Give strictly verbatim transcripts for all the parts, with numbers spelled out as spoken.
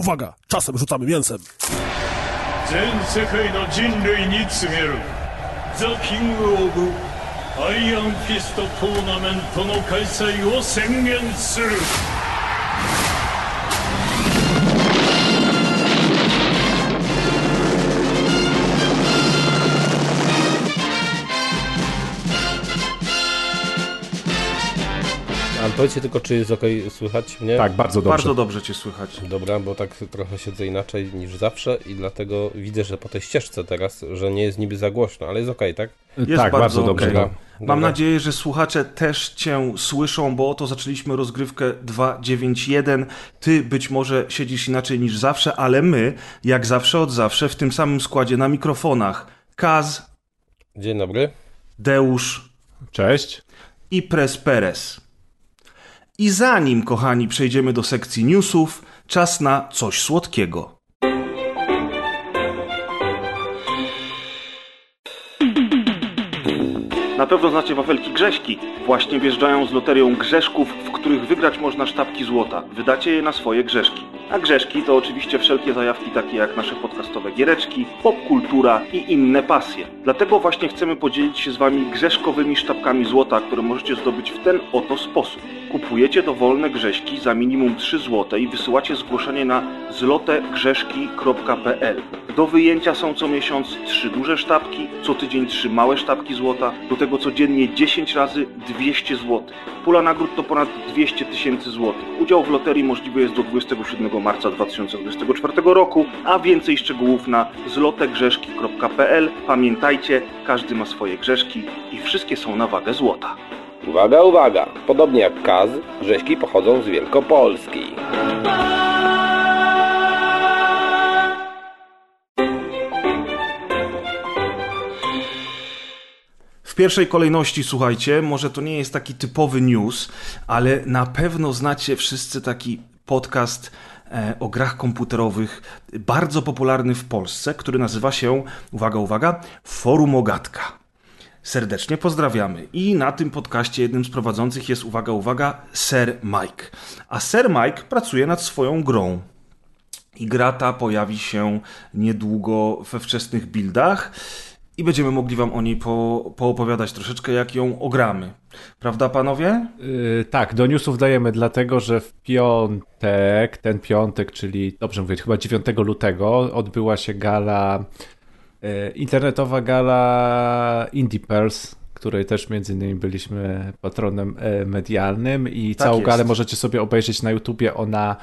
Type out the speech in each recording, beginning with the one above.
Uwaga, czasem rzucamy mięsem. 全世界の人類に告げるザ・キング・オブ・アイアンフィストトーナメントの開催を宣言する。 Ale powiedzcie tylko, czy jest okej słychać mnie? Tak, bardzo dobrze. Bardzo dobrze cię słychać. Dobra, bo tak trochę siedzę inaczej niż zawsze i dlatego widzę, że po tej ścieżce teraz, że nie jest niby za głośno, ale jest okej, tak? Jest tak, bardzo, bardzo dobrze. okay. No. Mam Dobra. nadzieję, że słuchacze też cię słyszą, bo oto zaczęliśmy rozgrywkę dwa dziewięć jeden. Ty być może siedzisz inaczej niż zawsze, ale my, jak zawsze od zawsze, w tym samym składzie na mikrofonach Kaz, Dzień dobry. Deusz Cześć. i Pres Perez. I zanim, kochani, przejdziemy do sekcji newsów, czas na coś słodkiego. Na pewno znacie wafelki Grześki. Właśnie wjeżdżają z loterią Grzeszków, w których wygrać można sztabki złota. Wydacie je na swoje grzeszki. A grzeszki to oczywiście wszelkie zajawki takie jak nasze podcastowe giereczki, popkultura i inne pasje. Dlatego właśnie chcemy podzielić się z wami grzeszkowymi sztabkami złota, które możecie zdobyć w ten oto sposób. Kupujecie dowolne grześki za minimum trzy złote i wysyłacie zgłoszenie na zlotegrzeszki kropka pe el. Do wyjęcia są co miesiąc trzy duże sztabki, co tydzień trzy małe sztabki złota, do tego codziennie dziesięć razy dwieście złotych. Pula nagród to ponad dwieście tysięcy złotych. Udział w loterii możliwy jest do dwudziestego siódmego marca dwa tysiące dwudziestego czwartego roku, a więcej szczegółów na zlotegrzeszki kropka pe el. Pamiętajcie, każdy ma swoje grzeszki i wszystkie są na wagę złota. Uwaga, uwaga! Podobnie jak Kaz, Grześki pochodzą z Wielkopolski. W pierwszej kolejności, słuchajcie, może to nie jest taki typowy news, ale na pewno znacie wszyscy taki podcast e, o grach komputerowych, bardzo popularny w Polsce, który nazywa się, uwaga, uwaga, Forum Ogatka. Serdecznie pozdrawiamy. I na tym podcaście jednym z prowadzących jest, uwaga, uwaga, Sir Mike. A Sir Mike pracuje nad swoją grą. I gra ta pojawi się niedługo we wczesnych buildach i będziemy mogli wam o niej po, poopowiadać troszeczkę, jak ją ogramy. Prawda, panowie? Yy, tak, do newsów dajemy, dlatego że w piątek, ten piątek, czyli dobrze mówię, chyba dziewiątego lutego odbyła się gala, yy, internetowa gala Indie Pearls, której też między innymi byliśmy patronem yy, medialnym i Tak całą jest. galę możecie sobie obejrzeć na YouTubie. Ona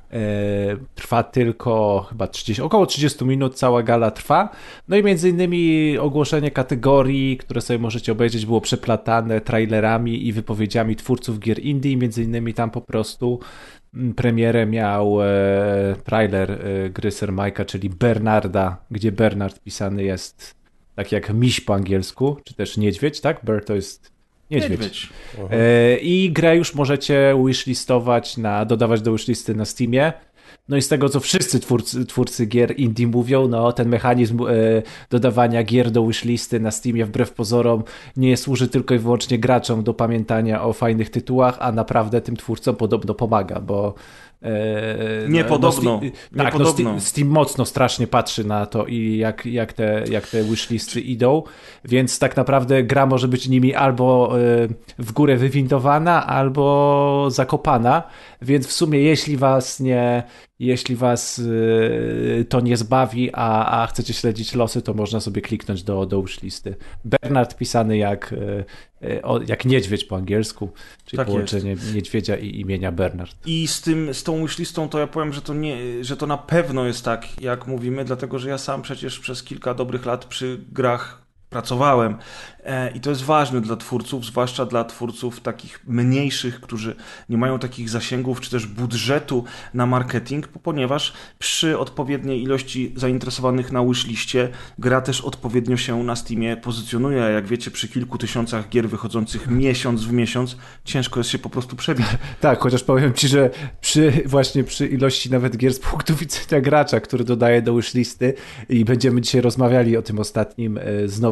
trwa tylko chyba trzydzieści, około trzydzieści minut, cała gala trwa. No i między innymi ogłoszenie kategorii, które sobie możecie obejrzeć, było przeplatane trailerami i wypowiedziami twórców gier indie. Między innymi tam po prostu premierę miał e, trailer e, gry Sir Mike'a, czyli Bernarda, gdzie Bernard pisany jest tak jak miś po angielsku, czy też niedźwiedź, tak? Bear to jest Niedźwiedź. Niedźwiedź. E, I grę już możecie wishlistować, na, dodawać do wishlisty na Steamie. No i z tego, co wszyscy twórcy, twórcy gier indie mówią, no ten mechanizm e, dodawania gier do wishlisty na Steamie wbrew pozorom nie służy tylko i wyłącznie graczom do pamiętania o fajnych tytułach, a naprawdę tym twórcom podobno pomaga, bo E, Niepodobno. No, Steam, tak, Niepodobno. no Steam, Steam mocno strasznie patrzy na to i jak, jak, te, jak te wishlisty idą, więc tak naprawdę gra może być nimi albo w górę wywindowana, albo zakopana, więc w sumie jeśli was nie jeśli was to nie zbawi, a, a chcecie śledzić losy, to można sobie kliknąć do, do wishlisty. Bernard pisany jak, jak niedźwiedź po angielsku, czyli tak połączenie jest. niedźwiedzia i imienia Bernard. I z tym, z tą wishlistą to ja powiem, że to nie, że to na pewno jest tak, jak mówimy, dlatego że ja sam przecież przez kilka dobrych lat przy grach pracowałem e, i to jest ważne dla twórców, zwłaszcza dla twórców takich mniejszych, którzy nie mają takich zasięgów czy też budżetu na marketing, ponieważ przy odpowiedniej ilości zainteresowanych na wishliście gra też odpowiednio się na Steamie pozycjonuje, a jak wiecie, przy kilku tysiącach gier wychodzących miesiąc w miesiąc ciężko jest się po prostu przebić. Tak, chociaż powiem ci, że przy właśnie przy ilości nawet gier z punktu widzenia gracza, który dodaje do wishlisty i będziemy dzisiaj rozmawiali o tym ostatnim znowu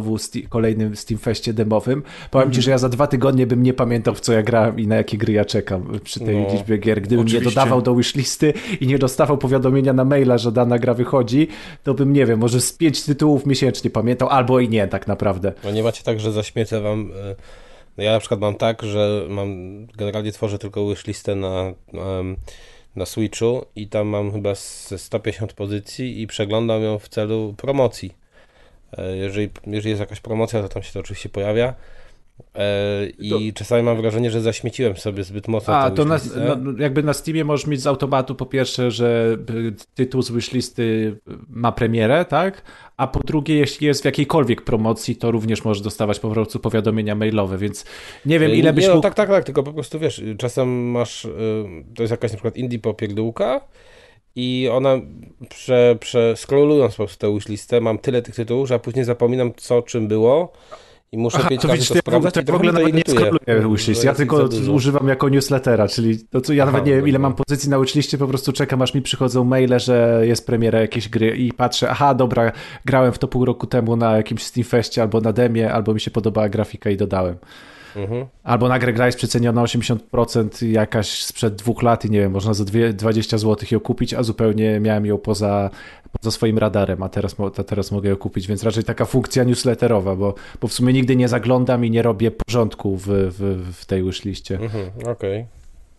znowu sti- kolejnym Steam Festie demowym. Powiem Mhm. ci, że ja za dwa tygodnie bym nie pamiętał, w co ja grałem i na jakie gry ja czekam przy tej No, liczbie gier. Gdybym oczywiście. nie dodawał do wishlisty i nie dostawał powiadomienia na maila, że dana gra wychodzi, to bym, nie wiem, może z pięć tytułów miesięcznie pamiętał, albo i nie, tak naprawdę. No nie macie tak, że zaśmiecę wam... y, No ja na przykład mam tak, że mam generalnie tworzę tylko wishlistę na, um, na Switchu i tam mam chyba ze sto pięćdziesiąt pozycji i przeglądam ją w celu promocji. E, Jeżeli, jeżeli jest jakaś promocja, to tam się to oczywiście pojawia. E, I czasami mam wrażenie, że zaśmieciłem sobie zbyt mocno A, tę to na, wishlistę. no, jakby na Steamie możesz mieć z automatu po pierwsze, że y, tytuł z wishlisty ma premierę, tak? A po drugie, jeśli jest w jakiejkolwiek promocji, to również możesz dostawać po prostu powiadomienia mailowe, więc nie wiem, ile byś nie, no, mógł... tak, tak, tak, tylko po prostu wiesz, czasem masz, y, to jest jakaś na przykład indie popierdółka i ona prze, prze scrollując po prostu tę wishlistę, mam tyle tych tytułów, że ja później zapominam co czym było i muszę Aha, pięć to razy widzisz, to to ja w ogóle, sprawdzać to i w trochę ogóle mnie to nawet nie irytuje. skroluję wishlist, To ja jest tylko za dużo. używam jako newslettera, czyli to co ja Aha, nawet nie wiem, ile dobra. mam pozycji na wishliście, po prostu czekam, aż mi przychodzą maile, że jest premiera jakiejś gry i patrzę, aha, dobra, grałem w to pół roku temu na jakimś Steamfestie albo na demie, albo mi się podobała grafika i dodałem. Mhm. Albo nagle gra jest przeceniona osiemdziesiąt procent jakaś sprzed dwóch lat i nie wiem, można za dwie- dwadzieścia złotych ją kupić, a zupełnie miałem ją poza, poza swoim radarem, a teraz, mo- a teraz mogę ją kupić, więc raczej taka funkcja newsletterowa, bo, bo w sumie nigdy nie zaglądam i nie robię porządku w, w, w tej wishliście. Mhm, okej.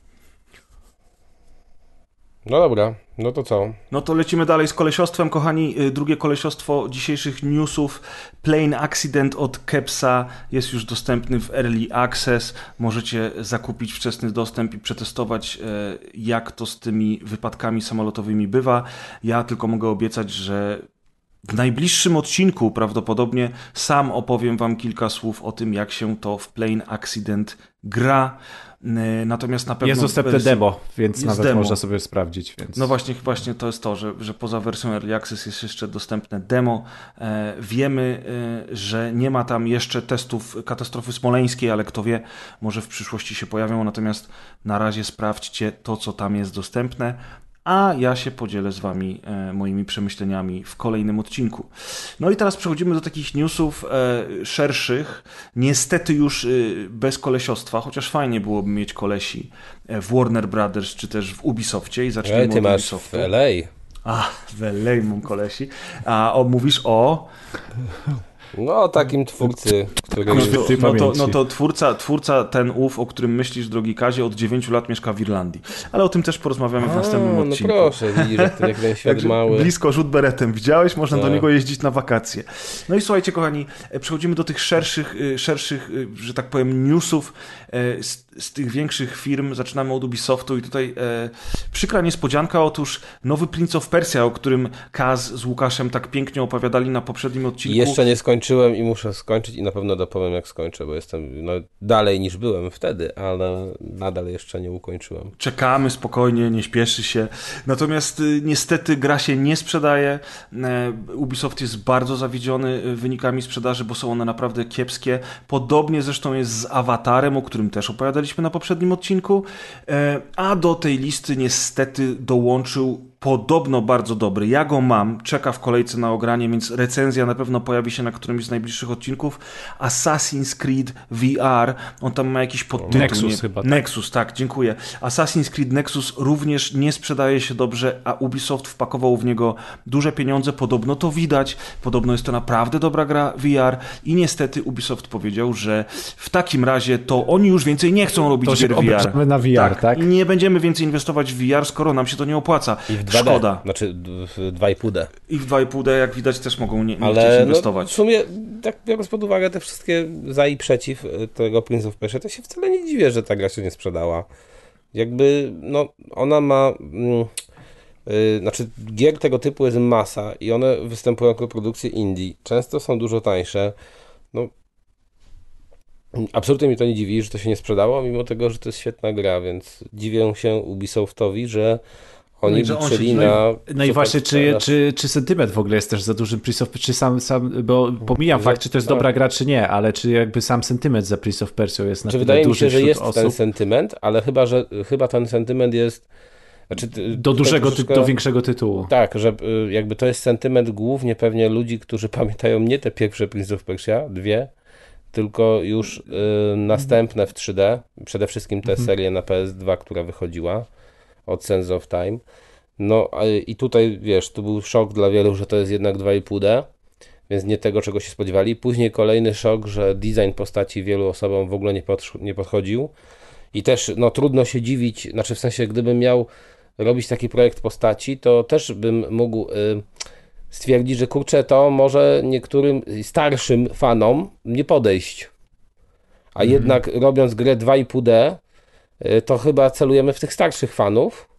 No dobra, no to co? No to lecimy dalej z kolesiostwem, kochani. Y, Drugie kolesiostwo dzisiejszych newsów. Plane Accident od Kepsa jest już dostępny w Early Access. Możecie zakupić wczesny dostęp i przetestować, y, jak to z tymi wypadkami samolotowymi bywa. Ja tylko mogę obiecać, że w najbliższym odcinku prawdopodobnie sam opowiem wam kilka słów o tym, jak się to w Plane Accident gra. Y, Natomiast na pewno... Jest dostępne wersji- demo, więc jest nawet demo. można sobie sprawdzić. Więc... No właśnie, właśnie to jest to, że, że poza wersją Early Access jest jeszcze dostępne demo. E, wiemy, e, że nie ma tam jeszcze testów katastrofy smoleńskiej, ale kto wie, może w przyszłości się pojawią, natomiast na razie sprawdźcie to, co tam jest dostępne, a ja się podzielę z wami e, moimi przemyśleniami w kolejnym odcinku. No i teraz przechodzimy do takich newsów e, szerszych, niestety już e, bez kolesiostwa, chociaż fajnie byłoby mieć kolesi e, w Warner Brothers czy też w Ubisoftie i zacznijmy Ej, ty od masz Ubisoftu. w L A. A, w L A mam kolesi. A o, mówisz o... No, takim twórcy, którego No już... to, Świętej no to, pamięci. no to twórca, twórca ten ów, o którym myślisz, drogi Kazie, od dziewięciu lat mieszka w Irlandii. Ale o tym też porozmawiamy w następnym A, no odcinku. proszę, widzisz, jak ten, jak ten świat Także mały. blisko rzut beretem. Widziałeś? Można do Tak. niego jeździć na wakacje. No i słuchajcie, kochani, e, przechodzimy do tych szerszych, y, szerszych y, że tak powiem, newsów e, z, z tych większych firm. Zaczynamy od Ubisoftu i tutaj e, przykra niespodzianka. Otóż nowy Prince of Persia, o którym Kaz z Łukaszem tak pięknie opowiadali na poprzednim I odcinku. jeszcze nie skończyłem i muszę skończyć i na pewno dopowiem jak skończę, bo jestem no, dalej niż byłem wtedy, ale nadal jeszcze nie ukończyłem. Czekamy spokojnie, nie śpieszy się. Natomiast y, niestety gra się nie sprzedaje. E, Ubisoft jest bardzo zawiedziony y, wynikami sprzedaży, bo są one naprawdę kiepskie. Podobnie zresztą jest z Awatarem, o którym też opowiadaliśmy na poprzednim odcinku. E, a do tej listy niestety dołączył podobno bardzo dobry. Ja go mam, czeka w kolejce na ogranie, więc recenzja na pewno pojawi się na którymś z najbliższych odcinków. Assassin's Creed V R, on tam ma jakiś podtytuł. Nexus nie? chyba, tak? Nexus, tak, dziękuję. Assassin's Creed Nexus również nie sprzedaje się dobrze, a Ubisoft wpakował w niego duże pieniądze. Podobno to widać, podobno jest to naprawdę dobra gra V R i niestety Ubisoft powiedział, że w takim razie to oni już więcej nie chcą robić To się gier V R. obrażamy na V R, tak? I nie będziemy więcej inwestować w V R, skoro nam się to nie opłaca. I w dwa D, Szkoda. znaczy w dwa i pół D. I w dwa i pół D, jak widać, też mogą nie, nie chcieć Ale no, inwestować. w sumie, tak biorąc pod uwagę te wszystkie za i przeciw tego Prince of Persia, to się wcale nie dziwię, że ta gra się nie sprzedała. Jakby, no, ona ma... Mm, yy, znaczy, gier tego typu jest masa i one występują jako produkcje indie. Często są dużo tańsze. No, absolutnie mi to nie dziwi, że to się nie sprzedało, mimo tego, że to jest świetna gra, więc dziwię się Ubisoftowi, że oni No i że on liczyli się- na... No i super właśnie, czy, sprzedaż. czy, czy sentyment w ogóle jest też za dużym Prince of czy sam, sam bo pomijam Że- fakt, czy to jest tak. dobra gra, czy nie, ale czy jakby sam sentyment za Prince of Persia jest na Czy tyle wydaje mi duży się, że wśród jest osób? ten sentyment, ale chyba, że chyba ten sentyment jest Znaczy, do dużego, troszeczkę, ty, do większego tytułu. Tak, że jakby to jest sentyment głównie pewnie ludzi, którzy pamiętają nie te pierwsze Prince of Persia, dwie, tylko już y, następne w trzy D, przede wszystkim tę serię na P S dwa, która wychodziła od Sands of Time. No i tutaj, wiesz, to był szok dla wielu, że to jest jednak dwa i pół D, więc nie tego, czego się spodziewali. Później kolejny szok, że design postaci wielu osobom w ogóle nie, pod, nie podchodził i też no trudno się dziwić, znaczy w sensie gdybym miał robić taki projekt postaci, to też bym mógł y, stwierdzić, że kurczę, to może niektórym starszym fanom nie podejść. A mm. jednak robiąc grę dwa i pół D, y, to chyba celujemy w tych starszych fanów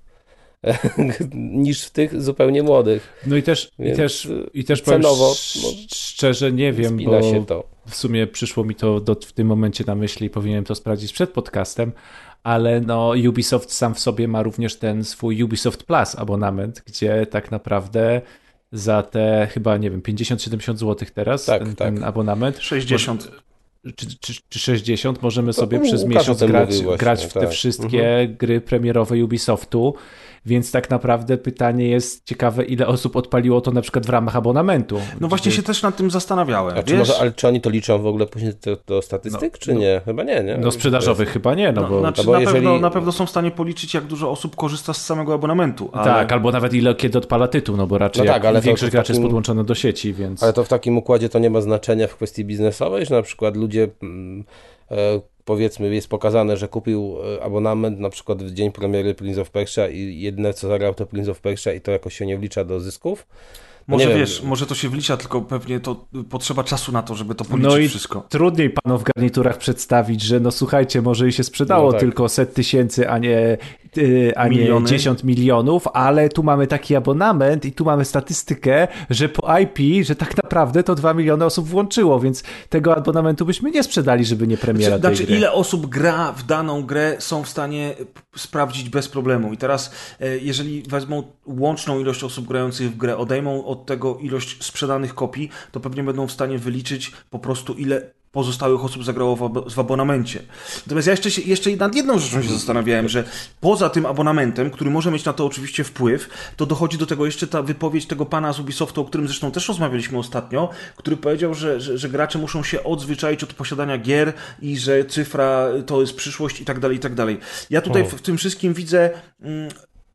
niż w tych zupełnie młodych. No i też, i też, i też cenowo, powiem sz- szczerze nie wiem, bo się to. w sumie przyszło mi to do, w tym momencie na myśli i powinienem to sprawdzić przed podcastem, ale no Ubisoft sam w sobie ma również ten swój Ubisoft Plus abonament, gdzie tak naprawdę za te chyba, nie wiem, pięćdziesiąt siedemdziesiąt złotych teraz tak, ten, tak. ten abonament. sześćdziesiąt. Czy, czy, czy sześćdziesiąt możemy to sobie u, przez Łukasz miesiąc grać, właśnie, grać w te tak. wszystkie mhm. gry premierowe Ubisoftu, więc tak naprawdę pytanie jest ciekawe, ile osób odpaliło to na przykład w ramach abonamentu. No właśnie Gdzie... się też nad tym zastanawiałem. A czy może, ale czy oni to liczą w ogóle później do, do statystyk, no, czy no, nie? Chyba nie, nie? No sprzedażowych chyba nie, no, no bo... znaczy, no bo na, jeżeli... pewno, na pewno są w stanie policzyć, jak dużo osób korzysta z samego abonamentu. Ale... Tak, albo nawet ile kiedy odpala tytuł, no bo raczej no tak, ale większość graczy takim... jest podłączona do sieci, więc... Ale to w takim układzie to nie ma znaczenia w kwestii biznesowej, że na przykład ludzie... Mm, e, powiedzmy, jest pokazane, że kupił abonament na przykład w dzień premiery Prince of Persia i jedyne co zagrał to Prince of Persia i to jakoś się nie wlicza do zysków. No może nie wiesz, wiem. może to się wlicza, tylko pewnie to potrzeba czasu na to, żeby to policzyć no i wszystko. Trudniej panom w garniturach przedstawić, że no słuchajcie, może i się sprzedało no tak. tylko set tysięcy, a nie, a nie Miliony. dziesięć milionów, ale tu mamy taki abonament i tu mamy statystykę, że po I P, że tak naprawdę to dwa miliony osób włączyło, więc tego abonamentu byśmy nie sprzedali, żeby nie premiera Znaczy, tej gry. ile osób gra w daną grę są w stanie sprawdzić bez problemu. I teraz, jeżeli wezmą łączną ilość osób grających w grę, odejmą od tego ilość sprzedanych kopii, to pewnie będą w stanie wyliczyć po prostu, ile pozostałych osób zagrało w, ab- w abonamencie. Natomiast ja jeszcze, się, jeszcze nad jedną rzeczą się zastanawiałem, że poza tym abonamentem, który może mieć na to oczywiście wpływ, to dochodzi do tego jeszcze ta wypowiedź tego pana z Ubisoftu, o którym zresztą też rozmawialiśmy ostatnio, który powiedział, że, że, że gracze muszą się odzwyczaić od posiadania gier i że cyfra to jest przyszłość i tak dalej, i tak dalej. Ja tutaj w, w tym wszystkim widzę... Mm,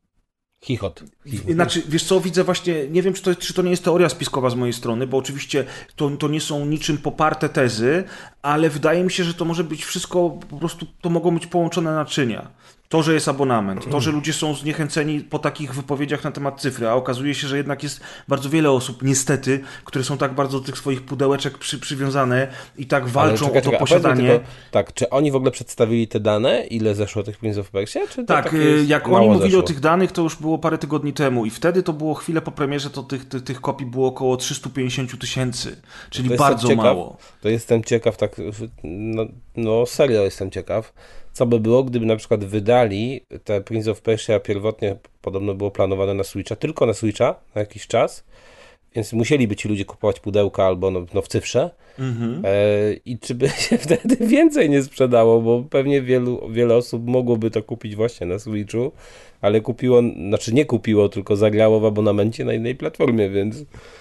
Chichot. Chichot. Znaczy, wiesz co, widzę właśnie, nie wiem, czy to, czy to nie jest teoria spiskowa z mojej strony, bo oczywiście to, to nie są niczym poparte tezy, ale wydaje mi się, że to może być wszystko, po prostu to mogą być połączone naczynia. To, że jest abonament, to, że ludzie są zniechęceni po takich wypowiedziach na temat cyfry, a okazuje się, że jednak jest bardzo wiele osób, niestety, które są tak bardzo do tych swoich pudełeczek przy, przywiązane i tak walczą czekaj, o to czekaj, posiadanie. Tylko, tak, czy oni w ogóle przedstawili te dane, ile zeszło tych Prince of Persia? Czy tak, jak oni mówili zeszło? O tych danych, to już było parę tygodni temu i wtedy to było chwilę po premierze, to tych, tych, tych kopii było około trzysta pięćdziesiąt tysięcy, czyli bardzo ciekaw, mało. To jestem ciekaw, tak, no, no serio jestem ciekaw, co by było, gdyby na przykład wydali te Prince of Persia pierwotnie, podobno było planowane na Switcha, tylko na Switcha na jakiś czas, więc musieliby ci ludzie kupować pudełka albo no, no w cyfrze mm-hmm. e, i czy by się wtedy więcej nie sprzedało, bo pewnie wielu, wiele osób mogłoby to kupić właśnie na Switchu, ale kupiło, znaczy nie kupiło, tylko zagrało w abonamencie na innej platformie, więc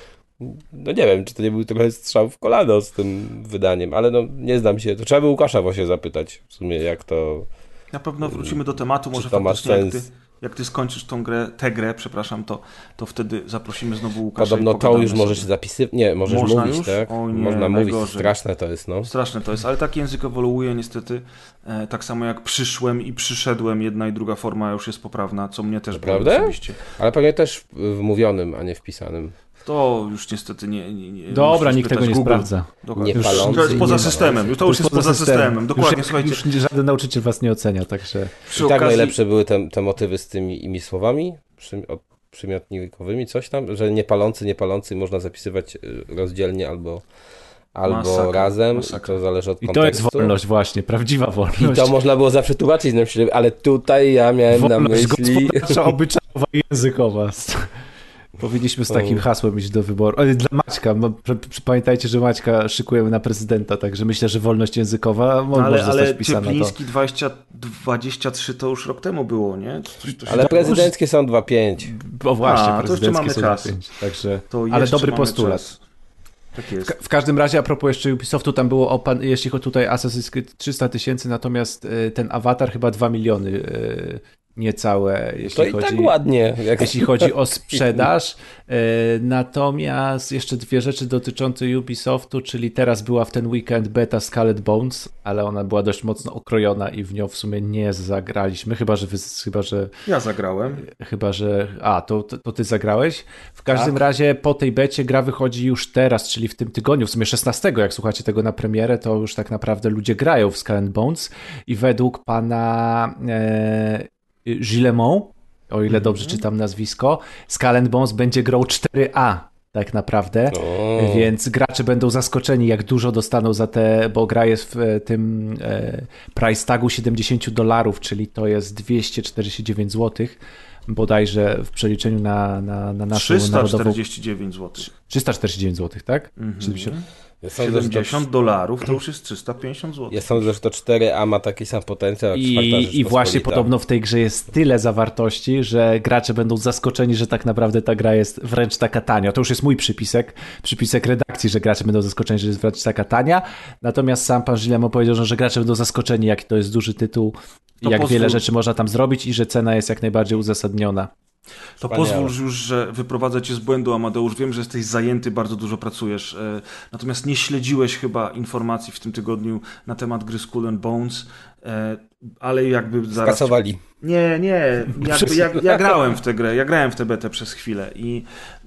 no nie wiem, czy to nie był trochę strzał w kolano z tym wydaniem, ale no nie znam się, to trzeba by Łukasza właśnie zapytać w sumie, jak to... Na pewno wrócimy do tematu, może to faktycznie jak ty, jak ty skończysz tą grę, tę grę, przepraszam, to, to wtedy zaprosimy znowu Łukasza. Podobno to już możesz zapisywać, nie, możesz Można mówić, już? tak? O nie, Można najgorzej. mówić, straszne to jest, no. Straszne to jest, ale tak język ewoluuje niestety, e, tak samo jak przyszłem i przyszedłem, jedna i druga forma już jest poprawna, co mnie też boli osobiście. Ale pewnie też w mówionym, a nie wpisanym. To już niestety nie... nie, nie Dobra, nikt tego nie Google. Sprawdza. Nie palący, to jest poza systemem. To, to już jest poza, poza systemem. systemem. Dokładnie, już, słuchajcie. Już żaden nauczyciel was nie ocenia, także... I tak najlepsze były te, te motywy z tymi imi słowami przy, od, przymiotnikowymi, coś tam, że nie palący, nie palący można zapisywać rozdzielnie albo... Albo masakra, razem, masakra. I to zależy od kontekstu. I to jest wolność właśnie, prawdziwa wolność. I to można było zawsze tłumaczyć, ale tutaj ja miałem wolność na myśli... Wolność gospodarcza, obyczajowa i językowa. Powinniśmy z takim hasłem iść do wyboru. Ale dla Maćka, pamiętajcie, że Maćka szykujemy na prezydenta, także myślę, że wolność językowa no, może ale, zostać ale wpisana. Ale Ciepliński dwadzieścia dwadzieścia trzy to już rok temu było, nie? Coś, to ale prezydenckie są dwa pięć. O właśnie, A, prezydenckie są czas. dwa pięć. Także, to ale dobry postulat. Czas. Tak jest. W, w każdym razie, a propos jeszcze Ubisoftu, tam było, opan- jeśli chodzi tutaj Assassin's Creed trzysta tysięcy, natomiast y, ten awatar chyba dwa miliony y, niecałe, jeśli to chodzi, i tak ładnie, jak... jeśli chodzi o sprzedaż. E, natomiast jeszcze dwie rzeczy dotyczące Ubisoftu, czyli teraz była w ten weekend beta Skull and Bones, ale ona była dość mocno okrojona i w nią w sumie nie zagraliśmy, chyba że wy, chyba, że ja zagrałem. Chyba, że a, to, to, to ty zagrałeś. W każdym tak. razie po tej becie gra wychodzi już teraz, czyli w tym tygodniu, w sumie szesnastego, jak słuchacie tego na premierę, to już tak naprawdę ludzie grają w Skull and Bones i według pana e, Guillemot, o ile dobrze czytam nazwisko, Skull and Bones będzie grał cztery A tak naprawdę, o. Więc gracze będą zaskoczeni, jak dużo dostaną za te, bo gra jest w tym e, price tagu siedemdziesiąt dolarów, czyli to jest dwieście czterdzieści dziewięć złotych, bodajże w przeliczeniu na, na, na naszą trzysta czterdzieści dziewięć złotych. trzysta czterdzieści dziewięć złotych, tak? Mhm. siedemdziesiąt Ja sądzę, siedemdziesiąt dolarów to już jest trzysta pięćdziesiąt złotych. Ja sądzę, że to cztery A ma taki sam potencjał jak I, i właśnie podobno w tej grze jest tyle zawartości, że gracze będą zaskoczeni, że tak naprawdę ta gra jest wręcz taka tania. To już jest mój przypisek, przypisek redakcji, że gracze będą zaskoczeni, że jest wręcz taka tania. Natomiast sam pan Guillemot powiedział, że, że gracze będą zaskoczeni, jaki to jest duży tytuł, to jak pozwól... wiele rzeczy można tam zrobić i że cena jest jak najbardziej uzasadniona. To pozwól już, że wyprowadzę cię z błędu, Amadeusz. Wiem, że jesteś zajęty, bardzo dużo pracujesz. Natomiast nie śledziłeś chyba informacji w tym tygodniu na temat gry Skull and Bones, ale jakby zaraz... Skasowali. Nie, nie. Jakby, ja, ja grałem w tę grę, ja grałem w tę betę przez chwilę i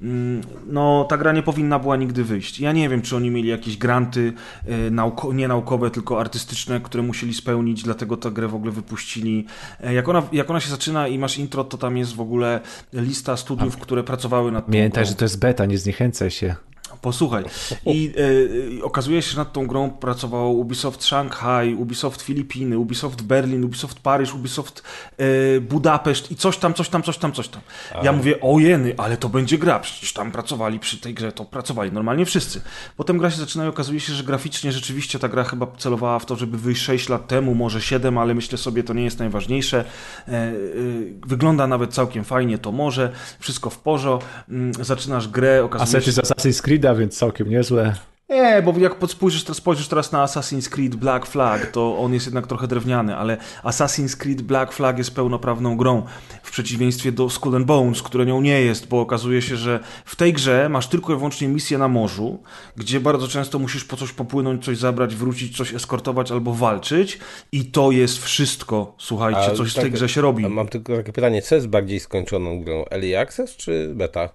no, ta gra nie powinna była nigdy wyjść. Ja nie wiem, czy oni mieli jakieś granty nauko- nie naukowe, tylko artystyczne, które musieli spełnić, dlatego tę grę w ogóle wypuścili. Jak ona, jak ona się zaczyna i masz intro, to tam jest w ogóle lista studiów, które pracowały nad tą Pamiętaj, grą. że to jest beta, nie zniechęcaj się. Posłuchaj. I y, okazuje się, że nad tą grą pracowało Ubisoft Szanghaj, Ubisoft Filipiny, Ubisoft Berlin, Ubisoft Paryż, Ubisoft y, Budapeszt i coś tam, coś tam, coś tam, coś tam. A. Ja mówię, ojeny, ale to będzie gra, przecież tam pracowali przy tej grze, to pracowali normalnie wszyscy. Potem gra się zaczyna i okazuje się, że graficznie rzeczywiście ta gra chyba celowała w to, żeby wyjść sześć lat temu, może siedem, ale myślę sobie, to nie jest najważniejsze. Y, y, wygląda nawet całkiem fajnie, to może, wszystko w porządku. Y, zaczynasz grę, okazuje Asety się... z Assassin's Creed'a, więc całkiem niezłe. Nie, bo jak spojrzysz, spojrzysz teraz na Assassin's Creed Black Flag, to on jest jednak trochę drewniany, ale Assassin's Creed Black Flag jest pełnoprawną grą, w przeciwieństwie do Skull and Bones, które nią nie jest, bo okazuje się, że w tej grze masz tylko i wyłącznie misję na morzu, gdzie bardzo często musisz po coś popłynąć, coś zabrać, wrócić, coś eskortować albo walczyć i to jest wszystko, słuchajcie, a coś tak, w tej grze się robi. Mam tylko takie pytanie, co jest bardziej skończoną grą, Early Access czy beta?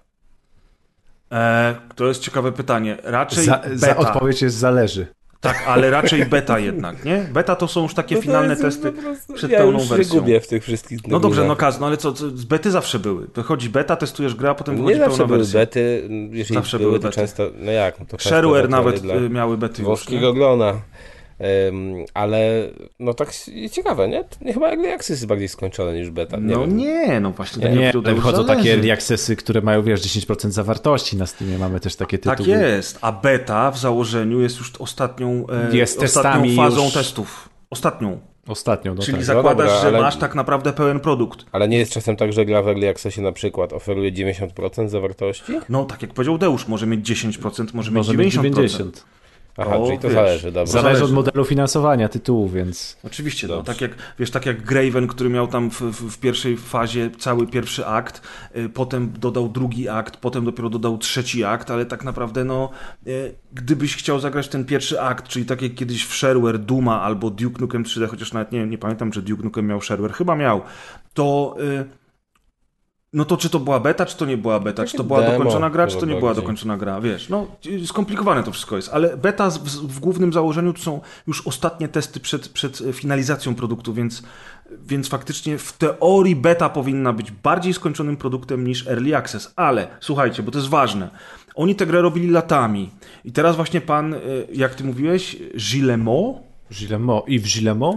E, to jest ciekawe pytanie. Raczej za, beta. Za odpowiedź jest zależy. Tak, ale raczej beta jednak, nie? Beta to są już takie no finalne testy przed ja pełną już wersją. Ja gubię w tych wszystkich... No dobrze, no Kaz, no ale co, co, z bety zawsze były. Wychodzi beta, testujesz grę, a potem wychodzi nie pełna wersja. Nie zawsze były bety, jeżeli zawsze były, były to bety. często... No jak? No to Shareware nawet miały bety wąskiego już, grona. Um, ale no tak ciekawe, nie? nie chyba Early Access jest bardziej skończone niż beta. Nie no wiem. nie, no właśnie. Nie, nie ale wychodzą zależy. Takie Early Accessy, które mają, wiesz, dziesięć procent zawartości na Steamie, mamy też takie tytuły. Tak jest, a beta w założeniu jest już ostatnią, e, jest ostatnią fazą już... testów. Ostatnią. Ostatnią, no Czyli tak. zakładasz, no dobra, że ale... masz tak naprawdę pełen produkt. Ale nie jest czasem tak, że gra w Early Accessie na przykład oferuje dziewięćdziesiąt procent zawartości? No tak jak powiedział Deusz, może mieć dziesięć procent, może, może mieć dziewięćdziesiąt procent. dziewięćdziesiąt. Aha, o, czyli to wiesz, zależy, dobra. Zależy zależy od modelu finansowania tytułu, więc... Oczywiście, no, tak jak, wiesz, tak jak Graven, który miał tam w, w, w pierwszej fazie cały pierwszy akt, y, potem dodał drugi akt, potem dopiero dodał trzeci akt, ale tak naprawdę, no, y, gdybyś chciał zagrać ten pierwszy akt, czyli tak jak kiedyś w Shareware Duma albo Duke Nukem trzy D, chociaż nawet nie, nie pamiętam, czy Duke Nukem miał Shareware, chyba miał, to... Y, No to czy to była beta, czy to nie była beta? Czy to była demo, dokończona gra, czy to nie bardziej. była dokończona gra? Wiesz, no skomplikowane to wszystko jest, ale beta w, w głównym założeniu to są już ostatnie testy przed, przed finalizacją produktu, więc, więc faktycznie w teorii beta powinna być bardziej skończonym produktem niż Early Access, ale słuchajcie, bo to jest ważne, oni tę grę robili latami i teraz właśnie pan, jak ty mówiłeś, Guillemot? Guillemot. Yves Guillemot?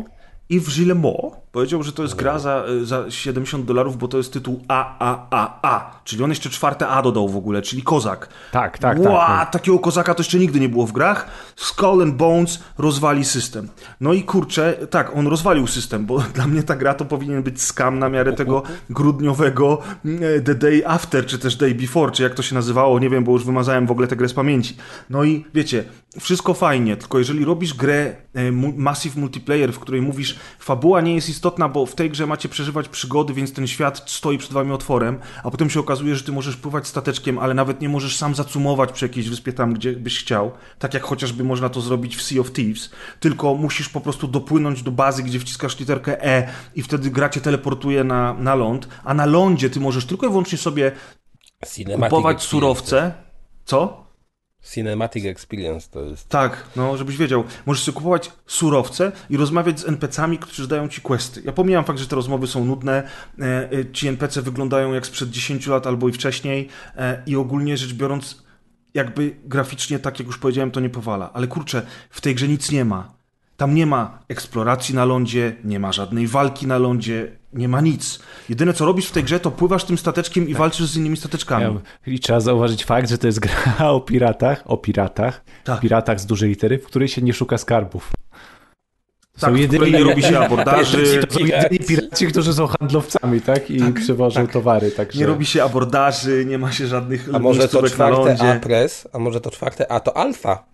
Yves Guillemot powiedział, że to jest gra za, za siedemdziesiąt dolarów, bo to jest tytuł A A A A, czyli on jeszcze czwarte A dodał w ogóle, czyli kozak. Tak, tak, Ła, tak. takiego kozaka to jeszcze nigdy nie było w grach. Skull and Bones rozwali system. No i kurczę, tak, on rozwalił system, bo dla mnie ta gra to powinien być scam na miarę tego grudniowego The Day After, czy też Day Before, czy jak to się nazywało, nie wiem, bo już wymazałem w ogóle tę grę z pamięci. No i wiecie, wszystko fajnie, tylko jeżeli robisz grę e, Massive Multiplayer, w której mówisz, fabuła nie jest istotna, bo w tej grze macie przeżywać przygody, więc ten świat stoi przed wami otworem, a potem się okazuje, że ty możesz pływać stateczkiem, ale nawet nie możesz sam zacumować przy jakiejś wyspie tam, gdzie byś chciał, tak jak chociażby można to zrobić w Sea of Thieves, tylko musisz po prostu dopłynąć do bazy, gdzie wciskasz literkę E i wtedy gra cię teleportuje na, na ląd, a na lądzie ty możesz tylko i wyłącznie sobie Cinematic kupować Experience. surowce. Co? Cinematic Experience to jest. Tak, no żebyś wiedział, możesz sobie kupować surowce i rozmawiać z en pe cami, którzy dają ci questy. Ja pomijam fakt, że te rozmowy są nudne, e, e, ci en pe ce wyglądają jak sprzed dziesięciu lat albo i wcześniej e, i ogólnie rzecz biorąc, jakby graficznie, tak jak już powiedziałem, to nie powala. Ale kurczę, w tej grze nic nie ma. Tam nie ma eksploracji na lądzie, nie ma żadnej walki na lądzie, nie ma nic. Jedyne co robisz w tej grze, to pływasz tym stateczkiem i walczysz z innymi stateczkami. Ja, I trzeba zauważyć fakt, że to jest gra o piratach, o piratach, Tak. piratach z dużej litery, w której się nie szuka skarbów. Tak, w której nie robi się abordaży. To są jedyni piraci, którzy są handlowcami, tak? I tak, przewożą tak. towary. Także... Nie robi się abordaży, nie ma się żadnych A może to na czwarte lądzie. A press, a może to czwarte A to alfa.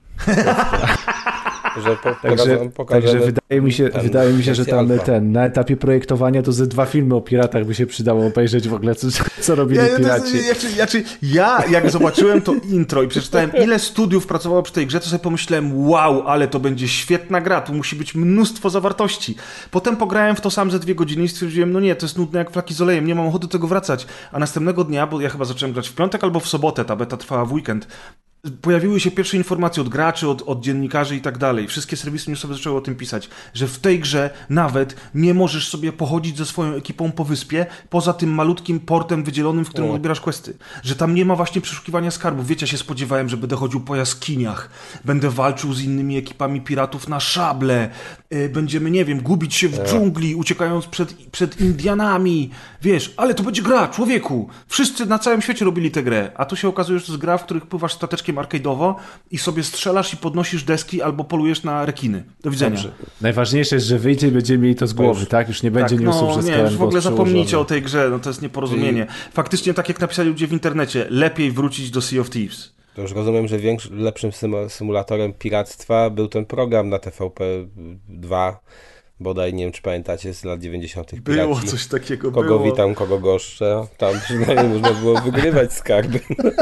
Że po, Także, także wydaje mi się, ten, wydaje mi się, że tam alfa. ten, na etapie projektowania to ze dwa filmy o piratach by się przydało obejrzeć w ogóle, co, co robili ja, piraci. Ja, ja, ja, ja, jak zobaczyłem to intro i przeczytałem, ile studiów pracowało przy tej grze, to sobie pomyślałem, wow, ale to będzie świetna gra, tu musi być mnóstwo zawartości. Potem pograłem w to sam ze dwie godziny i stwierdziłem, no nie, to jest nudne jak flaki z olejem, nie mam ochoty do tego wracać. A następnego dnia, bo ja chyba zacząłem grać w piątek albo w sobotę, ta beta trwała w weekend, pojawiły się pierwsze informacje od graczy, od, od dziennikarzy i tak dalej. Wszystkie serwisy newsowe zaczęły o tym pisać, że w tej grze nawet nie możesz sobie pochodzić ze swoją ekipą po wyspie, poza tym malutkim portem wydzielonym, w którym o. odbierasz questy. Że tam nie ma właśnie przeszukiwania skarbów. Wiecie, ja się spodziewałem, że będę chodził po jaskiniach, będę walczył z innymi ekipami piratów na szable, yy, będziemy, nie wiem, gubić się w dżungli, uciekając przed, przed Indianami. Wiesz, ale to będzie gra, człowieku. Wszyscy na całym świecie robili tę grę, a tu się okazuje, że to jest gra, w których pływasz stateczkiem arcade'owo i sobie strzelasz i podnosisz deski albo polujesz na rekiny. Do widzenia. Dobrze. Najważniejsze jest, że wyjdzie i będziemy mieli to z głowy, już, tak? Już nie będzie tak, newsów, no, że nie, Skull już w ogóle Bones zapomnijcie przełożony. o tej grze, no to jest nieporozumienie. Faktycznie, tak jak napisali ludzie w internecie, lepiej wrócić do Sea of Thieves. To już rozumiem, że większym, lepszym symu- symulatorem piractwa był ten program na T V P dwa, bodaj, nie wiem czy pamiętacie, z lat dziewięćdziesiątych Było Piraci. coś takiego, Kogo było. witam, kogo goszczę. Tam przynajmniej można było wygrywać skarby.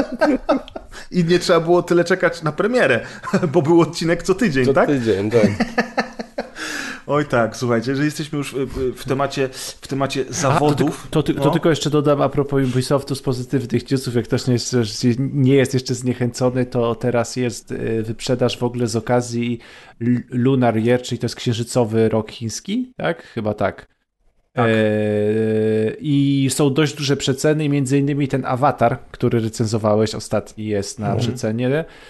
I nie trzeba było tyle czekać na premierę, bo był odcinek co tydzień, Co tak? tydzień, tak. Oj tak, słuchajcie, że jesteśmy już w, w temacie, w temacie A, zawodów. to, to, to, to no. tylko jeszcze dodam a propos Ubisoftu z pozytywnych newsów, jak ktoś nie jest, nie jest jeszcze zniechęcony, to teraz jest wyprzedaż w ogóle z okazji Lunar Year, czyli to jest księżycowy rok chiński, tak? Chyba tak. Tak. Eee, I są dość duże przeceny i między innymi ten Avatar, który recenzowałeś ostatni, jest na Mhm. przecenie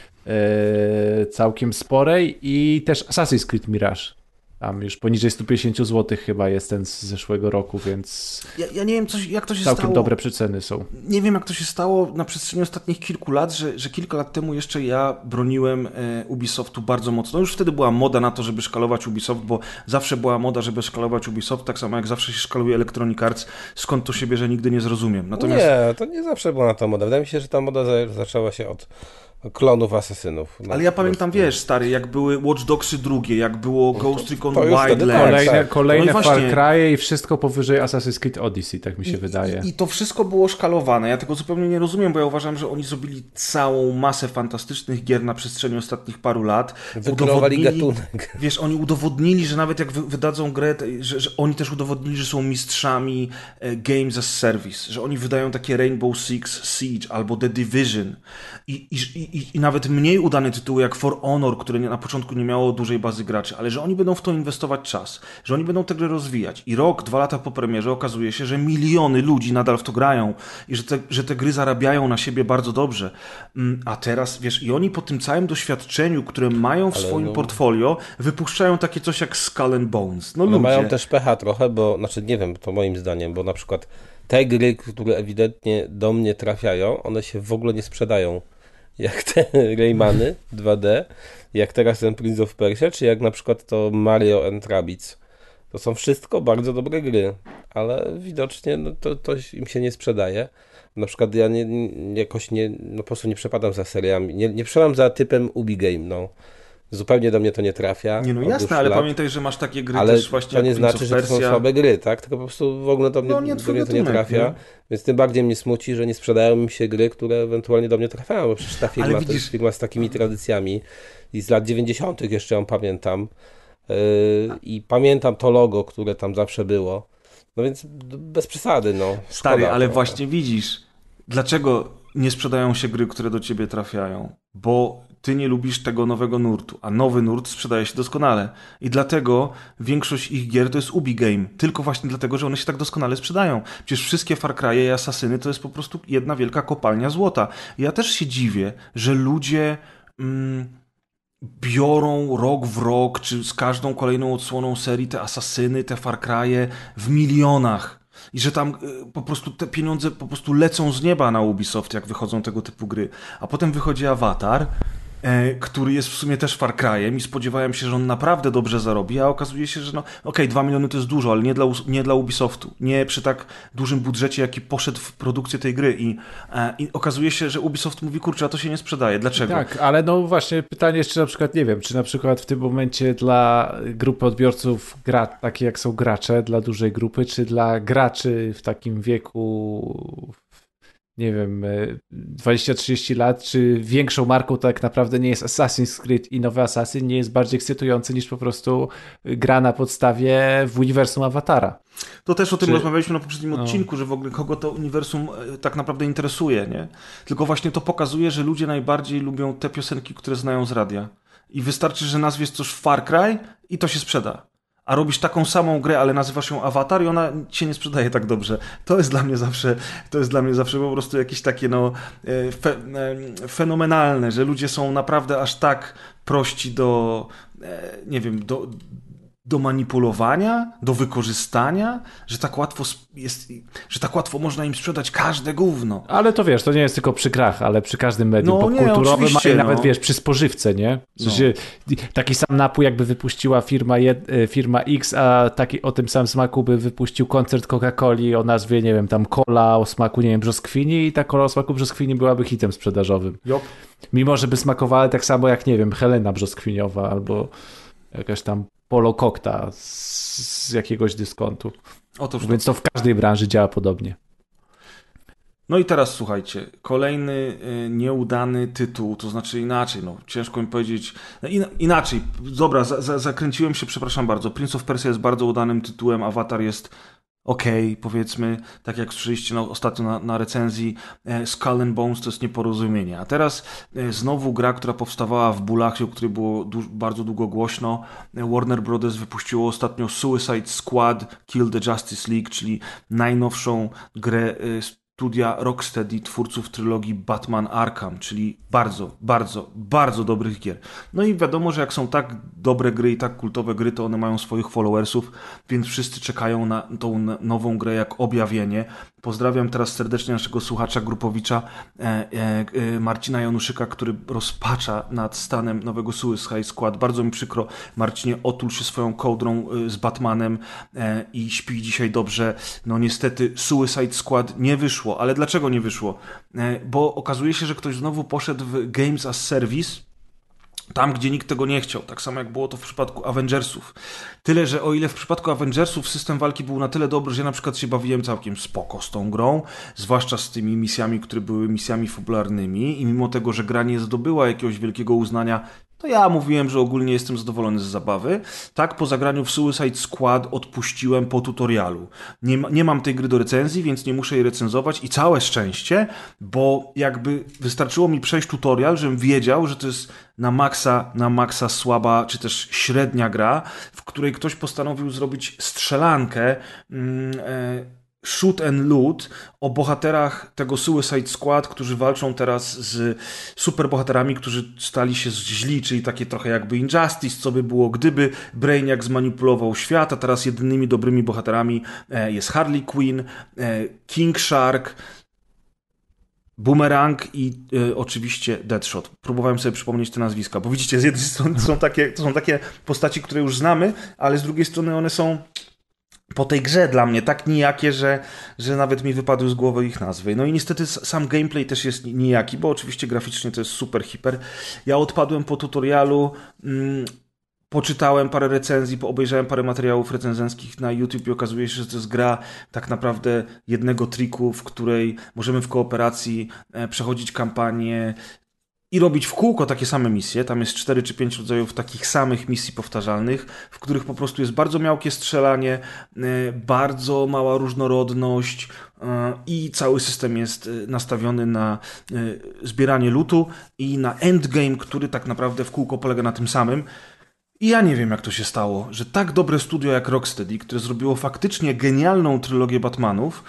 eee, całkiem sporej i też Assassin's Creed Mirage. Tam już poniżej sto pięćdziesiąt złotych chyba jest ten z zeszłego roku, więc Ja, ja nie wiem, coś, jak to się całkiem stało. dobre przeceny są. Nie wiem, jak to się stało na przestrzeni ostatnich kilku lat, że, że kilka lat temu jeszcze ja broniłem e, Ubisoftu bardzo mocno. Już wtedy była moda na to, żeby szkalować Ubisoft, bo zawsze była moda, żeby szkalować Ubisoft, tak samo jak zawsze się szkaluje Electronic Arts. Skąd to się bierze, nigdy nie zrozumiem. Natomiast... Nie, to nie zawsze była na to moda. Wydaje mi się, że ta moda za- zaczęła się od klonów asesynów. No, Ale ja po pamiętam, prostu. wiesz, stary, jak były Watch Dogsy drugie, jak było Ghost Recon to już wtedy Wildlands. tak, Kolejne, tak. kolejne No i właśnie- Far Cry'e i wszystko powyżej Assassin's Creed Odyssey, tak mi się I, wydaje. I, I to wszystko było szkalowane. Ja tego zupełnie nie rozumiem, bo ja uważam, że oni zrobili całą masę fantastycznych gier na przeszczeni ostatnich paru lat. Wykreowali gatunek. Wiesz, oni udowodnili, że nawet jak wy, wydadzą grę, że, że oni też udowodnili, że są mistrzami e, Games as Service, że oni wydają takie Rainbow Six Siege albo The Division. I, i, i, i nawet mniej udane tytuły jak For Honor, które nie, na początku nie miało dużej bazy graczy, ale że oni będą w to inwestować czas, że oni będą tę grę rozwijać i rok, dwa lata po premierze okazuje się, że miliony ludzi nadal w to grają i że te, że te gry zarabiają na siebie bardzo dobrze. A teraz, wiesz, i oni po tym całym doświadczeniu, które mają w ale swoim no... portfolio, wypuszczają takie coś jak Skull and Bones. No, no ludzie. mają też pecha trochę, bo, znaczy nie wiem, to moim zdaniem, bo na przykład te gry, które ewidentnie do mnie trafiają, one się w ogóle nie sprzedają. Jak te Raymany dwa D, jak teraz ten Prince of Persia, czy jak na przykład to Mario and Rabbids. To są wszystko bardzo dobre gry, ale widocznie no, to, to im się nie sprzedaje. Na przykład ja nie, nie, jakoś nie, no po prostu nie przepadam za seriami, nie, nie przepadam za typem Ubi Game, no. Zupełnie do mnie to nie trafia. Nie no jasne, ale lat. Pamiętaj, że masz takie gry ale też właśnie to nie znaczy, że to są słabe gry, tak? Tylko po prostu w ogóle do mnie, no, nie do mnie to nie trafia. Nie? Więc tym bardziej mnie smuci, że nie sprzedają mi się gry, które ewentualnie do mnie trafiają, bo przecież ta firma widzisz... to jest firma z takimi tradycjami i z lat dziewięćdziesiątych jeszcze ją pamiętam. Yy, I pamiętam to logo, które tam zawsze było. No więc bez przesady, no. Stary, ale trochę. Właśnie widzisz, dlaczego nie sprzedają się gry, które do ciebie trafiają? Bo ty nie lubisz tego nowego nurtu, a nowy nurt sprzedaje się doskonale. I dlatego większość ich gier to jest Ubi Game. Tylko właśnie dlatego, że one się tak doskonale sprzedają. Przecież wszystkie Far Cry'e i Asasyny to jest po prostu jedna wielka kopalnia złota. I ja też się dziwię, że ludzie mm, biorą rok w rok, czy z każdą kolejną odsłoną serii te Asasyny, te Far Cry'e w milionach. I że tam y, po prostu te pieniądze po prostu lecą z nieba na Ubisoft, jak wychodzą tego typu gry. A potem wychodzi Avatar, e, który jest w sumie też Far Cry'em i spodziewałem się, że on naprawdę dobrze zarobi, a okazuje się, że no okej, okay, dwa miliony to jest dużo, ale nie dla, nie dla Ubisoftu. Nie przy tak dużym budżecie, jaki poszedł w produkcję tej gry. I, e, i okazuje się, że Ubisoft mówi, kurczę, a to się nie sprzedaje. Dlaczego? Tak, ale no właśnie pytanie jest, czy na przykład, nie wiem, czy na przykład w tym momencie dla grupy odbiorców gra, takie jak są gracze, dla dużej grupy, czy dla graczy w takim wieku, nie wiem, dwadzieścia trzydzieści lat, czy większą marką to tak naprawdę nie jest Assassin's Creed i nowy Assassin nie jest bardziej ekscytujący niż po prostu gra na podstawie w uniwersum Awatara. To też o tym czy... rozmawialiśmy na poprzednim no. odcinku, że w ogóle kogo to uniwersum tak naprawdę interesuje, nie? Tylko właśnie to pokazuje, że ludzie najbardziej lubią te piosenki, które znają z radia. I wystarczy, że nazwiesz coś Far Cry i to się sprzeda. A robisz taką samą grę, ale nazywasz ją Avatar i ona się nie sprzedaje tak dobrze. To jest dla mnie zawsze, to jest dla mnie zawsze po prostu jakieś takie no, fe, fenomenalne, że ludzie są naprawdę aż tak prości do, nie wiem, do, do manipulowania, do wykorzystania, że tak łatwo jest, że tak łatwo można im sprzedać każde gówno. Ale to wiesz, to nie jest tylko przy grach, ale przy każdym medium no, popkulturowym, a no. nawet wiesz, przy spożywce, nie? W sensie, no. Taki sam napój jakby wypuściła firma, jed, firma X, a taki o tym samym smaku by wypuścił koncert Coca-Coli o nazwie, nie wiem, tam cola o smaku, nie wiem, brzoskwini i ta cola o smaku brzoskwini byłaby hitem sprzedażowym. Jop. Mimo, że by smakowała tak samo jak, nie wiem, Helena brzoskwiniowa albo jakaś tam Polo Kokta z, z jakiegoś dyskontu. Otóż Więc to w każdej branży działa podobnie. No i teraz słuchajcie, kolejny y, nieudany tytuł, to znaczy inaczej, no ciężko mi powiedzieć, no, in, inaczej, dobra, za, za, zakręciłem się, przepraszam bardzo, Prince of Persia jest bardzo udanym tytułem, Avatar jest okej, okay, powiedzmy, tak jak słyszeliście no, ostatnio na, na recenzji, e, Skull and Bones to jest nieporozumienie. A teraz e, znowu gra, która powstawała w bólach, o której było du- bardzo długo głośno. E, Warner Brothers wypuściło ostatnio Suicide Squad Kill the Justice League, czyli najnowszą grę e, studia Rocksteady, twórców trylogii Batman Arkham, czyli bardzo, bardzo, bardzo dobrych gier. No i wiadomo, że jak są tak dobre gry i tak kultowe gry, to one mają swoich followersów, więc wszyscy czekają na tą nową grę jak objawienie. Pozdrawiam teraz serdecznie naszego słuchacza Grupowicza, e, e, Marcina Januszyka, który rozpacza nad stanem nowego Suicide Squad. Bardzo mi przykro, Marcinie, otul się swoją kołdrą z Batmanem e, i śpi dzisiaj dobrze. No niestety Suicide Squad nie wyszło. Ale dlaczego nie wyszło? Bo okazuje się, że ktoś znowu poszedł w Games as Service, tam, gdzie nikt tego nie chciał. Tak samo jak było to w przypadku Avengersów. Tyle, że o ile w przypadku Avengersów system walki był na tyle dobry, że ja na przykład się bawiłem całkiem spoko z tą grą, zwłaszcza z tymi misjami, które były misjami fabularnymi i mimo tego, że gra nie zdobyła jakiegoś wielkiego uznania, to ja mówiłem, że ogólnie jestem zadowolony z zabawy. Tak, po zagraniu w Suicide Squad odpuściłem po tutorialu. Nie, ma, nie mam tej gry do recenzji, więc nie muszę jej recenzować i całe szczęście, bo jakby wystarczyło mi przejść tutorial, żebym wiedział, że to jest na maksa, na maksa słaba, czy też średnia gra, w której ktoś postanowił zrobić strzelankę, mm, e, shoot and loot o bohaterach tego Suicide Squad, którzy walczą teraz z superbohaterami, którzy stali się źli, czyli takie trochę jakby Injustice, co by było, gdyby Brainiac zmanipulował świat, a teraz jedynymi dobrymi bohaterami jest Harley Quinn, King Shark, Boomerang i y, oczywiście Deadshot. Próbowałem sobie przypomnieć te nazwiska, bo widzicie, z jednej strony to są takie, to są takie postaci, które już znamy, ale z drugiej strony one są po tej grze dla mnie tak nijakie, że, że nawet mi wypadły z głowy ich nazwy. No i niestety sam gameplay też jest nijaki, bo oczywiście graficznie to jest super, hiper. Ja odpadłem po tutorialu, mm, poczytałem parę recenzji, obejrzałem parę materiałów recenzenckich na YouTube i okazuje się, że to jest gra tak naprawdę jednego triku, w której możemy w kooperacji e, przechodzić kampanię i robić w kółko takie same misje. Tam jest cztery czy pięć rodzajów takich samych misji powtarzalnych, w których po prostu jest bardzo miałkie strzelanie, bardzo mała różnorodność i cały system jest nastawiony na zbieranie lootu i na endgame, który tak naprawdę w kółko polega na tym samym. I ja nie wiem, jak to się stało, że tak dobre studio jak Rocksteady, które zrobiło faktycznie genialną trylogię Batmanów,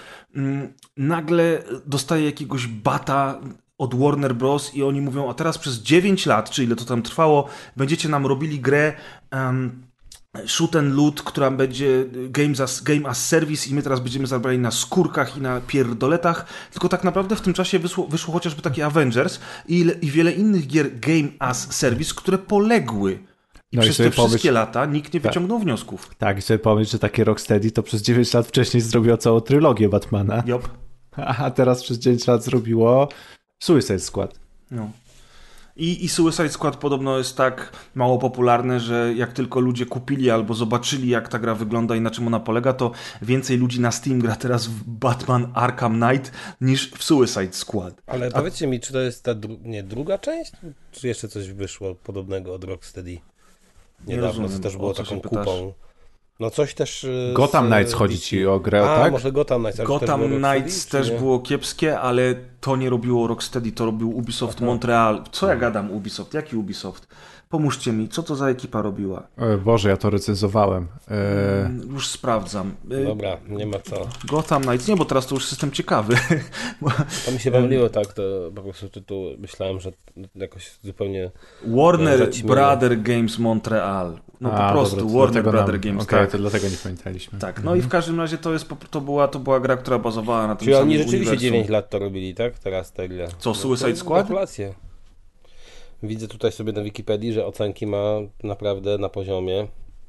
nagle dostaje jakiegoś bata od Warner Bros. I oni mówią, a teraz przez dziewięć lat, czy ile to tam trwało, będziecie nam robili grę um, shoot and loot, która będzie game as, game as service i my teraz będziemy zarabiali na skórkach i na pierdoletach, tylko tak naprawdę w tym czasie wyszło, wyszło chociażby takie Avengers i, i wiele innych gier game as service, które poległy. I no przez i te pomyśl... wszystkie lata nikt nie wyciągnął tak. wniosków. Tak, i sobie pomyśl, że takie Rocksteady to przez dziewięć lat wcześniej zrobiło całą trylogię Batmana. Yep. A teraz przez dziewięć lat zrobiło Suicide Squad. No. I, I Suicide Squad podobno jest tak mało popularne, że jak tylko ludzie kupili albo zobaczyli, jak ta gra wygląda i na czym ona polega, to więcej ludzi na Steam gra teraz w Batman Arkham Knight niż w Suicide Squad. Ale A... powiedzcie mi, czy to jest ta dru- nie, druga część? Czy jeszcze coś wyszło podobnego od Rocksteady? Niedawno, co też było taką kupą. No coś też... Gotham Knights chodzi ci o grę, A, tak? może Gotham Knights. Gotham Knights też było kiepskie, ale to nie robiło Rocksteady, to robił Ubisoft Aha. Montreal. Co ja gadam Ubisoft? Jaki Ubisoft? Pomóżcie mi, co to za ekipa robiła? E, Boże, ja to recenzowałem. E... Już sprawdzam. E... Dobra, nie ma co. Gotham Knights, nie, bo teraz to już system ciekawy. To mi się bawiło tak, to po prostu tytuł, myślałem, że jakoś zupełnie... Warner Brother Games Montreal. No A, po prostu dobra, Warner Brother nam... Games. Okej, okay, tak. to dlatego nie pamiętaliśmy. Tak, no mhm. i w każdym razie to jest to była, to była gra, która bazowała na tym Czyli samym oni rzeczywiście uniwersum. dziewięć lat to robili, tak? Teraz tę grę. Co, Suicide no, Squad? Gratulacje. Widzę tutaj sobie na Wikipedii, że ocenki ma naprawdę na poziomie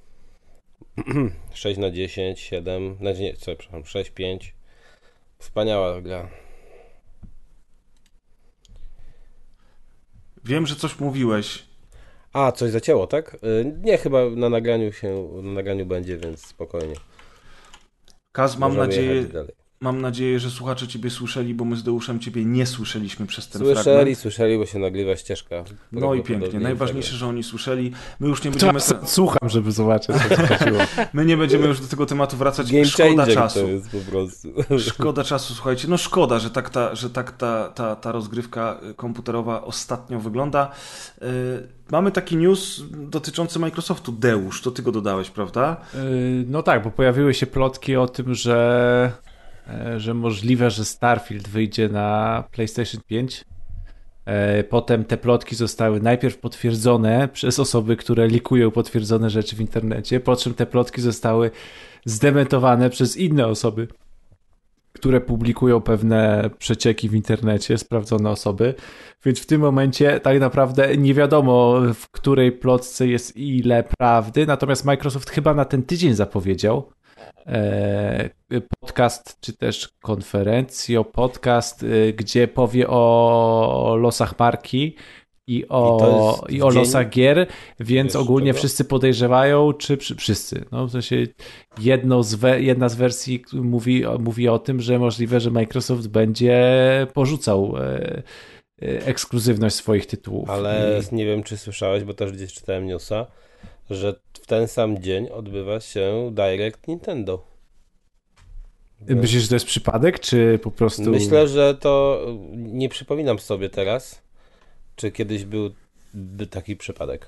sześć na dziesięć, siedem, na nie, co, przepraszam, sześć, pięć. Wspaniała gra. Wiem, że coś mówiłeś. A, coś zacięło, tak? Nie, chyba na nagraniu się, na nagraniu będzie, więc spokojnie. Kaz, mam nadzieję, mam nadzieję, że słuchacze ciebie słyszeli, bo my z Deuszem ciebie nie słyszeliśmy przez ten słyszeli, fragment. Słyszeli, słyszeli, bo się nagrywa ścieżka. No i pięknie. Najważniejsze, że oni słyszeli. My już nie będziemy... Słucham, żeby zobaczyć, co to chodziło. My nie będziemy już do tego tematu wracać. Game szkoda czasu. To jest po prostu. Szkoda czasu, słuchajcie. No szkoda, że tak ta, że tak ta, ta, ta rozgrywka komputerowa ostatnio wygląda. Yy, mamy taki news dotyczący Microsoftu. Deusz, to ty go dodałeś, prawda? Yy, no tak, bo pojawiły się plotki o tym, że że możliwe, że Starfield wyjdzie na PlayStation pięć. Potem te plotki zostały najpierw potwierdzone przez osoby, które likują potwierdzone rzeczy w internecie, po czym te plotki zostały zdementowane przez inne osoby, które publikują pewne przecieki w internecie, sprawdzone osoby. Więc w tym momencie tak naprawdę nie wiadomo, w której plotce jest ile prawdy, natomiast Microsoft chyba na ten tydzień zapowiedział podcast, czy też konferencję, podcast, gdzie powie o losach marki i o, i, i o losach gier, więc ogólnie czego? Wszyscy podejrzewają, czy wszyscy, no w sensie jedną z we, jedna z wersji mówi, mówi o tym, że możliwe, że Microsoft będzie porzucał ekskluzywność swoich tytułów. Ale I... nie wiem, czy słyszałeś, bo też gdzieś czytałem newsa, że w ten sam dzień odbywa się Direct Nintendo. Myślisz, że to jest przypadek, czy po prostu... Myślę, że to... Nie przypominam sobie teraz, czy kiedyś był taki przypadek.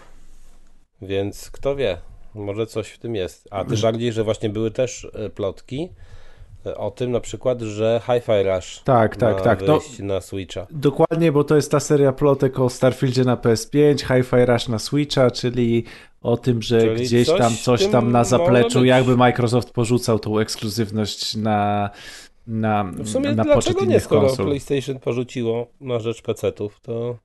Więc kto wie, może coś w tym jest. A tym bardziej, że właśnie były też plotki o tym na przykład, że Hi-Fi Rush tak, tak, ma tak. wyjść No, na Switcha. Dokładnie, bo to jest ta seria plotek o Starfieldzie na P S pięć, Hi-Fi Rush na Switcha, czyli o tym, że czyli gdzieś coś tam coś tam na zapleczu, jakby Microsoft porzucał tą ekskluzywność na na, w sumie na dlaczego poczet nie, innych skoro konsol. PlayStation porzuciło na rzecz pecetów, to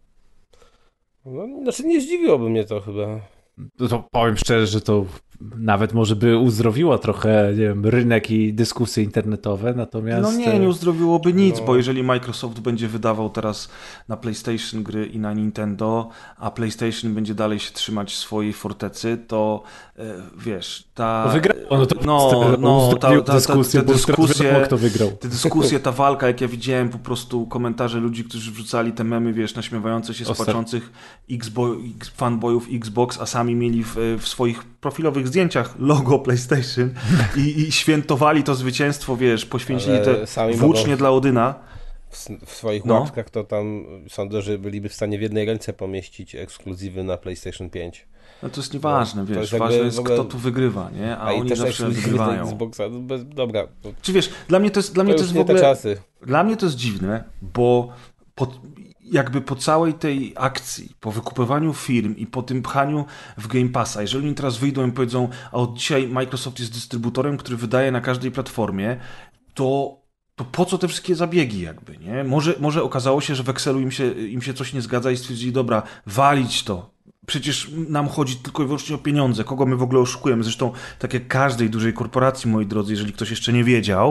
no, znaczy nie zdziwiłoby mnie to chyba. No to powiem szczerze, że to nawet może by uzdrowiło trochę, nie wiem, rynek i dyskusje internetowe, natomiast... No nie, nie uzdrowiłoby nic, no. bo jeżeli Microsoft będzie wydawał teraz na PlayStation gry i na Nintendo, a PlayStation będzie dalej się trzymać swojej fortecy, to e, wiesz, ta... No wygrało, no to no, no, ta, ta, ta, dyskusję, te dyskusje, wiadomo, kto wygrał. te dyskusje, ta walka, jak ja widziałem po prostu komentarze ludzi, którzy wrzucali te memy, wiesz, naśmiewające się z Ostar. płaczących Xbo- X- fanboyów Xbox, a sami mieli w, w swoich profilowych zdjęciach logo PlayStation i, i świętowali to zwycięstwo, wiesz, poświęcili Ale te sami włócznie mogą- dla Odyna. W, w swoich No. łapkach to tam sądzę, że byliby w stanie w jednej ręce pomieścić ekskluzywy na PlayStation pięć. No to jest nieważne, No, to wiesz, jest jakby ważne jest w ogóle- kto tu wygrywa, nie? A, A i oni też zawsze ekskluzywy wygrywają. na Xboxa. No bez, dobra, to, Czy wiesz, dla mnie to jest, dla to mnie to już jest w nie ogóle... te czasy. Dla mnie to jest dziwne, bo po, jakby po całej tej akcji, po wykupywaniu firm i po tym pchaniu w Game Passa, jeżeli oni teraz wyjdą i powiedzą, a od dzisiaj Microsoft jest dystrybutorem, który wydaje na każdej platformie, to, to po co te wszystkie zabiegi jakby, nie? Może, może okazało się, że w Excelu im się, im się coś nie zgadza i stwierdzili, dobra, walić to. Przecież nam chodzi tylko i wyłącznie o pieniądze. Kogo my w ogóle oszukujemy? Zresztą tak jak każdej dużej korporacji, moi drodzy, jeżeli ktoś jeszcze nie wiedział,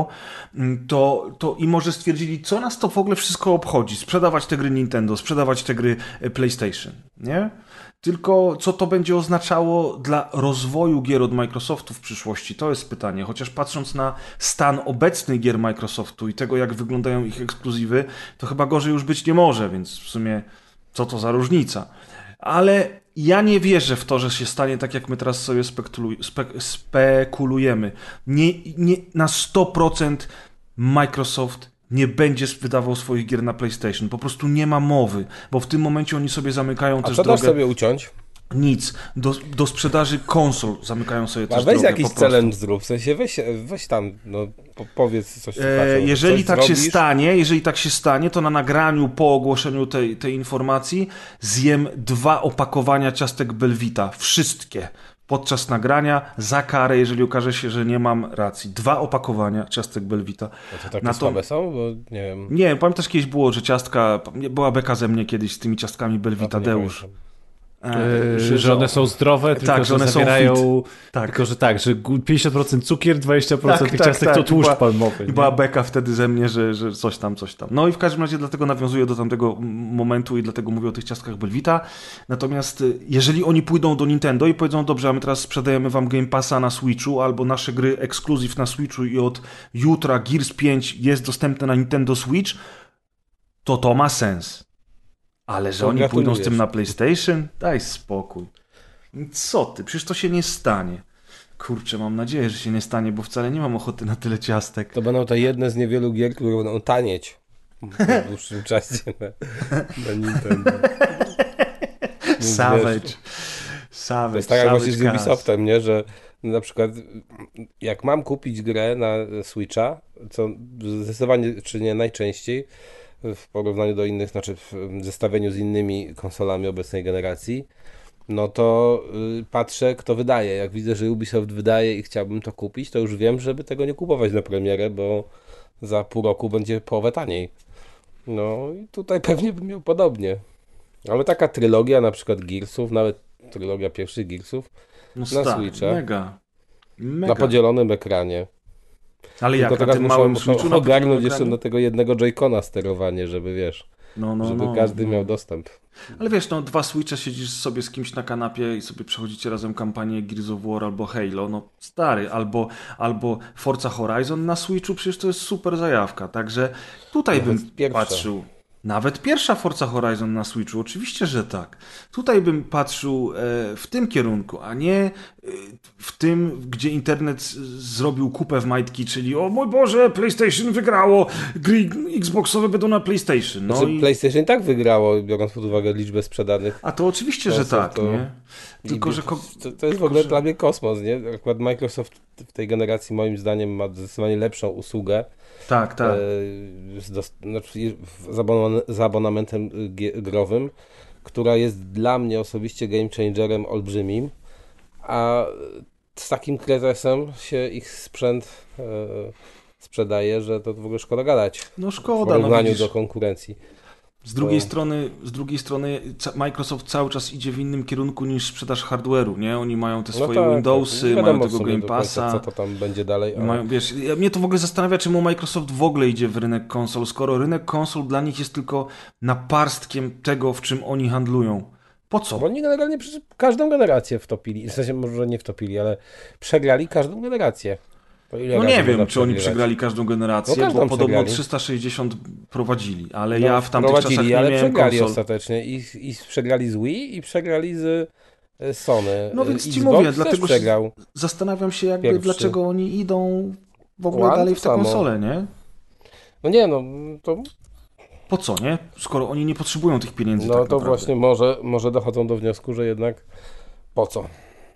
to, to i może stwierdzili, co nas to w ogóle wszystko obchodzi. Sprzedawać te gry Nintendo, sprzedawać te gry PlayStation, nie? Tylko co to będzie oznaczało dla rozwoju gier od Microsoftu w przyszłości? To jest pytanie. Chociaż patrząc na stan obecny gier Microsoftu i tego, jak wyglądają ich ekskluzywy, to chyba gorzej już być nie może, więc w sumie co to za różnica? Ale ja nie wierzę w to, że się stanie tak, jak my teraz sobie spekuluj, spe, spekulujemy. Nie, nie, na sto procent Microsoft nie będzie wydawał swoich gier na PlayStation. Po prostu nie ma mowy, bo w tym momencie oni sobie zamykają A też co drogę... dasz sobie uciąć? Nic. Do, do sprzedaży konsol zamykają sobie A też weź drogę. jakiś po prostu. challenge zrób, w sensie weź, weź tam, no po, powiedz coś. E, słuchaczom, jeżeli coś tak się zrobisz. stanie, jeżeli tak się stanie, to na nagraniu po ogłoszeniu tej, tej informacji zjem dwa opakowania ciastek Belvita. Wszystkie. Podczas nagrania za karę, jeżeli okaże się, że nie mam racji. Dwa opakowania ciastek Belvita. No to takie Na to- słabe są? Bo nie wiem. Nie, pamiętasz kiedyś było, że ciastka, była beka ze mnie kiedyś z tymi ciastkami Belvita, nie Deusz. pamiętam. E, Że, że one są zdrowe, tylko tak, że że one są zawierają... Tak. Tylko, że tak, że pięćdziesiąt procent cukier, dwadzieścia procent Tak, tych tak, ciastek tak. to I tłuszcz była- palmowy. I nie? była beka wtedy ze mnie, że, że coś tam, coś tam. No i w każdym razie dlatego nawiązuję do tamtego m- momentu i dlatego mówię o tych ciastkach Belvita. Natomiast y, jeżeli oni pójdą do Nintendo i powiedzą, dobrze, a my teraz sprzedajemy wam Game Passa na Switchu albo nasze gry ekskluzyw na Switchu i od jutra Gears pięć jest dostępne na Nintendo Switch, to to ma sens. Ale że To oni pójdą z tym gratulujesz. na PlayStation? Daj spokój. Co ty? Przecież to się nie stanie. Kurczę, mam nadzieję, że się nie stanie, bo wcale nie mam ochoty na tyle ciastek. To będą te jedne z niewielu gier, które będą tanieć w dłuższym czasie na, na Nintendo. Więc Savage. wiesz, Savage. To jest tak jak właśnie z Savage Ubisoftem, nie? Że na przykład jak mam kupić grę na Switcha, co zdecydowanie, czy nie najczęściej w porównaniu do innych, znaczy w zestawieniu z innymi konsolami obecnej generacji, no to y, patrzę, kto wydaje. Jak widzę, że Ubisoft wydaje i chciałbym to kupić, to już wiem, żeby tego nie kupować na premierę, bo za pół roku będzie połowę taniej. No i tutaj pewnie bym miał podobnie. Ale taka trylogia na przykład Gearsów, nawet trylogia pierwszych Gearsów No na stary, Switcha. mega. Mega. na podzielonym ekranie. Ale jak Tylko na teraz tym muszą, małym muszą Switchu na ogarnąć podzielonym jeszcze ekranie? do tego jednego Joy-Cona sterowanie, żeby wiesz, No, no, żeby no, każdy no. miał dostęp. Ale wiesz, no dwa Switche, siedzisz sobie z kimś na kanapie i sobie przechodzicie razem kampanię Gears of War albo Halo, no stary, albo, albo Forza Horizon na Switchu, przecież to jest super zajawka, także tutaj To bym jest pierwsze. patrzył Nawet pierwsza Forza Horizon na Switchu, oczywiście, że tak. Tutaj bym patrzył w tym kierunku, a nie w tym, gdzie internet zrobił kupę w majtki, czyli o mój Boże, PlayStation wygrało, gry Xboxowe będą na PlayStation. No znaczy, i... PlayStation tak wygrało, biorąc pod uwagę liczbę sprzedanych. A to oczywiście, że tak, to... nie? Tylko, I... że... Ko... To, to jest w ogóle że... dla mnie kosmos, nie? Akurat Microsoft w tej generacji moim zdaniem ma zdecydowanie lepszą usługę. Tak, tak. E, z, dost... znaczy, z, abon... z abonamentem growym, która jest dla mnie osobiście game changerem olbrzymim, a z takim kretesem się ich sprzęt e, sprzedaje, że to w ogóle szkoda gadać. No szkoda. W porównaniu no do konkurencji. Z drugiej, to... strony, z drugiej strony Microsoft cały czas idzie w innym kierunku niż sprzedaż hardware'u, nie? Oni mają te swoje no tak, Windowsy, tak. mają tego Game Passa. Co to tam będzie dalej. Ale... Mają, wiesz, ja, mnie to w ogóle zastanawia, czemu Microsoft w ogóle idzie w rynek konsol, skoro rynek konsol dla nich jest tylko naparstkiem tego, w czym oni handlują. Po co? Bo oni generalnie przez każdą generację wtopili. W sensie może nie wtopili, ale przegrali każdą generację. No nie wiem, czy oni przegrali każdą generację, no każdą bo podobno przegrali. trzysta sześćdziesiąt prowadzili, ale no, ja w tamtych czasach nie ale miałem przegrali konsol. ostatecznie I, i przegrali z Wii i przegrali z Sony. No więc ci mówię, dlatego przegrał. Zastanawiam się jakby Pierwszy. dlaczego oni idą w ogóle One dalej w te konsole, nie? No nie, no to... Po co, nie? Skoro oni nie potrzebują tych pieniędzy. No tak to naprawdę. właśnie może, może dochodzą do wniosku, że jednak po co?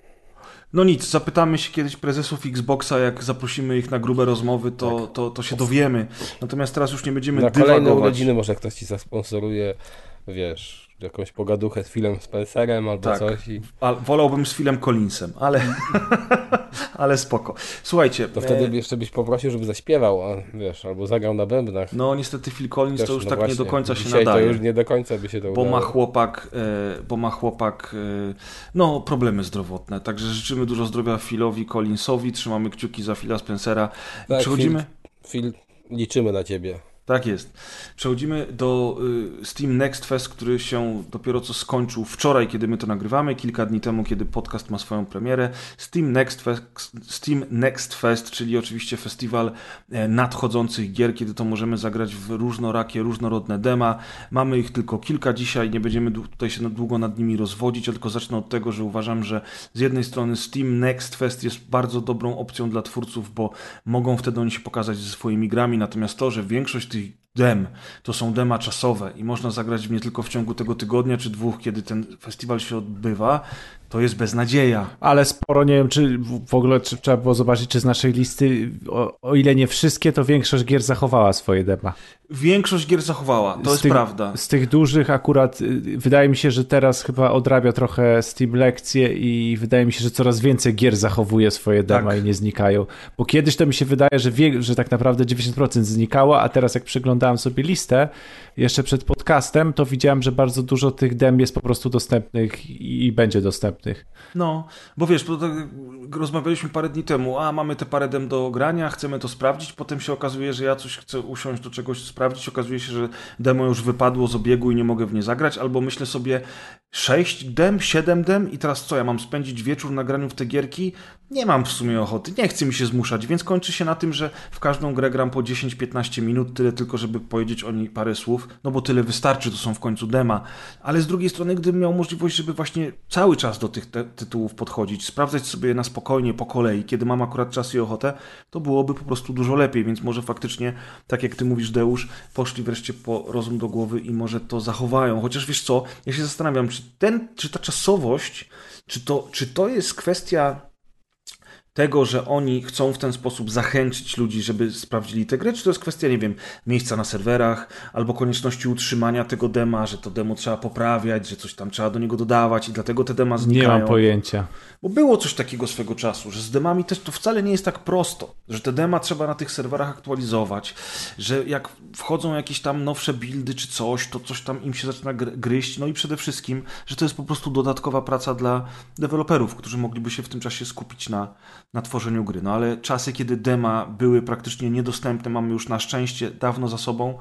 No nic, zapytamy się kiedyś prezesów Xboxa, jak zaprosimy ich na grube rozmowy, to, tak. to, to się dowiemy. Natomiast teraz już nie będziemy na dywagować. Na kolejne urodziny może ktoś ci zasponsoruje, wiesz, jakąś pogaduchę z Philem Spencerem albo tak. coś. I... A, wolałbym z Philem Collinsem, ale, ale spoko. Słuchajcie. To wtedy e... jeszcze byś poprosił, żeby zaśpiewał, a, wiesz, albo zagrał na bębnach. No niestety Phil Collins Też, to już no tak właśnie, nie do końca się dzisiaj nadaje. to już nie do końca by się to bo udało. ma chłopak, e, bo ma chłopak, e, no problemy zdrowotne. Także życzymy dużo zdrowia Philowi Collinsowi, trzymamy kciuki za Phila Spencera. Tak, Przechodzimy. Phil, Phil, liczymy na ciebie. Tak jest. Przechodzimy do y, Steam Next Fest, który się dopiero co skończył wczoraj, kiedy my to nagrywamy, kilka dni temu, kiedy podcast ma swoją premierę. Steam Next Fest, Steam Next Fest, czyli oczywiście festiwal e, nadchodzących gier, kiedy to możemy zagrać w różnorakie, różnorodne dema. Mamy ich tylko kilka dzisiaj, nie będziemy tutaj się długo nad nimi rozwodzić, tylko zacznę od tego, że uważam, że z jednej strony Steam Next Fest jest bardzo dobrą opcją dla twórców, bo mogą wtedy oni się pokazać ze swoimi grami, natomiast to, że większość tych dem to są dema czasowe i można zagrać w nie tylko w ciągu tego tygodnia czy dwóch, kiedy ten festiwal się odbywa, to jest beznadzieja. Ale sporo, nie wiem, czy w ogóle czy, trzeba było zobaczyć, czy z naszej listy, o, o ile nie wszystkie, to większość gier zachowała swoje dema. Większość gier zachowała, to z jest tych, prawda. Z tych dużych akurat wydaje mi się, że teraz chyba odrabia trochę Steam lekcje i wydaje mi się, że coraz więcej gier zachowuje swoje dema tak. i nie znikają. Bo kiedyś to mi się wydaje, że, wie, że tak naprawdę dziewięćdziesiąt procent znikało, a teraz jak przeglądałem sobie listę jeszcze przed podcastem, to widziałem, że bardzo dużo tych dem jest po prostu dostępnych i będzie dostępnych. No, bo wiesz, bo tak rozmawialiśmy parę dni temu, a mamy te parę dem do grania, chcemy to sprawdzić, potem się okazuje, że ja coś chcę usiąść do czegoś sprawdzić, okazuje się, że demo już wypadło z obiegu i nie mogę w nie zagrać, albo myślę sobie sześć dem, siedem dem i teraz co, ja mam spędzić wieczór na graniu w te gierki? Nie mam w sumie ochoty, nie chce mi się zmuszać, więc kończy się na tym, że w każdą grę gram po dziesięć piętnaście minut, tyle tylko, żeby powiedzieć o niej parę słów, no bo tyle wystarczy, to są w końcu dema, ale z drugiej strony, gdybym miał możliwość, żeby właśnie cały czas do tych te- tytułów podchodzić, sprawdzać sobie je na spokojnie, po kolei, kiedy mam akurat czas i ochotę, to byłoby po prostu dużo lepiej, więc może faktycznie, tak jak ty mówisz, Deusz, poszli wreszcie po rozum do głowy i może to zachowają, chociaż wiesz co, ja się zastanawiam, czy, ten, czy ta czasowość, czy to, czy to jest kwestia tego, że oni chcą w ten sposób zachęcić ludzi, żeby sprawdzili tę grę, czy to jest kwestia, nie wiem, miejsca na serwerach, albo konieczności utrzymania tego dema, że to demo trzeba poprawiać, że coś tam trzeba do niego dodawać i dlatego te dema znikają. Nie mam pojęcia. Bo było coś takiego swego czasu, że z demami też to wcale nie jest tak prosto, że te dema trzeba na tych serwerach aktualizować, że jak wchodzą jakieś tam nowsze buildy czy coś, to coś tam im się zaczyna gryźć, no i przede wszystkim, że to jest po prostu dodatkowa praca dla deweloperów, którzy mogliby się w tym czasie skupić na na tworzeniu gry. No ale czasy, kiedy dema były praktycznie niedostępne, mamy już na szczęście dawno za sobą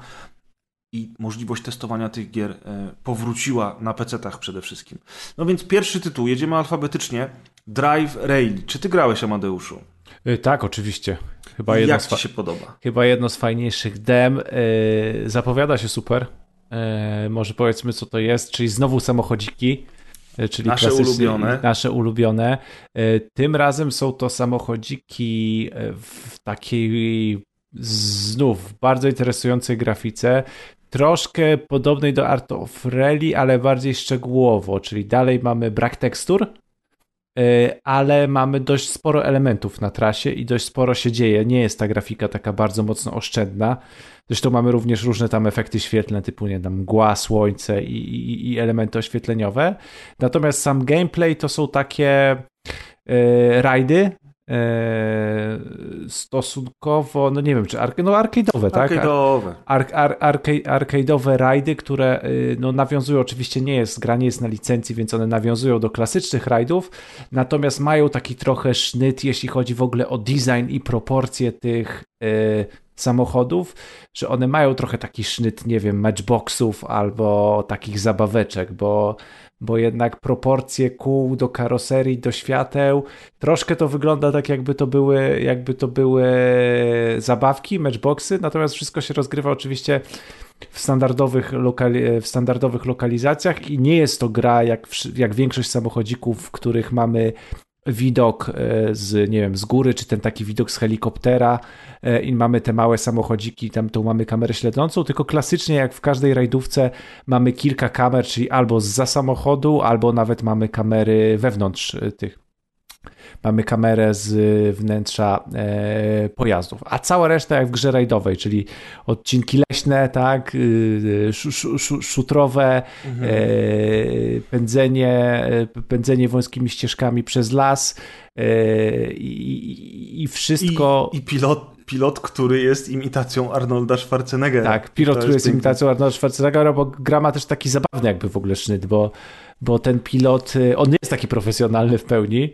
i możliwość testowania tych gier e, powróciła na pecetach przede wszystkim. No więc pierwszy tytuł, jedziemy alfabetycznie. Drive Rail. Czy ty grałeś, Amadeuszu? Yy, tak, oczywiście. Chyba jedno Jak fa- ci się podoba? Chyba jedno z fajniejszych dem. Yy, zapowiada się super. E, może powiedzmy, co to jest, czyli znowu samochodziki. Czyli nasze ulubione. Nasze ulubione. Tym razem są to samochodziki w takiej znów bardzo interesującej grafice, troszkę podobnej do Art of Rally, ale bardziej szczegółowo, czyli dalej mamy brak tekstur, ale mamy dość sporo elementów na trasie i dość sporo się dzieje. Nie jest ta grafika taka bardzo mocno oszczędna. Zresztą mamy również różne tam efekty świetlne typu, nie wiem, mgła, słońce i, i, i elementy oświetleniowe. Natomiast sam gameplay to są takie e, rajdy e, stosunkowo, no nie wiem, czy arc, no arcade'owe, tak? Arcade'owe. Ar, ar, arca, arcade'owe rajdy, które no, nawiązują, oczywiście nie jest, gra nie jest na licencji, więc one nawiązują do klasycznych rajdów, natomiast mają taki trochę sznyt, jeśli chodzi w ogóle o design i proporcje tych e, samochodów, że one mają trochę taki sznyt, nie wiem, matchboxów albo takich zabaweczek, bo, bo jednak proporcje kół do karoserii, do świateł, troszkę to wygląda tak, jakby to były, jakby to były zabawki, matchboxy, natomiast wszystko się rozgrywa oczywiście w standardowych, lokali- w standardowych lokalizacjach i nie jest to gra jak, w, jak większość samochodzików, w których mamy widok z, nie wiem, z góry, czy ten taki widok z helikoptera i mamy te małe samochodziki, tam tą mamy kamerę śledzącą, tylko klasycznie jak w każdej rajdówce mamy kilka kamer, czyli albo zza samochodu, albo nawet mamy kamery wewnątrz tych. Mamy kamerę z wnętrza e, pojazdów, a cała reszta jak w grze rajdowej, czyli odcinki leśne, tak, sz, sz, sz, szutrowe, mhm. e, pędzenie, pędzenie wąskimi ścieżkami przez las e, i, i wszystko... I, i pilot, pilot, który jest imitacją Arnolda Schwarzeneggera. Tak, pilot, który jest imitacją Arnolda Schwarzeneggera, bo gra ma też taki zabawny jakby w ogóle sznyt, bo, bo ten pilot, on nie jest taki profesjonalny w pełni.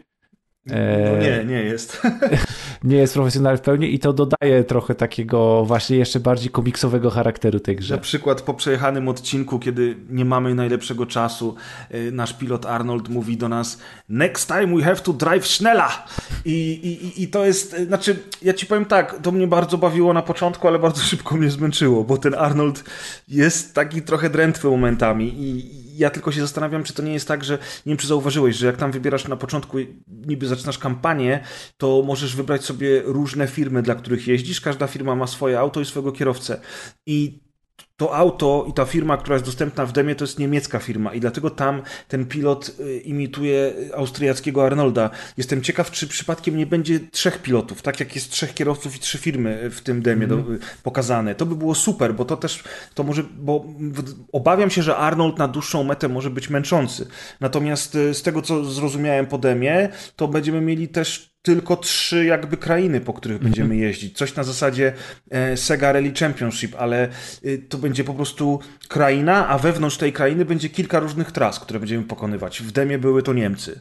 No nie, nie jest. Nie jest profesjonalny w pełni i to dodaje trochę takiego właśnie jeszcze bardziej komiksowego charakteru tej grze. Na przykład po przejechanym odcinku, kiedy nie mamy najlepszego czasu, nasz pilot Arnold mówi do nas: next time we have to drive schneller. I, i, i to jest, znaczy ja ci powiem tak, to mnie bardzo bawiło na początku, ale bardzo szybko mnie zmęczyło, bo ten Arnold jest taki trochę drętwy momentami i ja tylko się zastanawiam, czy to nie jest tak, że nie wiem, czy zauważyłeś, że jak tam wybierasz na początku, niby zaczynasz kampanię, to możesz wybrać sobie różne firmy, dla których jeździsz. Każda firma ma swoje auto i swojego kierowcę. I to auto i ta firma, która jest dostępna w demie, to jest niemiecka firma i dlatego tam ten pilot imituje austriackiego Arnolda. Jestem ciekaw, czy przypadkiem nie będzie trzech pilotów, tak jak jest trzech kierowców i trzy firmy w tym demie mm. do, pokazane. To by było super, bo to też, to może, bo obawiam się, że Arnold na dłuższą metę może być męczący. Natomiast z tego, co zrozumiałem po demie, to będziemy mieli też tylko trzy jakby krainy, po których mm-hmm. będziemy jeździć. Coś na zasadzie e, Sega Rally Championship, ale e, to będzie po prostu kraina, a wewnątrz tej krainy będzie kilka różnych tras, które będziemy pokonywać. W demie były to Niemcy.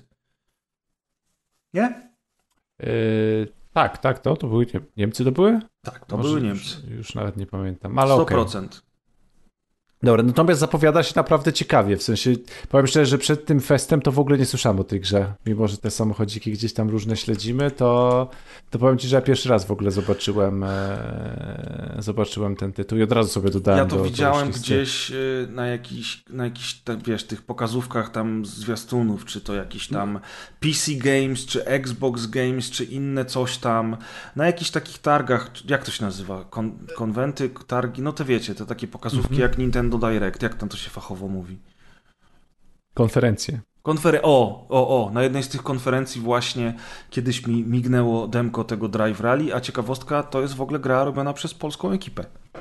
Nie? Yy, tak, tak, to, to były Niemcy to były? Tak, to Może były Niemcy. Już, już nawet nie pamiętam, ale sto procent. Okay. Dobra, natomiast zapowiada się naprawdę ciekawie, w sensie powiem szczerze, że przed tym festem to w ogóle nie słyszałem o tej grze, mimo że te samochodziki gdzieś tam różne śledzimy, to, to powiem ci, że ja pierwszy raz w ogóle zobaczyłem e, zobaczyłem ten tytuł i od razu sobie dodałem. Ja to do, widziałem do gdzieś na jakichś, na jakichś wiesz, tych pokazówkach tam zwiastunów, czy to jakiś tam P C Games, czy Xbox Games, czy inne coś tam, na jakichś takich targach, jak to się nazywa, Kon, konwenty, targi, no to wiecie, to takie pokazówki mhm. jak Nintendo Direct, jak tam to się fachowo mówi? Konferencje. Konfer- o, o, o, na jednej z tych konferencji właśnie kiedyś mi mignęło demko tego Drive Rally, a ciekawostka, to jest w ogóle gra robiona przez polską ekipę.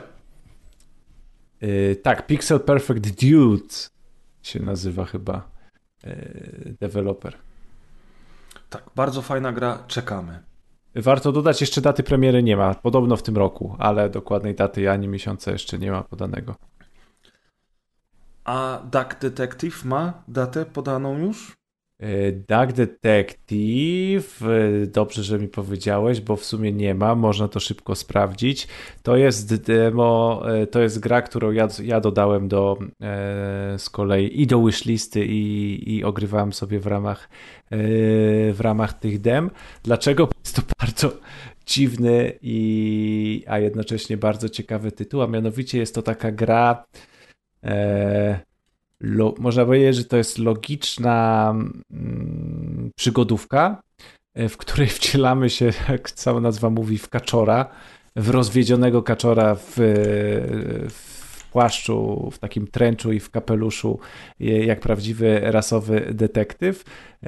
Yy, tak, Pixel Perfect Dude się nazywa chyba yy, deweloper. Tak, bardzo fajna gra, czekamy. Warto dodać, jeszcze daty premiery nie ma, podobno w tym roku, ale dokładnej daty ani miesiąca jeszcze nie ma podanego. A Duck Detective ma datę podaną już? Duck Detective, dobrze, że mi powiedziałeś, bo w sumie nie ma, można to szybko sprawdzić. To jest demo, to jest gra, którą ja, ja dodałem do e, z kolei i do wishlisty i, i ogrywałem sobie w ramach, e, w ramach tych dem. Dlaczego? Jest to bardzo dziwny i a jednocześnie bardzo ciekawy tytuł, a mianowicie jest to taka gra e, lo, można powiedzieć, że to jest logiczna mm, przygodówka, w której wcielamy się, jak cała nazwa mówi, w kaczora, w rozwiedzionego kaczora w, w płaszczu, w takim trenczu i w kapeluszu, jak prawdziwy rasowy detektyw,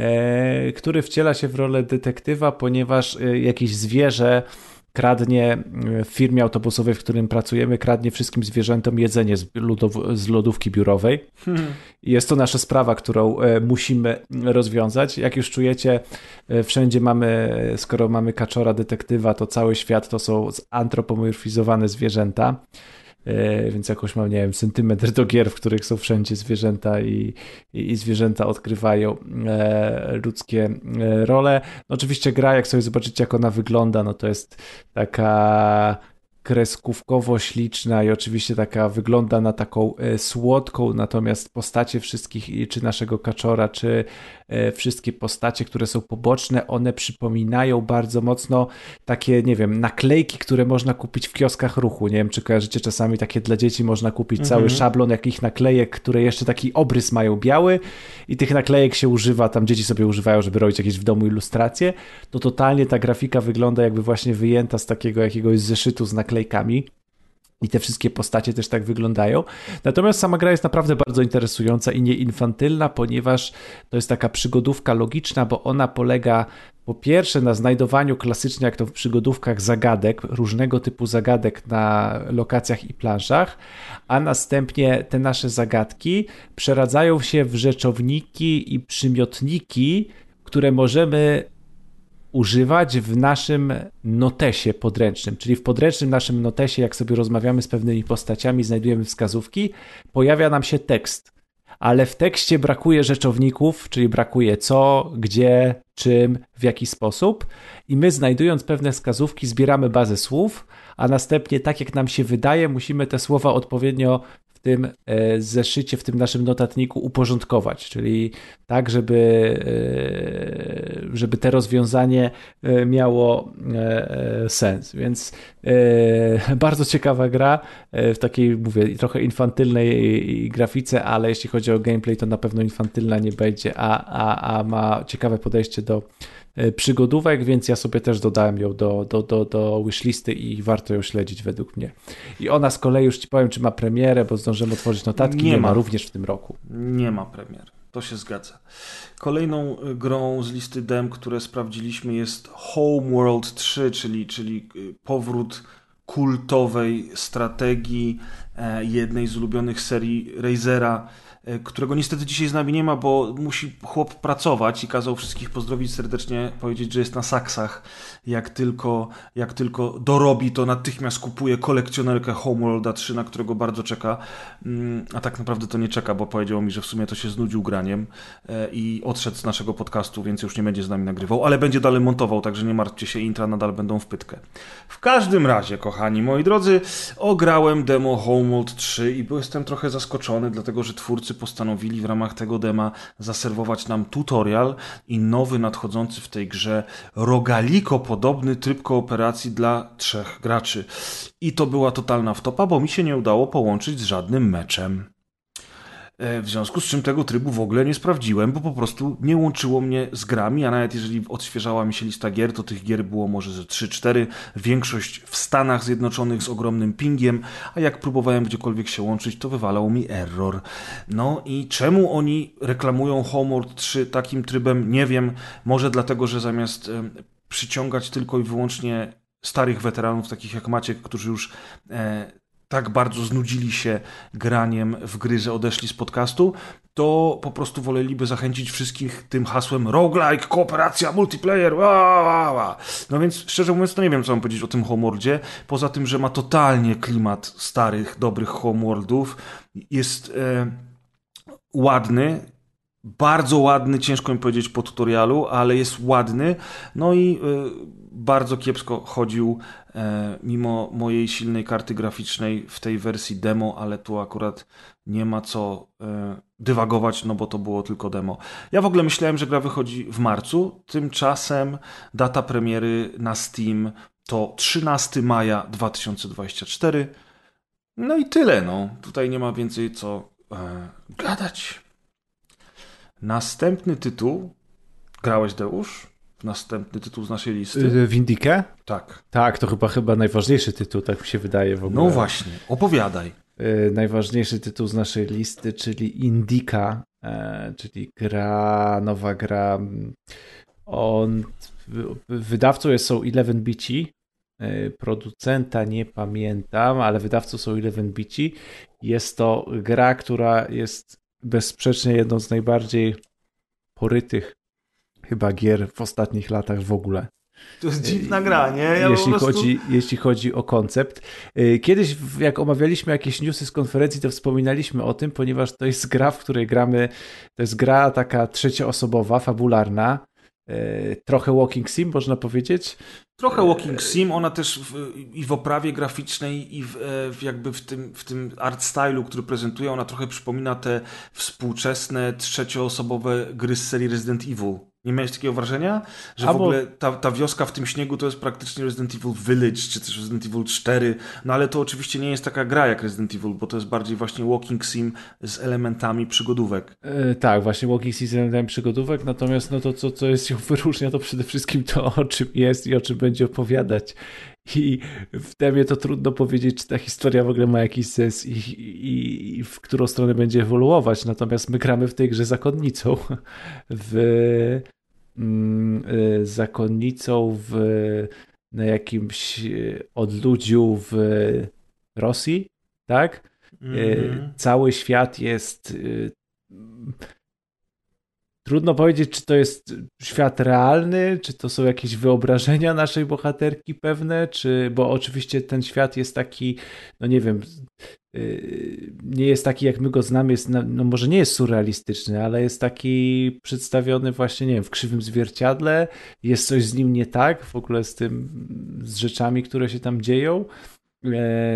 e, który wciela się w rolę detektywa, ponieważ jakieś zwierzę kradnie w firmie autobusowej, w którym pracujemy, kradnie wszystkim zwierzętom jedzenie z, lodow- z lodówki biurowej. Hmm. Jest to nasza sprawa, którą e, musimy rozwiązać. Jak już czujecie, e, wszędzie mamy, skoro mamy kaczora detektywa, to cały świat to są antropomorfizowane zwierzęta. Więc jakoś mam, nie wiem, sentymetr do gier, w których są wszędzie zwierzęta i, i, i zwierzęta odgrywają e, ludzkie e, role. No oczywiście gra, jak sobie zobaczycie, jak ona wygląda, no to jest taka kreskówkowo śliczna i oczywiście taka wygląda na taką e, słodką, natomiast postacie wszystkich, czy naszego kaczora, czy e, wszystkie postacie, które są poboczne, one przypominają bardzo mocno takie, nie wiem, naklejki, które można kupić w kioskach ruchu. Nie wiem, czy kojarzycie, czasami takie dla dzieci można kupić mhm. cały szablon jakich naklejek, które jeszcze taki obrys mają biały i tych naklejek się używa, tam dzieci sobie używają, żeby robić jakieś w domu ilustracje. To totalnie ta grafika wygląda jakby właśnie wyjęta z takiego jakiegoś zeszytu z naklejkami. I te wszystkie postacie też tak wyglądają. Natomiast sama gra jest naprawdę bardzo interesująca i nieinfantylna, ponieważ to jest taka przygodówka logiczna, bo ona polega po pierwsze na znajdowaniu klasycznie, jak to w przygodówkach, zagadek, różnego typu zagadek na lokacjach i planszach, a następnie te nasze zagadki przeradzają się w rzeczowniki i przymiotniki, które możemy używać w naszym notesie podręcznym, czyli w podręcznym naszym notesie, jak sobie rozmawiamy z pewnymi postaciami, znajdujemy wskazówki, pojawia nam się tekst, ale w tekście brakuje rzeczowników, czyli brakuje co, gdzie, czym, w jaki sposób i my, znajdując pewne wskazówki, zbieramy bazę słów, a następnie, tak jak nam się wydaje, musimy te słowa odpowiednio w tym zeszycie, w tym naszym notatniku uporządkować, czyli tak, żeby, żeby te rozwiązanie miało sens. Więc bardzo ciekawa gra w takiej, mówię, trochę infantylnej grafice, ale jeśli chodzi o gameplay, to na pewno infantylna nie będzie, a, a, a ma ciekawe podejście do przygodówek, więc ja sobie też dodałem ją do, do, do, do wishlisty i warto ją śledzić według mnie. I ona z kolei, już ci powiem, czy ma premierę, bo zdążymy otworzyć notatki, nie, nie ma. ma również w tym roku. Nie ma premiery, to się zgadza. Kolejną grą z listy dem, które sprawdziliśmy, jest Homeworld trzy, czyli, czyli powrót kultowej strategii jednej z ulubionych serii Razera, którego niestety dzisiaj z nami nie ma, bo musi chłop pracować i kazał wszystkich pozdrowić serdecznie, powiedzieć, że jest na saksach. Jak tylko, jak tylko dorobi, to natychmiast kupuje kolekcjonerkę Homeworlda trzy, na którego bardzo czeka. A tak naprawdę to nie czeka, bo powiedział mi, że w sumie to się znudził graniem i odszedł z naszego podcastu, więc już nie będzie z nami nagrywał, ale będzie dalej montował, także nie martwcie się, intra nadal będą w pytkę. W każdym razie, kochani moi drodzy, ograłem demo Homeworld trzy i jestem trochę zaskoczony, dlatego że twórcy postanowili w ramach tego dema zaserwować nam tutorial i nowy nadchodzący w tej grze rogaliko podobny tryb kooperacji dla trzech graczy. I to była totalna wtopa, bo mi się nie udało połączyć z żadnym meczem. W związku z czym tego trybu w ogóle nie sprawdziłem, bo po prostu nie łączyło mnie z grami, a nawet jeżeli odświeżała mi się lista gier, to tych gier było może ze trzy cztery, większość w Stanach Zjednoczonych z ogromnym pingiem, a jak próbowałem gdziekolwiek się łączyć, to wywalał mi error. No i czemu oni reklamują Homeworld trzy takim trybem, nie wiem, może dlatego, że zamiast e, przyciągać tylko i wyłącznie starych weteranów, takich jak Maciek, którzy już e, tak bardzo znudzili się graniem w gry, że odeszli z podcastu, to po prostu woleliby zachęcić wszystkich tym hasłem roguelike, kooperacja, multiplayer, wa, wa, wa. No więc szczerze mówiąc to nie wiem, co mam powiedzieć o tym Homeworldzie, poza tym, że ma totalnie klimat starych, dobrych Homeworldów, jest e, ładny, bardzo ładny, ciężko mi powiedzieć po tutorialu, ale jest ładny, no i e, bardzo kiepsko chodził e, mimo mojej silnej karty graficznej w tej wersji demo, ale tu akurat nie ma co e, dywagować, no bo to było tylko demo. Ja w ogóle myślałem, że gra wychodzi w marcu, tymczasem data premiery na Steam to trzynastego maja dwa tysiące dwudziestego czwartego. No i tyle, no. Tutaj nie ma więcej co e, gadać. Następny tytuł. Grałeś, Deusz? Następny tytuł z naszej listy? W Indikę? Tak. Tak, to chyba chyba najważniejszy tytuł, tak mi się wydaje w ogóle. No właśnie, opowiadaj. Yy, najważniejszy tytuł z naszej listy, czyli Indika, e, czyli gra, nowa gra. On, wydawcą jest, są eleven bici, yy, producenta nie pamiętam, ale wydawcą są eleven bici. Jest to gra, która jest bezsprzecznie jedną z najbardziej porytych chyba gier w ostatnich latach w ogóle. To jest dziwna gra, nie? Ja jeśli, po prostu... chodzi, jeśli chodzi o koncept. Kiedyś, jak omawialiśmy jakieś newsy z konferencji, to wspominaliśmy o tym, ponieważ to jest gra, w której gramy, to jest gra taka trzecioosobowa, fabularna, trochę walking sim, można powiedzieć. Trochę walking sim, ona też w, i w oprawie graficznej, i w, w jakby w tym, w tym art stylu, który prezentuje, ona trochę przypomina te współczesne trzecioosobowe gry z serii Resident Evil. Nie miałeś takiego wrażenia? Że Albo... w ogóle ta, ta wioska w tym śniegu to jest praktycznie Resident Evil Village, czy też Resident Evil cztery, no ale to oczywiście nie jest taka gra jak Resident Evil, bo to jest bardziej właśnie walking sim z elementami przygodówek. Yy, tak, właśnie walking sim z elementami przygodówek, natomiast no to, co, co jest ją wyróżnia, to przede wszystkim to, o czym jest i o czym będzie opowiadać. I w temie to trudno powiedzieć, czy ta historia w ogóle ma jakiś sens i, i, i w którą stronę będzie ewoluować. Natomiast my gramy w tej grze zakonnicą. W, mm, zakonnicą w na jakimś odludziu w Rosji, tak? Mm-hmm. Cały świat jest... Trudno powiedzieć, czy to jest świat realny, czy to są jakieś wyobrażenia naszej bohaterki pewne, czy, bo oczywiście ten świat jest taki, no nie wiem, yy, nie jest taki jak my go znamy, jest, no może nie jest surrealistyczny, ale jest taki przedstawiony właśnie, nie wiem, w krzywym zwierciadle, jest coś z nim nie tak, w ogóle z tym, z rzeczami, które się tam dzieją yy,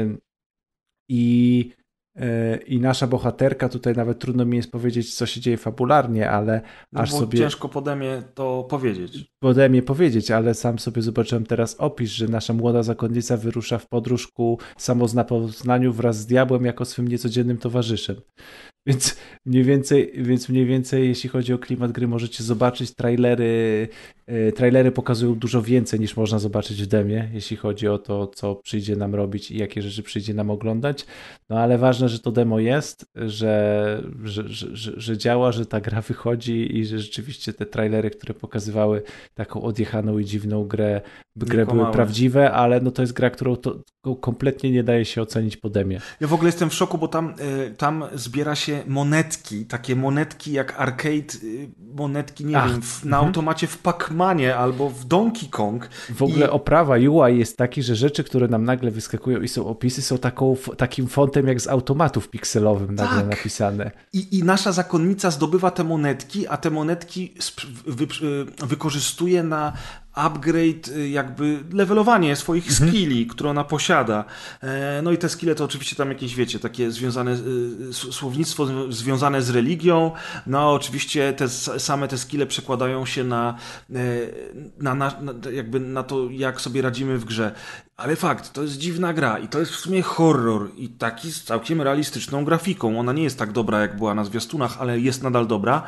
i I nasza bohaterka, tutaj nawet trudno mi jest powiedzieć, co się dzieje fabularnie, ale no aż bo sobie... ciężko pode mnie to powiedzieć. Pode mnie powiedzieć, ale sam sobie zobaczyłem teraz opis, że nasza młoda zakonnica wyrusza w podróż ku samozapoznaniu wraz z diabłem jako swym niecodziennym towarzyszem. Więc mniej więcej, więc mniej więcej jeśli chodzi o klimat gry, możecie zobaczyć trailery. Trailery pokazują dużo więcej niż można zobaczyć w demie, jeśli chodzi o to, co przyjdzie nam robić i jakie rzeczy przyjdzie nam oglądać. No ale ważne, że to demo jest, że, że, że, że, że działa, że ta gra wychodzi i że rzeczywiście te trailery, które pokazywały taką odjechaną i dziwną grę, grę były prawdziwe, ale no to jest gra, którą to kompletnie nie daje się ocenić po demie. Ja w ogóle jestem w szoku, bo tam, y, tam zbiera się monetki, takie monetki jak arcade, y, monetki, nie Ach, wiem, w, na automacie w Pac-Manie albo w Donkey Kong. W ogóle I... oprawa U I jest taki, że rzeczy, które nam nagle wyskakują i są opisy, są taką, takim fontem jak z automatów pikselowym nagle tak. napisane. I, I nasza zakonnica zdobywa te monetki, a te monetki wy, wy, wykorzystuje na upgrade, jakby levelowanie swoich mhm. skilli, które ona posiada. No i te skille to oczywiście tam jakieś, wiecie, takie związane, słownictwo związane z religią. No oczywiście te same te skille przekładają się na, na, na, na jakby na to, jak sobie radzimy w grze. Ale fakt, to jest dziwna gra i to jest w sumie horror i taki z całkiem realistyczną grafiką. Ona nie jest tak dobra, jak była na zwiastunach, ale jest nadal dobra.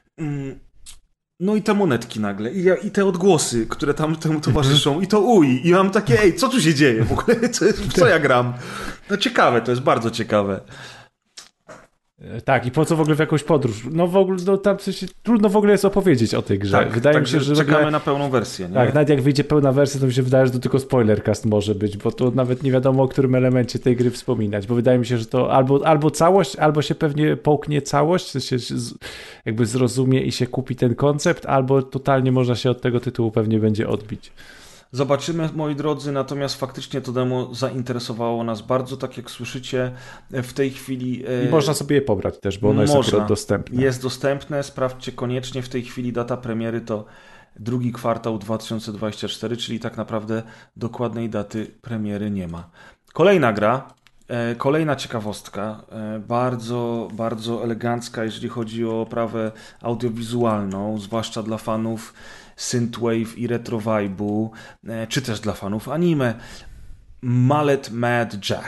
No i te monetki nagle, i, ja, i te odgłosy, które tam temu towarzyszą, i to uj, i mam takie, ej, co tu się dzieje w ogóle, co, w co ja gram? No ciekawe, to jest bardzo ciekawe. Tak, i po co w ogóle w jakąś podróż? No w ogóle, no tam coś, trudno w ogóle jest opowiedzieć o tej grze. Tak, wydaje tak, mi się, że czekamy ogóle, na pełną wersję. Nie? Tak, nawet jak wyjdzie pełna wersja, to mi się wydaje, że to tylko spoilercast może być, bo to nawet nie wiadomo, o którym elemencie tej gry wspominać, bo wydaje mi się, że to albo, albo całość, albo się pewnie połknie całość, się jakby zrozumie i się kupi ten koncept, albo totalnie można się od tego tytułu pewnie będzie odbić. Zobaczymy, moi drodzy, natomiast faktycznie to demo zainteresowało nas bardzo, tak jak słyszycie w tej chwili. I można sobie je pobrać też, bo ono jest akurat dostępne. Jest dostępne, sprawdźcie koniecznie, w tej chwili data premiery to drugi kwartał dwa tysiące dwudziesty czwarty, czyli tak naprawdę dokładnej daty premiery nie ma. Kolejna gra, kolejna ciekawostka, bardzo, bardzo elegancka, jeżeli chodzi o oprawę audiowizualną, zwłaszcza dla fanów synthwave i retro vibe'u, czy też dla fanów anime. Mallet Mad Jack.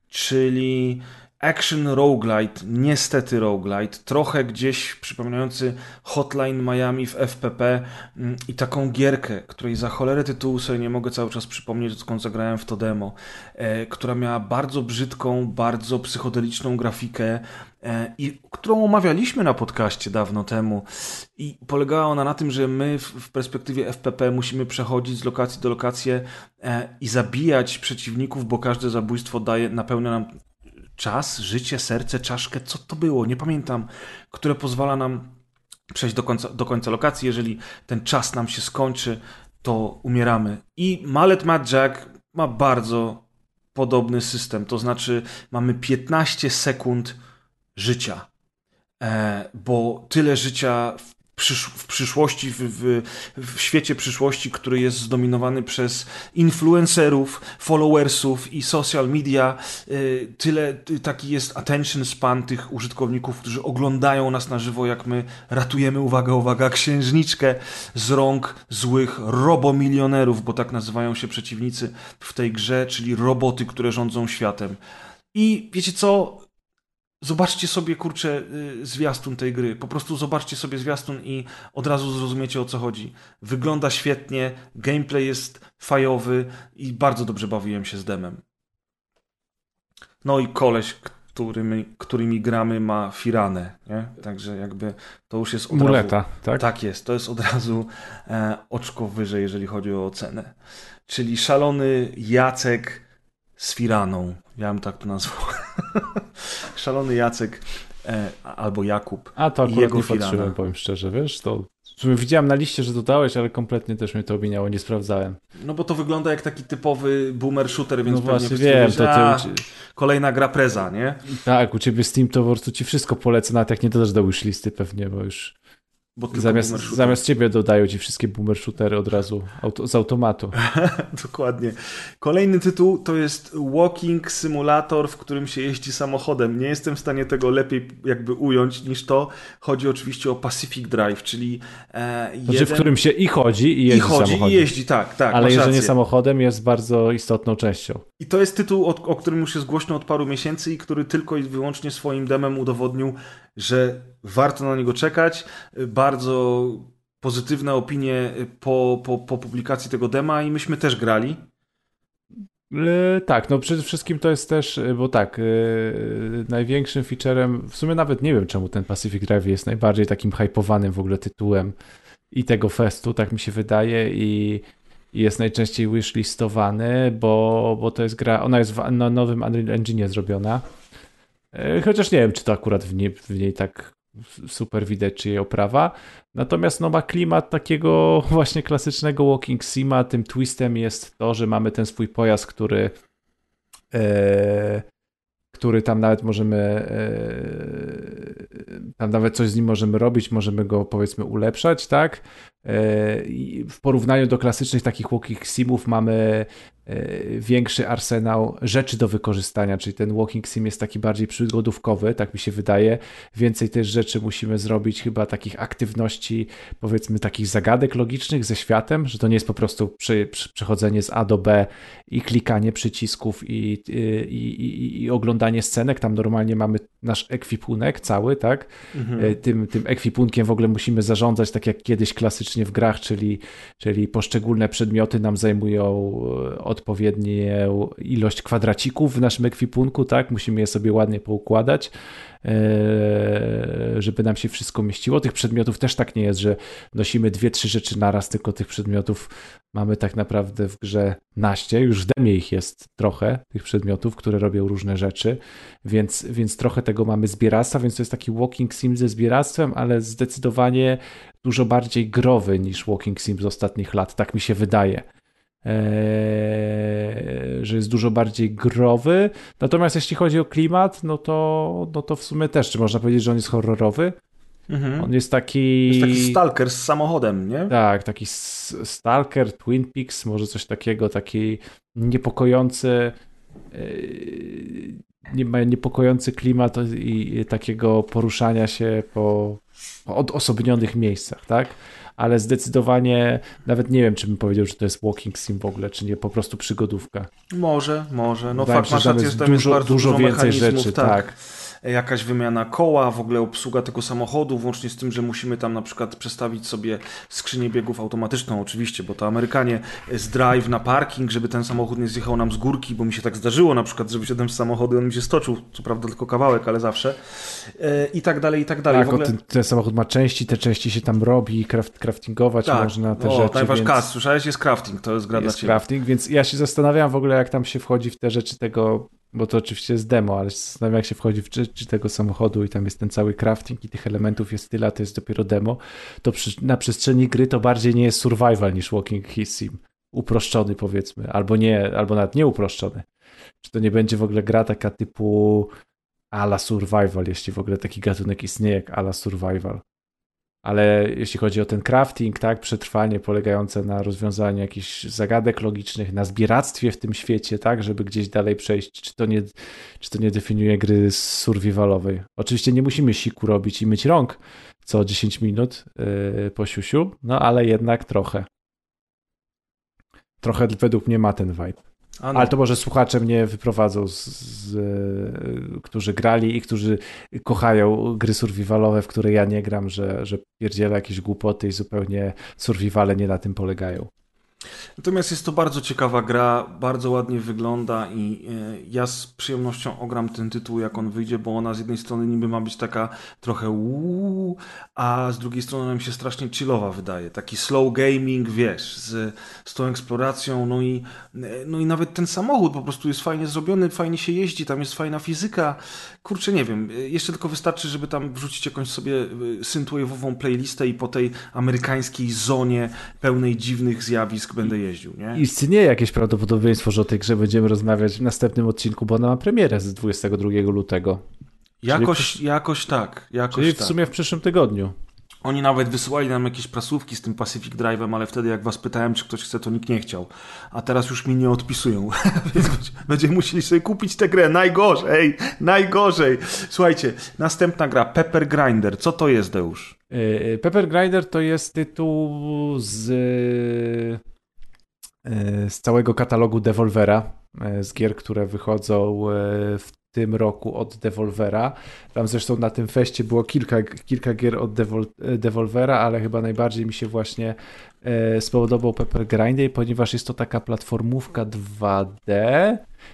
czyli action roguelite, niestety roguelite, trochę gdzieś przypominający Hotline Miami w F P P i taką gierkę, której za cholerę tytułu sobie nie mogę cały czas przypomnieć, odkąd zagrałem w to demo, e, która miała bardzo brzydką, bardzo psychodeliczną grafikę e, i którą omawialiśmy na podcaście dawno temu i polegała ona na tym, że my w, w perspektywie F P P musimy przechodzić z lokacji do lokacji e, i zabijać przeciwników, bo każde zabójstwo daje, napełnia nam czas, życie, serce, czaszkę, co to było, nie pamiętam, które pozwala nam przejść do końca, do końca lokacji. Jeżeli ten czas nam się skończy, to umieramy. I Mallet Mad Jack ma bardzo podobny system, to znaczy mamy piętnaście sekund życia, e, bo tyle życia w Przysz w przyszłości, w, w, w świecie przyszłości, który jest zdominowany przez influencerów, followersów i social media, y, tyle y, taki jest attention span tych użytkowników, którzy oglądają nas na żywo, jak my ratujemy, uwaga, uwaga, księżniczkę z rąk złych robomilionerów, bo tak nazywają się przeciwnicy w tej grze, czyli roboty, które rządzą światem. I wiecie co? Zobaczcie sobie, kurczę, zwiastun tej gry. Po prostu zobaczcie sobie zwiastun i od razu zrozumiecie, o co chodzi. Wygląda świetnie, gameplay jest fajowy i bardzo dobrze bawiłem się z demem. No i koleś, którymi, którymi gramy, ma firanę, nie? Także jakby to już jest od Muleta, razu... tak? Tak jest, to jest od razu e, oczko wyżej, jeżeli chodzi o ocenę. Czyli szalony Jacek z firaną. Ja bym tak to nazwał. Szalony Jacek e, albo Jakub. A to i akurat jego nie firana. patrzyłem, powiem szczerze, wiesz, to widziałem na liście, że dodałeś, ale kompletnie też mnie to obiniało, nie sprawdzałem. No bo to wygląda jak taki typowy boomer shooter, więc No pewnie właśnie wszyscy wiem, wiecie, to ty... a, uci- kolejna gra preza, nie? Tak, u ciebie Steam to po prostu ci wszystko polecę, nawet jak nie dodasz do wishlisty pewnie, bo już Bo tylko zamiast, boomer shooter. zamiast ciebie dodają ci wszystkie boomer shootery od razu auto, z automatu. Dokładnie. Kolejny tytuł to jest Walking Simulator, w którym się jeździ samochodem. Nie jestem w stanie tego lepiej jakby ująć niż to. Chodzi oczywiście o Pacific Drive, czyli e, jeden... Znaczy, w którym się i chodzi i jeździ I chodzi samochodem. i jeździ, tak, tak. Ale masz jeżdżenie rację. samochodem jest bardzo istotną częścią. I to jest tytuł, o, o którym już jest głośno od paru miesięcy i który tylko i wyłącznie swoim demem udowodnił, że warto na niego czekać. Bardzo pozytywne opinie po, po, po publikacji tego dema i myśmy też grali. Yy, tak, no przede wszystkim to jest też, yy, bo tak, yy, największym featurem, w sumie nawet nie wiem czemu ten Pacific Drive jest najbardziej takim hypowanym w ogóle tytułem i tego festu, tak mi się wydaje i, i jest najczęściej wishlistowany, bo, bo to jest gra, ona jest w no, nowym Unreal Engine zrobiona, yy, chociaż nie wiem, czy to akurat w niej, w niej tak super widać, czy jej oprawa. Natomiast no, ma klimat takiego właśnie klasycznego walking sima. Tym twistem jest to, że mamy ten swój pojazd, który e, który tam nawet możemy e, tam nawet coś z nim możemy robić, możemy go powiedzmy ulepszać, tak? E, i w porównaniu do klasycznych takich walking simów mamy większy arsenał rzeczy do wykorzystania, czyli ten walking sim jest taki bardziej przygodówkowy, tak mi się wydaje. Więcej też rzeczy musimy zrobić, chyba takich aktywności, powiedzmy takich zagadek logicznych ze światem, że to nie jest po prostu przy, przy, przechodzenie z A do B i klikanie przycisków i, i, i, i oglądanie scenek. Tam normalnie mamy nasz ekwipunek cały, tak? Mhm. Tym, tym ekwipunkiem w ogóle musimy zarządzać tak jak kiedyś klasycznie w grach, czyli, czyli poszczególne przedmioty nam zajmują od odpowiednią ilość kwadracików w naszym ekwipunku, tak? Musimy je sobie ładnie poukładać, żeby nam się wszystko mieściło. Tych przedmiotów też tak nie jest, że nosimy dwie, trzy rzeczy naraz, tylko tych przedmiotów mamy tak naprawdę w grze naście. Już w demie ich jest trochę, tych przedmiotów, które robią różne rzeczy, więc, więc trochę tego mamy zbieractwa, więc to jest taki walking sim ze zbieractwem, ale zdecydowanie dużo bardziej growy niż walking sim z ostatnich lat, tak mi się wydaje. Eee, że jest dużo bardziej growy. Natomiast jeśli chodzi o klimat, no to, no to w sumie też, czy można powiedzieć, że on jest horrorowy? Mhm. On jest taki... Jest taki stalker z samochodem, nie? Tak, taki stalker, Twin Peaks, może coś takiego, taki niepokojący. Eee, nie ma niepokojący klimat i, i takiego poruszania się po, po odosobnionych miejscach, tak? Ale zdecydowanie nawet nie wiem, czy bym powiedział, że to jest walking sim w ogóle, czy nie, po prostu przygodówka. Może, może. No Wydaje fakt, mi się, masz że tam rację, jest że tam dużo, jest bardzo dużo dużo więcej mechanizmów, rzeczy, tak. tak. Jakaś wymiana koła, w ogóle obsługa tego samochodu, włącznie z tym, że musimy tam na przykład przestawić sobie skrzynię biegów automatyczną oczywiście, bo to Amerykanie z drive na parking, żeby ten samochód nie zjechał nam z górki, bo mi się tak zdarzyło na przykład, żeby siadłem w samochodu i on mi się stoczył, co prawda tylko kawałek, ale zawsze. E, I tak dalej, i tak dalej. Tak, w ogóle... ten, ten samochód ma części, te części się tam robi, craft, craftingować tak. można te o, rzeczy. najważ więc... kas, słyszałeś? Jest crafting, to jest gra Jest dla ciebie. crafting, więc ja się zastanawiam w ogóle, jak tam się wchodzi w te rzeczy tego, bo to oczywiście jest demo, ale się zastanawiam, jak się wchodzi w rzeczy tego samochodu i tam jest ten cały crafting i tych elementów jest tyle, a to jest dopiero demo, to przy, na przestrzeni gry to bardziej nie jest survival niż walking sim. Uproszczony powiedzmy, albo nie, albo nawet nie uproszczony. Czy to nie będzie w ogóle gra taka typu a la survival, jeśli w ogóle taki gatunek istnieje jak a la survival. Ale jeśli chodzi o ten crafting, tak, przetrwanie polegające na rozwiązaniu jakichś zagadek logicznych, na zbieractwie w tym świecie, tak, żeby gdzieś dalej przejść, czy to nie, czy to nie definiuje gry survivalowej. Oczywiście nie musimy siku robić i myć rąk co dziesięć minut yy, po siusiu, no ale jednak trochę. Trochę według mnie ma ten vibe. Ano. Ale to może słuchacze mnie wyprowadzą, z, z, y, którzy grali i którzy kochają gry survivalowe, w które ja nie gram, że, że pierdzielę jakieś głupoty i zupełnie survivale nie na tym polegają. Natomiast jest to bardzo ciekawa gra, bardzo ładnie wygląda i ja z przyjemnością ogram ten tytuł, jak on wyjdzie, bo ona z jednej strony niby ma być taka trochę uuu, a z drugiej strony nam się strasznie chillowa wydaje. Taki slow gaming, wiesz, z, z tą eksploracją, no i, no i nawet ten samochód po prostu jest fajnie zrobiony, fajnie się jeździ, tam jest fajna fizyka. Kurczę, nie wiem, jeszcze tylko wystarczy, żeby tam wrzucić jakąś sobie synthwave'ową playlistę i po tej amerykańskiej zonie pełnej dziwnych zjawisk będę jeździł, nie? Istnieje jakieś prawdopodobieństwo, że o tej grze będziemy rozmawiać w następnym odcinku, bo ona ma premierę z dwudziestego drugiego lutego. Jakoś, czyli, jakoś tak. Jakoś czyli w tak. sumie w przyszłym tygodniu. Oni nawet wysyłali nam jakieś prasówki z tym Pacific Drive'em, ale wtedy jak was pytałem, czy ktoś chce, to nikt nie chciał. A teraz już mi nie odpisują. Więc będziemy musieli sobie kupić tę grę. Najgorzej, najgorzej. Słuchajcie, następna gra, Pepper Grinder. Co to jest, Deusz? Pepper Grinder to jest tytuł z, z całego katalogu Devolvera, z gier, które wychodzą w tym roku od Devolvera. Tam zresztą na tym feście było kilka, kilka gier od Devol, Devolvera, ale chyba najbardziej mi się właśnie e, spodobał Pepper Grinder, ponieważ jest to taka platformówka dwa D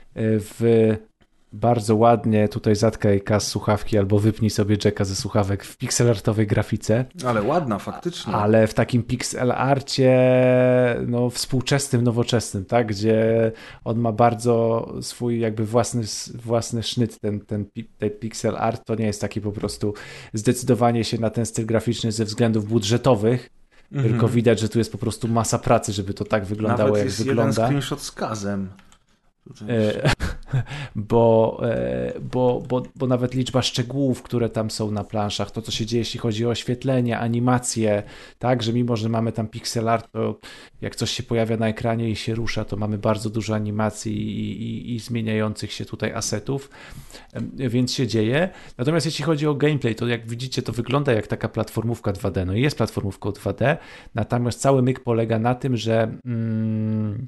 w bardzo ładnie, tutaj zatkaj kas słuchawki albo wypnij sobie jacka ze słuchawek w pixelartowej grafice. Ale ładna, faktycznie. Ale w takim pixel arcie no, współczesnym, nowoczesnym, tak? Gdzie on ma bardzo swój jakby własny, własny sznyt, ten, ten, ten pixel art. To nie jest taki po prostu zdecydowanie się na ten styl graficzny ze względów budżetowych, mm-hmm. tylko widać, że tu jest po prostu masa pracy, żeby to tak wyglądało, nawet jak jest wygląda. Jeden screenshot z kazem. E, bo, bo, bo, bo nawet liczba szczegółów, które tam są na planszach, to co się dzieje, jeśli chodzi o oświetlenie, animacje, tak, że mimo, że mamy tam pixel art, to jak coś się pojawia na ekranie i się rusza, to mamy bardzo dużo animacji i, i, i zmieniających się tutaj asetów, więc się dzieje. Natomiast jeśli chodzi o gameplay, to jak widzicie, to wygląda jak taka platformówka dwa D, no i jest platformówką dwa D, natomiast cały myk polega na tym, że mm,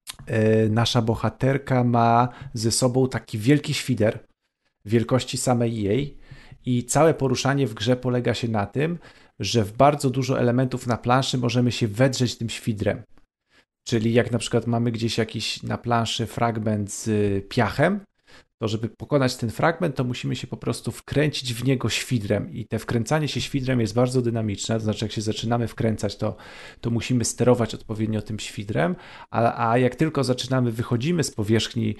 nasza bohaterka ma ze sobą taki wielki świder wielkości samej jej i całe poruszanie w grze polega się na tym, że w bardzo dużo elementów na planszy możemy się wedrzeć tym świdrem. Czyli jak na przykład mamy gdzieś jakiś na planszy fragment z piachem, to żeby pokonać ten fragment, to musimy się po prostu wkręcić w niego świdrem i te wkręcanie się świdrem jest bardzo dynamiczne, to znaczy jak się zaczynamy wkręcać, to, to musimy sterować odpowiednio tym świdrem, a, a jak tylko zaczynamy, wychodzimy z powierzchni,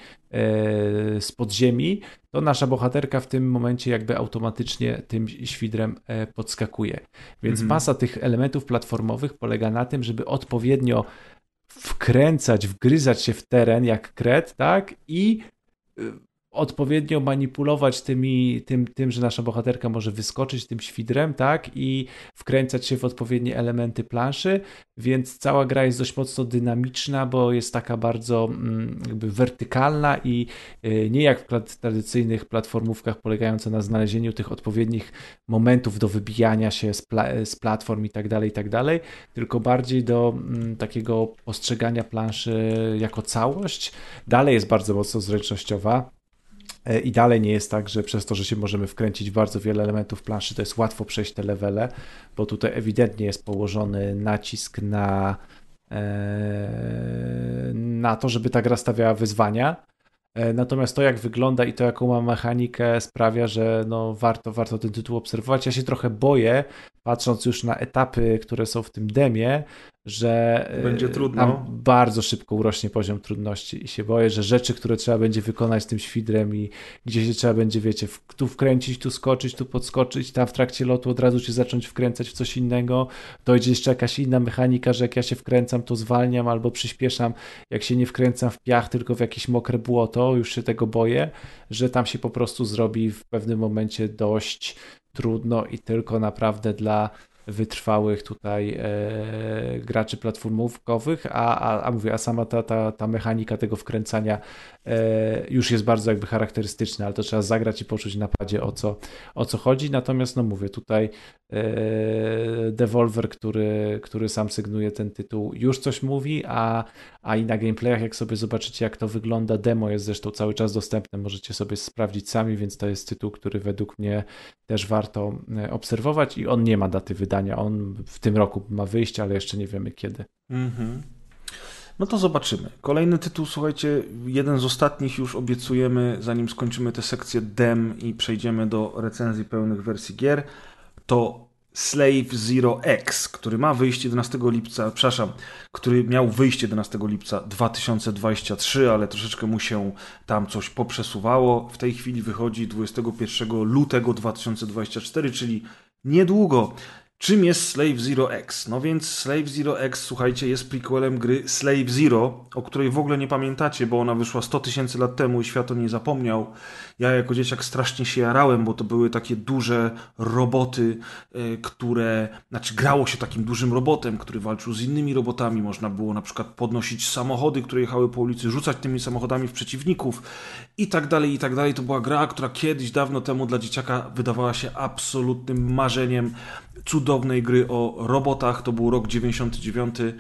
e, z podziemi, to nasza bohaterka w tym momencie jakby automatycznie tym świdrem e, podskakuje. Więc mhm. masa tych elementów platformowych polega na tym, żeby odpowiednio wkręcać, wgryzać się w teren jak kret, tak? I odpowiednio manipulować tymi, tym, tym, że nasza bohaterka może wyskoczyć tym świdrem, tak, i wkręcać się w odpowiednie elementy planszy, więc cała gra jest dość mocno dynamiczna, bo jest taka bardzo jakby wertykalna i nie jak w tradycyjnych platformówkach polegająca na znalezieniu tych odpowiednich momentów do wybijania się z, pla- z platform i tak dalej, i tak dalej, tylko bardziej do m, takiego postrzegania planszy jako całość. Dalej jest bardzo mocno zręcznościowa. I dalej nie jest tak, że przez to, że się możemy wkręcić w bardzo wiele elementów planszy, to jest łatwo przejść te levele, bo tutaj ewidentnie jest położony nacisk na, e, na to, żeby ta gra stawiała wyzwania. E, natomiast to, jak wygląda i to, jaką ma mechanikę, sprawia, że no warto, warto ten tytuł obserwować. Ja się trochę boję, patrząc już na etapy, które są w tym demie, że będzie trudno. Tam bardzo szybko urośnie poziom trudności i się boję, że rzeczy, które trzeba będzie wykonać z tym świdrem i gdzie się trzeba będzie, wiecie, w, tu wkręcić, tu skoczyć, tu podskoczyć, tam w trakcie lotu od razu się zacząć wkręcać w coś innego, dojdzie jeszcze jakaś inna mechanika, że jak ja się wkręcam, to zwalniam albo przyspieszam, jak się nie wkręcam w piach, tylko w jakieś mokre błoto, już się tego boję, że tam się po prostu zrobi w pewnym momencie dość trudno i tylko naprawdę dla wytrwałych tutaj e, graczy platformówkowych, a, a, a mówię, a sama ta, ta, ta mechanika tego wkręcania e, już jest bardzo jakby charakterystyczna, ale to trzeba zagrać i poczuć na padzie o co, o co chodzi, natomiast no mówię, tutaj e, Devolver, który, który sam sygnuje ten tytuł, już coś mówi, a, a i na gameplayach, jak sobie zobaczycie, jak to wygląda, demo jest zresztą cały czas dostępne, możecie sobie sprawdzić sami, więc to jest tytuł, który według mnie też warto obserwować i on nie ma daty wydania. On w tym roku ma wyjść, ale jeszcze nie wiemy kiedy. Mm-hmm. No to zobaczymy. Kolejny tytuł, słuchajcie, jeden z ostatnich już obiecujemy, zanim skończymy tę sekcję dem i przejdziemy do recenzji pełnych wersji gier, to Slave Zero X, który ma wyjść jedenastego lipca, przepraszam, który miał wyjść jedenastego lipca dwa tysiące dwudziestego trzeciego, ale troszeczkę mu się tam coś poprzesuwało. W tej chwili wychodzi dwudziestego pierwszego lutego dwa tysiące dwudziestego czwartego, czyli niedługo. Czym jest Slave Zero X? No więc Slave Zero X, słuchajcie, jest prequelem gry Slave Zero, o której w ogóle nie pamiętacie, bo ona wyszła sto tysięcy lat temu i świat o niej zapomniał. Ja jako dzieciak strasznie się jarałem, bo to były takie duże roboty, yy, które... Znaczy grało się takim dużym robotem, który walczył z innymi robotami. Można było na przykład podnosić samochody, które jechały po ulicy, rzucać tymi samochodami w przeciwników i tak dalej, i tak dalej. To była gra, która kiedyś, dawno temu dla dzieciaka wydawała się absolutnym marzeniem cudownej gry o robotach. To był rok dziewięćdziesiąty dziewiąty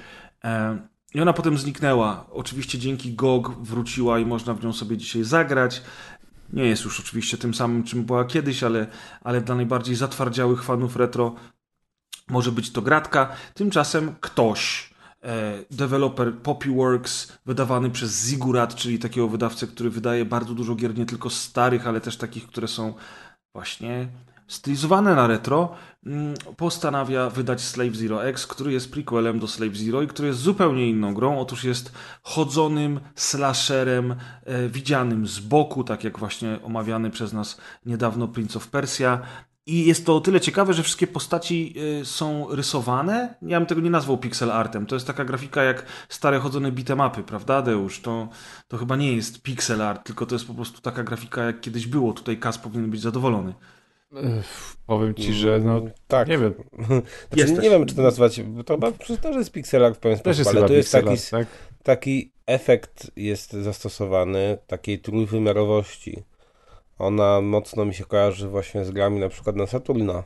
i ona potem zniknęła. Oczywiście dzięki G O G wróciła i można w nią sobie dzisiaj zagrać. Nie jest już oczywiście tym samym, czym była kiedyś, ale, ale dla najbardziej zatwardziałych fanów retro może być to gratka. Tymczasem ktoś, e, deweloper Poppyworks, wydawany przez Ziggurat, czyli takiego wydawcę, który wydaje bardzo dużo gier, nie tylko starych, ale też takich, które są właśnie stylizowane na retro, postanawia wydać Slave Zero X, który jest prequelem do Slave Zero i który jest zupełnie inną grą. Otóż jest chodzonym slasherem e, widzianym z boku, tak jak właśnie omawiany przez nas niedawno Prince of Persia. I jest to o tyle ciekawe, że wszystkie postaci y, są rysowane. Ja bym tego nie nazwał pixel artem. To jest taka grafika jak stare chodzone beat'em-upy, prawda, Deusz? To, to chyba nie jest pixel art, tylko to jest po prostu taka grafika, jak kiedyś było. Tutaj Kaz powinien być zadowolony. Ech, powiem ci, że no tak. Nie wiem. Znaczy, nie wiem, czy to nazwać, to chyba też jest pixel art w pewien sposób, ale to jest taki, art, tak? taki efekt jest zastosowany takiej trójwymiarowości. Ona mocno mi się kojarzy właśnie z grami na przykład na Saturna,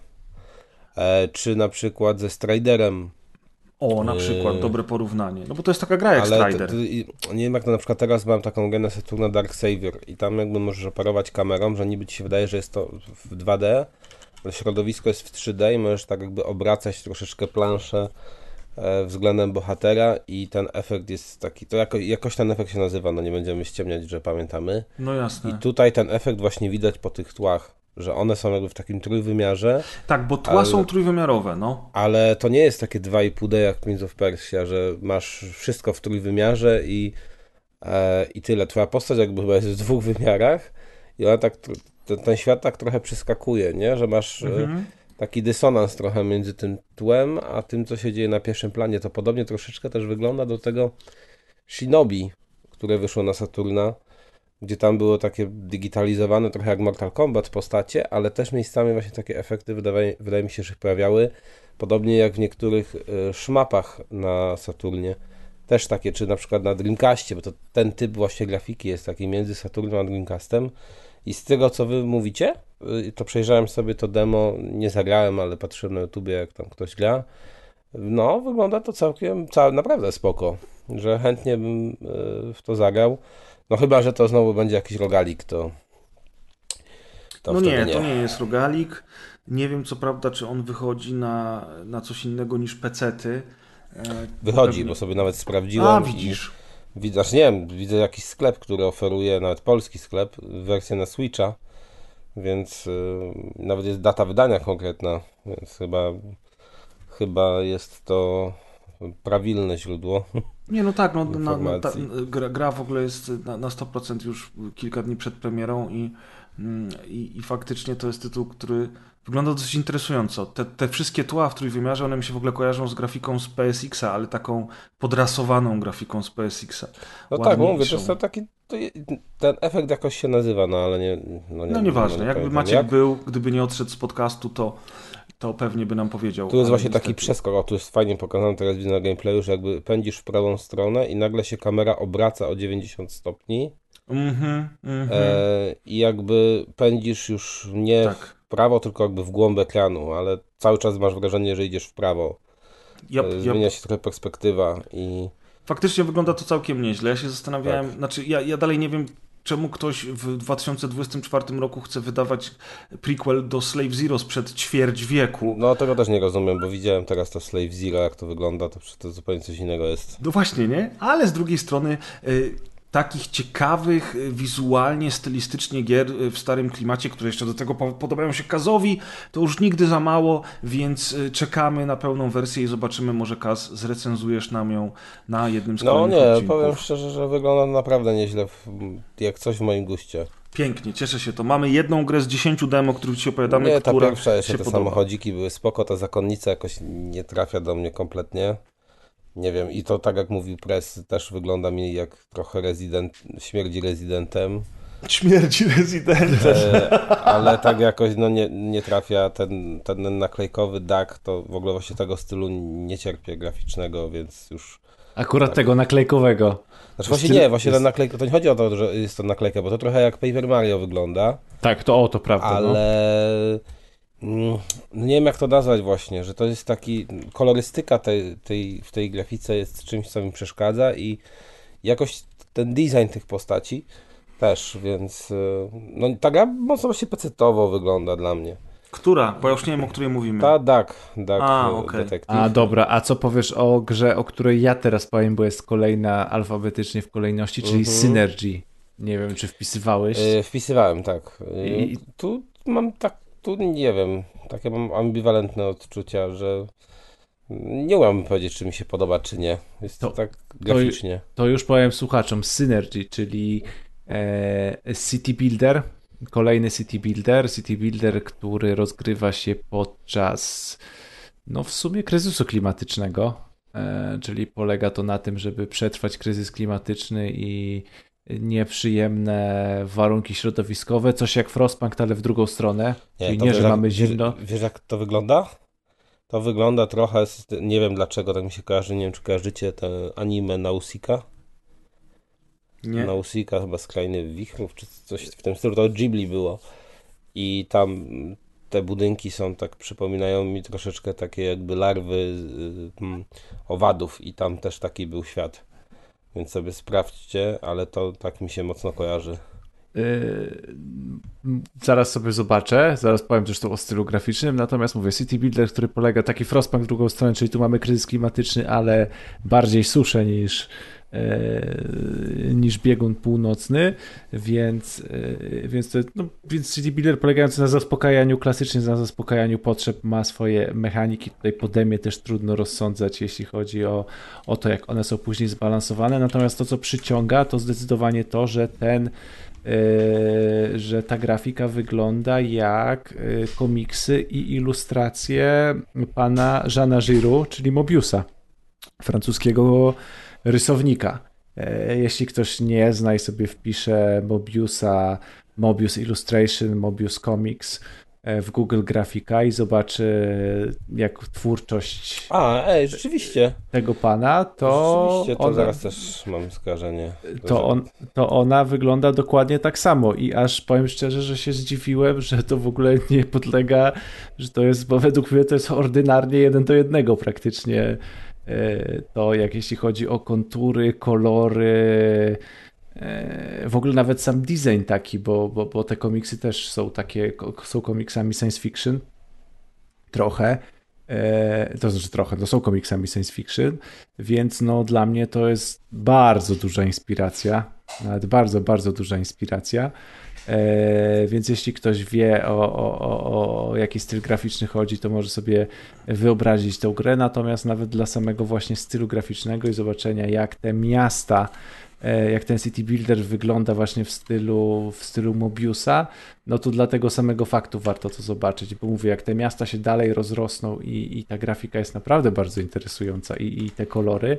e, czy na przykład ze Striderem. O, na przykład, dobre porównanie. No bo to jest taka gra jak ale Strider. To, to, nie wiem jak to na przykład teraz mam taką grę na Saturna Dark Savior i tam jakby możesz operować kamerą, że niby ci się wydaje, że jest to w dwa D, ale środowisko jest w trzy D i możesz tak jakby obracać troszeczkę planszę e, względem bohatera i ten efekt jest taki, to jako, jakoś ten efekt się nazywa, no nie będziemy ściemniać, że pamiętamy. No jasne. I tutaj ten efekt właśnie widać po tych tłach, że one są jakby w takim trójwymiarze. Tak, bo tła ale, są trójwymiarowe, no. Ale to nie jest takie dwa i pół D jak Prince of Persia, że masz wszystko w trójwymiarze i, e, i tyle. Twoja postać jakby chyba jest w dwóch wymiarach i ona tak, ten, ten świat tak trochę przeskakuje, nie? Że masz mhm. e, taki dysonans trochę między tym tłem, a tym, co się dzieje na pierwszym planie. To podobnie troszeczkę też wygląda do tego Shinobi, które wyszło na Saturna, gdzie tam było takie digitalizowane, trochę jak Mortal Kombat postacie, ale też miejscami właśnie takie efekty wydaje, wydaje mi się, że się pojawiały, podobnie jak w niektórych y, szmapach na Saturnie. Też takie, czy na przykład na Dreamcastie, bo to ten typ właśnie grafiki jest taki między Saturnem a Dreamcastem. I z tego, co wy mówicie, y, to przejrzałem sobie to demo, nie zagrałem, ale patrzyłem na YouTubie, jak tam ktoś gra. No, wygląda to całkiem, cał, naprawdę spoko, że chętnie bym y, w to zagrał. No chyba, że to znowu będzie jakiś rogalik, to, to no nie, nie, to nie jest rogalik. Nie wiem co prawda, czy on wychodzi na, na coś innego niż pecety. Wychodzi, Pewnie. bo sobie nawet sprawdziłem. A, widzisz. I, widzę, nie wiem, widzę jakiś sklep, który oferuje, nawet polski sklep, wersję na Switcha, więc y, nawet jest data wydania konkretna, więc chyba, chyba jest to prawilne źródło. Nie, no tak, no, na, na, ta, informacji. gra, gra w ogóle jest na, na sto procent już kilka dni przed premierą i, i, i faktycznie to jest tytuł, który wygląda dosyć interesująco. Te, te wszystkie tła w trójwymiarze, one mi się w ogóle kojarzą z grafiką z P S X a, ale taką podrasowaną grafiką z P S X a. No tak, mówię, to jest to taki, to je, ten efekt jakoś się nazywa, no ale nie... No, nie, no nieważne, no, nie jakby pamiętam Maciek jak. był, gdyby nie odszedł z podcastu, to to pewnie by nam powiedział. Tu jest ale właśnie niestety. taki przeskok, o tu jest fajnie pokazane, teraz widzę na gameplayu, że jakby pędzisz w prawą stronę i nagle się kamera obraca o dziewięćdziesiąt stopni Mhm, mhm. e, i jakby pędzisz już nie Tak. w prawo, tylko jakby w głąb ekranu, ale cały czas masz wrażenie, że idziesz w prawo. Yep, E, yep. Zmienia się trochę perspektywa i Faktycznie wygląda to całkiem nieźle. Ja się zastanawiałem, Tak. znaczy ja, ja dalej nie wiem, czemu ktoś w dwa tysiące dwudziestym czwartym roku chce wydawać prequel do Slave Zero sprzed ćwierć wieku. no tego też nie rozumiem, bo widziałem teraz to Slave Zero, jak to wygląda, to, to zupełnie coś innego jest. No właśnie, nie? Ale z drugiej strony y, takich ciekawych y, wizualnie, stylistycznie gier y, w starym klimacie, które jeszcze do tego po- podobają się Kazowi, to już nigdy za mało, więc y, czekamy na pełną wersję i zobaczymy, może Kaz zrecenzujesz nam ją na jednym z No kolejnych nie, odcinków. powiem szczerze, że wygląda naprawdę nieźle, w, jak coś w moim guście. Pięknie, cieszę się to. Mamy jedną grę z dziesięciu demo, o których Ci opowiadamy, Nie, ta która pierwsza jeszcze się te podoba. samochodziki były spoko, ta zakonnica jakoś nie trafia do mnie kompletnie. Nie wiem, i to tak jak mówił Press, też wygląda mi jak trochę rezydent, śmierdzi rezydentem, Śmierci rezydenta. e, ale tak jakoś no nie, nie trafia ten, ten naklejkowy duck, to w ogóle właśnie tego stylu nie cierpię graficznego, więc już... Akurat Tak. tego naklejkowego. Znaczy właśnie Styl- nie, właśnie jest- ten naklejka, to nie chodzi o to, że jest to naklejka, bo to trochę jak Paper Mario wygląda. Tak, to o, to prawda. No. Ale mm, nie wiem jak to nazwać właśnie, że to jest taki, kolorystyka tej, tej, w tej grafice jest czymś, co mi przeszkadza i jakoś ten design tych postaci też, więc y, no ta gra mocno właśnie pecetowo wygląda dla mnie. Która? Bo ja już nie wiem, o której mówimy. Ta Duck, Duck A, y, okej. Detective. A dobra, a co powiesz o grze, o której ja teraz powiem, bo jest kolejna alfabetycznie w kolejności, czyli Mhm. Synergy. Nie wiem, czy wpisywałeś. Y, wpisywałem, tak. Y, I- Tu mam tak, tu nie wiem, takie mam ambiwalentne odczucia, że nie umiem powiedzieć, czy mi się podoba, czy nie. Jest to, To- tak graficznie. To już powiem słuchaczom. Synergy, czyli e, City Builder. Kolejny City Builder. City Builder, który rozgrywa się podczas no w sumie kryzysu klimatycznego. E, czyli polega to na tym, żeby przetrwać kryzys klimatyczny i nieprzyjemne warunki środowiskowe. Coś jak Frostpunk, ale w drugą stronę. Czyli to nie, wiesz, że jak- mamy wiesz- zimno. Wiesz, jak to wygląda? To wygląda trochę, z, nie wiem dlaczego, tak mi się kojarzy, nie wiem, czy kojarzycie te anime Nausicaa? Nie. Nausicaa chyba z Krainy Wichrów, czy coś w tym stylu, to Ghibli było. I tam te budynki są tak, przypominają mi troszeczkę takie jakby larwy y, mm, owadów i tam też taki był świat. Więc sobie sprawdźcie, ale to tak mi się mocno kojarzy. Yy, zaraz sobie zobaczę, zaraz powiem zresztą o stylu graficznym, natomiast mówię, City Builder, który polega, taki Frostpunk w drugą stronę, czyli tu mamy kryzys klimatyczny, ale bardziej suszę niż, yy, niż biegun północny, więc, yy, więc, to, no, więc City Builder polegający na zaspokajaniu, klasycznie na zaspokajaniu potrzeb, ma swoje mechaniki, tutaj podemie też trudno rozsądzać, jeśli chodzi o, o to, jak one są później zbalansowane, natomiast to, co przyciąga, to zdecydowanie to, że ten Yy, że ta grafika wygląda jak yy, komiksy i ilustracje pana Jeana Giraud, czyli Mobiusa, francuskiego rysownika. Jeśli ktoś nie zna i sobie wpisze Mobiusa, Mobius Illustration, Mobius Comics w Google Grafika i zobaczy jak twórczość A, ej, rzeczywiście. tego pana, to Rzeczywiście, to ona, zaraz też mam skojarzenie. to, on, to ona wygląda dokładnie tak samo i aż powiem szczerze, że się zdziwiłem, że to w ogóle nie podlega, że to jest, bo według mnie to jest ordynarnie jeden do jednego praktycznie to, jak jeśli chodzi o kontury, kolory, w ogóle nawet sam design taki, bo, bo, bo te komiksy też są takie, są komiksami science fiction trochę, to znaczy trochę, to są komiksami science fiction, więc no dla mnie to jest bardzo duża inspiracja, nawet bardzo, bardzo duża inspiracja, więc jeśli ktoś wie o, o, o, o jaki styl graficzny chodzi, to może sobie wyobrazić tę grę, natomiast nawet dla samego właśnie stylu graficznego i zobaczenia jak te miasta, jak ten City Builder wygląda właśnie w stylu, w stylu Mobiusa, no to dla tego samego faktu warto to zobaczyć, bo mówię, jak te miasta się dalej rozrosną i, i ta grafika jest naprawdę bardzo interesująca i, i te kolory,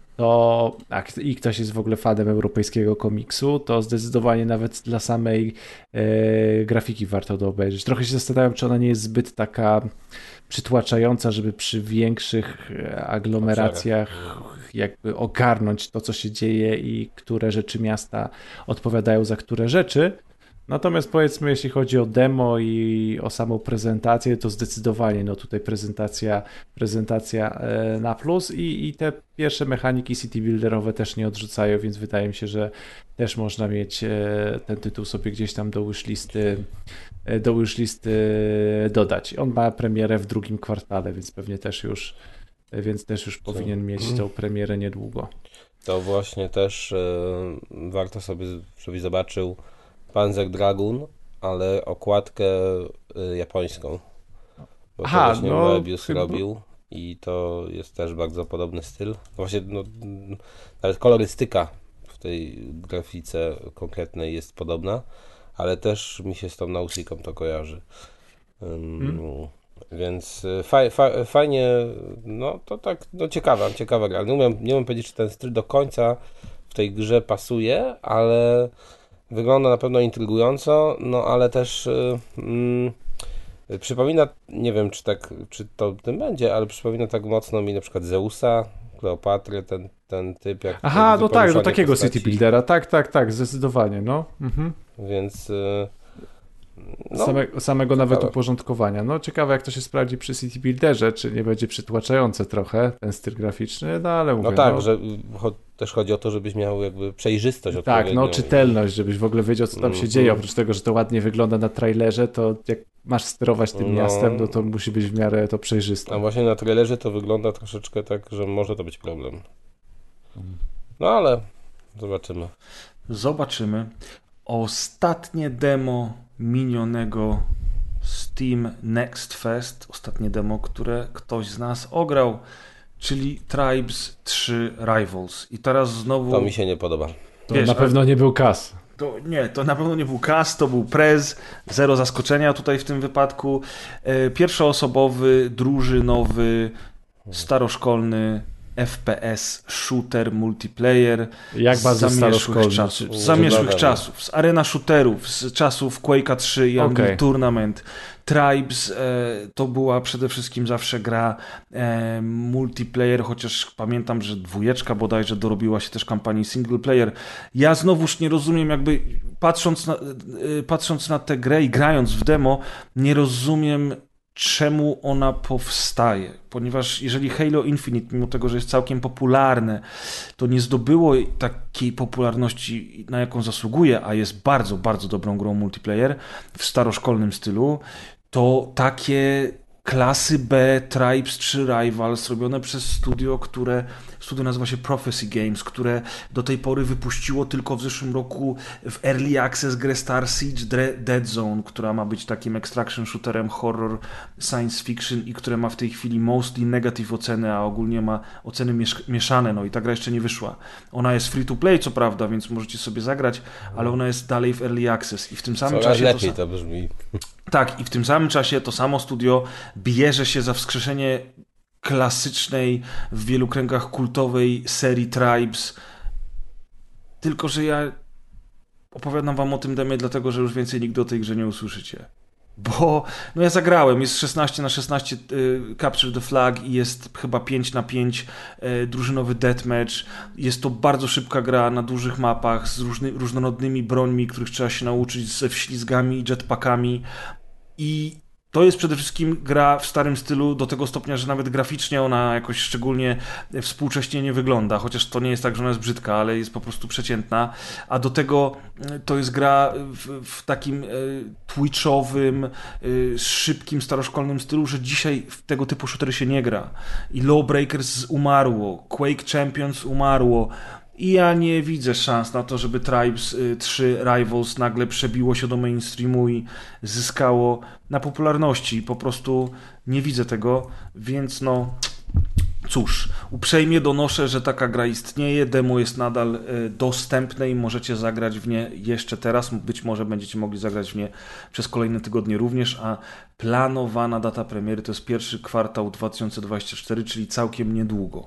to jak i ktoś jest w ogóle fanem europejskiego komiksu, to zdecydowanie nawet dla samej e, grafiki warto to obejrzeć. Trochę się zastanawiam, czy ona nie jest zbyt taka przytłaczająca, żeby przy większych aglomeracjach jakby ogarnąć to, co się dzieje i które rzeczy miasta odpowiadają za które rzeczy. Natomiast powiedzmy, jeśli chodzi o demo i o samą prezentację, to zdecydowanie no tutaj prezentacja, prezentacja na plus i, i te pierwsze mechaniki city builderowe też nie odrzucają, więc wydaje mi się, że też można mieć ten tytuł sobie gdzieś tam do wishlisty, do wishlisty dodać. On ma premierę w drugim kwartale, więc pewnie też już, więc też już powinien mieć tą premierę niedługo. To właśnie też y, warto sobie, żebyś zobaczył Panzer Dragoon, ale okładkę y, japońską. Bo Aha, to właśnie no, Moebius chyba... robił i to jest też bardzo podobny styl. Właśnie no, nawet kolorystyka w tej grafice konkretnej jest podobna, ale też mi się z tą Nausicaa to kojarzy. Um, hmm. Więc faj, faj, fajnie, no to tak, no ciekawa, ciekawa gra. Nie umiem, nie umiem powiedzieć, czy ten styl do końca w tej grze pasuje, ale wygląda na pewno intrygująco, no ale też mm, przypomina, nie wiem czy tak, czy to tym będzie, ale przypomina tak mocno mi na przykład Zeusa, Kleopatry, ten, ten typ. Jak Aha, no tak, do takiego postaci. City Buildera, tak, tak, tak, zdecydowanie, no. Mhm. Więc... No, Same, samego nawet ciekawe. Uporządkowania. No ciekawe jak to się sprawdzi przy City Builderze, czy nie będzie przytłaczające trochę ten styl graficzny, no ale mówię. No tak, no, że cho- też chodzi o to, żebyś miał jakby przejrzystość. Tak, no czytelność, żebyś w ogóle wiedział co tam się mm-hmm. dzieje, oprócz tego, że to ładnie wygląda na trailerze, to jak masz sterować tym no, miastem, no to musi być w miarę to przejrzyste. A właśnie na trailerze to wygląda troszeczkę tak, że może to być problem. No ale zobaczymy. Zobaczymy. Ostatnie demo minionego Steam Next Fest, ostatnie demo, które ktoś z nas ograł, czyli Tribes trzy Rivals. I teraz znowu... To mi się nie podoba. To Wiesz, na pewno nie był Kas. To nie, to na pewno nie był Kas, to był Prez. Zero zaskoczenia tutaj w tym wypadku. Pierwszoosobowy, drużynowy, staroszkolny F P S, shooter, multiplayer. Jak bardzo staroszkolny. Czasów, z zamierzchłych czasów, z arena shooterów, z czasów Quake'a trzy i Unreal okay. Tournament. Tribes e, to była przede wszystkim zawsze gra e, multiplayer, chociaż pamiętam, że dwójeczka bodajże dorobiła się też kampanii single player. Ja znowuż nie rozumiem, jakby patrząc na, e, patrząc na tę grę i grając w demo, nie rozumiem, czemu ona powstaje, ponieważ jeżeli Halo Infinite, mimo tego, że jest całkiem popularne, to nie zdobyło takiej popularności, na jaką zasługuje, a jest bardzo, bardzo dobrą grą multiplayer w staroszkolnym stylu, to takie klasy B, Tribes trzy Rivals, robione przez studio, które studio nazywa się Prophecy Games, które do tej pory wypuściło tylko w zeszłym roku w Early Access grę Star Siege Dead Zone, która ma być takim extraction shooterem horror science fiction i które ma w tej chwili mostly negative oceny, a ogólnie ma oceny miesz- mieszane, no i ta gra jeszcze nie wyszła. Ona jest free to play, co prawda, więc możecie sobie zagrać, ale ona jest dalej w Early Access i w tym samym Coraz czasie... lepiej to, to brzmi. Tak, i w tym samym czasie to samo studio bierze się za wskrzeszenie klasycznej, w wielu kręgach kultowej serii Tribes tylko że ja opowiadam wam o tym demie dlatego, że już więcej nigdy o tej grze nie usłyszycie. Bo no ja zagrałem, jest szesnaście na szesnaście y, Capture the Flag i jest chyba pięć na pięć y, drużynowy deathmatch. Jest to bardzo szybka gra na dużych mapach z różny, różnorodnymi brońmi, których trzeba się nauczyć, ze wślizgami i jetpackami. I to jest przede wszystkim gra w starym stylu do tego stopnia, że nawet graficznie ona jakoś szczególnie współcześnie nie wygląda, chociaż to nie jest tak, że ona jest brzydka, ale jest po prostu przeciętna, a do tego to jest gra w, w takim twitchowym, szybkim, staroszkolnym stylu, że dzisiaj w tego typu shootery się nie gra. I Lawbreakers umarło, Quake Champions umarło, i ja nie widzę szans na to, żeby Tribes trzy Rivals nagle przebiło się do mainstreamu i zyskało na popularności. Po prostu nie widzę tego, więc no cóż, uprzejmie donoszę, że taka gra istnieje, demo jest nadal dostępne i możecie zagrać w nie jeszcze teraz, być może będziecie mogli zagrać w nie przez kolejne tygodnie również, a planowana data premiery to jest pierwszy kwartał dwa tysiące dwudziesty czwarty, czyli całkiem niedługo.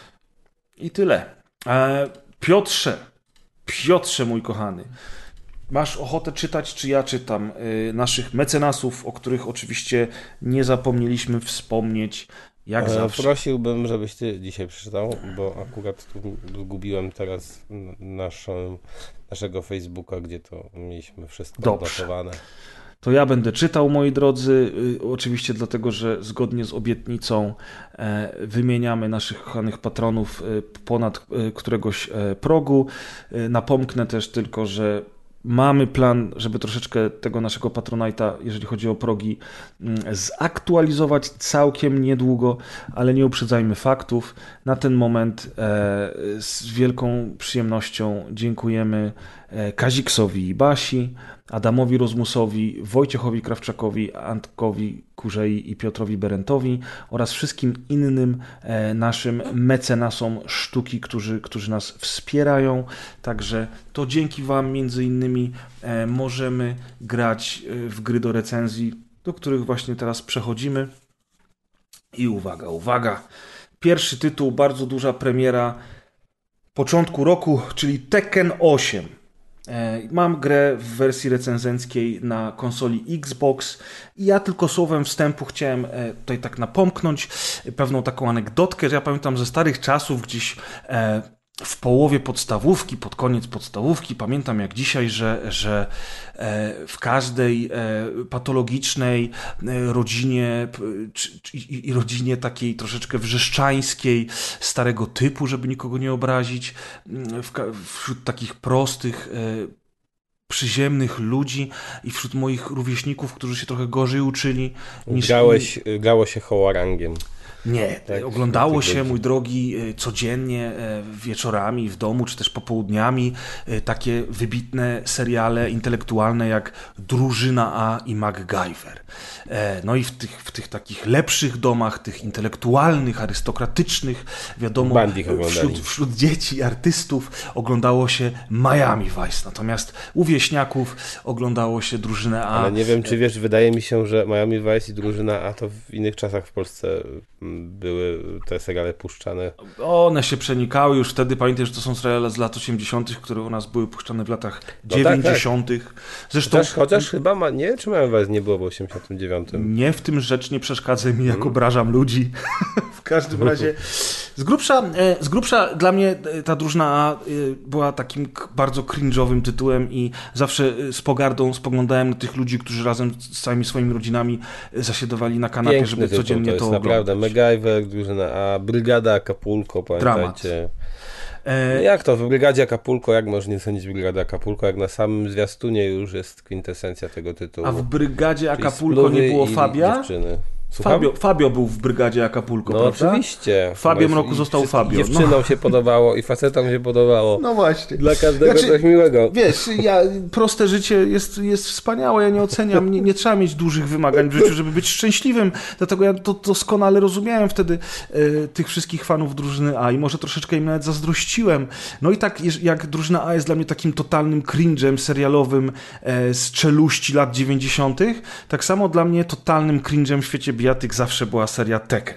I tyle. Piotrze, Piotrze mój kochany, masz ochotę czytać, czy ja czytam naszych mecenasów, o których oczywiście nie zapomnieliśmy wspomnieć, jak e, zawsze. Prosiłbym, żebyś ty dzisiaj przeczytał, bo akurat tu zgubiłem teraz naszą, naszego Facebooka, gdzie to mieliśmy wszystko odnotowane. To ja będę czytał, moi drodzy, oczywiście dlatego, że zgodnie z obietnicą wymieniamy naszych kochanych patronów ponad któregoś progu. Napomknę też tylko, że mamy plan, żeby troszeczkę tego naszego Patronite'a, jeżeli chodzi o progi, zaktualizować całkiem niedługo, ale nie uprzedzajmy faktów. Na ten moment z wielką przyjemnością dziękujemy Kaziksowi i Basi, Adamowi Rozmusowi, Wojciechowi Krawczakowi, Antkowi Kurzei i Piotrowi Berentowi oraz wszystkim innym e, naszym mecenasom sztuki, którzy, którzy nas wspierają. Także to dzięki wam między innymi e, możemy grać w gry do recenzji, do których właśnie teraz przechodzimy. I uwaga, uwaga. Pierwszy tytuł, bardzo duża premiera początku roku, czyli Tekken osiem. Mam grę w wersji recenzenckiej na konsoli Xbox i ja tylko słowem wstępu chciałem tutaj tak napomknąć pewną taką anegdotkę, że ja pamiętam ze starych czasów gdzieś w połowie podstawówki, pod koniec podstawówki, pamiętam jak dzisiaj, że, że w każdej patologicznej rodzinie i rodzinie takiej troszeczkę wrzeszczańskiej, starego typu, żeby nikogo nie obrazić, wśród takich prostych, przyziemnych ludzi i wśród moich rówieśników, którzy się trochę gorzej uczyli niż... Grałeś, grało się hołorangiem. Nie, tak, oglądało się, mój drogi, codziennie, wieczorami w domu, czy też popołudniami takie wybitne seriale intelektualne jak Drużyna A i MacGyver. No i w tych, w tych takich lepszych domach, tych intelektualnych, arystokratycznych, wiadomo, wśród, wśród dzieci, artystów oglądało się Miami Vice, natomiast u wieśniaków oglądało się Drużynę A. Ale nie wiem, czy wiesz, wydaje mi się, że Miami Vice i Drużyna A to w innych czasach w Polsce były te seriale puszczane. One się przenikały już wtedy, pamiętaj, że to są seriale z lat osiemdziesiątych, które u nas były puszczane w latach dziewięćdziesiątych. No tak, tak. Zresztą chociaż, chociaż chyba, ma, nie wiem, czy Miami Vice nie było w osiemdziesiątym dziewiątym. Nie w tym rzecz, nie przeszkadza mi, jak hmm. obrażam ludzi. W każdym razie z grubsza, z grubsza dla mnie ta Drużyna A była takim bardzo cringe'owym tytułem i zawsze z pogardą spoglądałem na tych ludzi, którzy razem z całymi swoimi rodzinami zasiadowali na kanapie, Piękny żeby tytuł, codziennie to, to oglądać. Naprawdę, MacGyver, Drużyna A, Brygada Acapulco, pamiętajcie. E... Jak to? W Brygadzie Acapulco, jak można nie cenić Brygady Acapulco, jak na samym zwiastunie już jest kwintesencja tego tytułu. A w Brygadzie Acapulco nie było Fabia? Dziewczyny. Fabio, Fabio był w Brygadzie Acapulco, no prawda? Oczywiście. Fabiem roku został Fabio. Dziewczynom no. się podobało i facetom się podobało. No właśnie. Dla każdego znaczy, coś miłego. Wiesz, ja, proste życie jest, jest wspaniałe, ja nie oceniam, nie, nie trzeba mieć dużych wymagań w życiu, żeby być szczęśliwym, dlatego ja to doskonale rozumiałem wtedy e, tych wszystkich fanów Drużyny A i może troszeczkę im nawet zazdrościłem. No i tak jak Drużyna A jest dla mnie takim totalnym cringe'em serialowym e, z czeluści lat dziewięćdziesiątych, tak samo dla mnie totalnym cringe'em w świecie bijatyk zawsze była seria Tekken.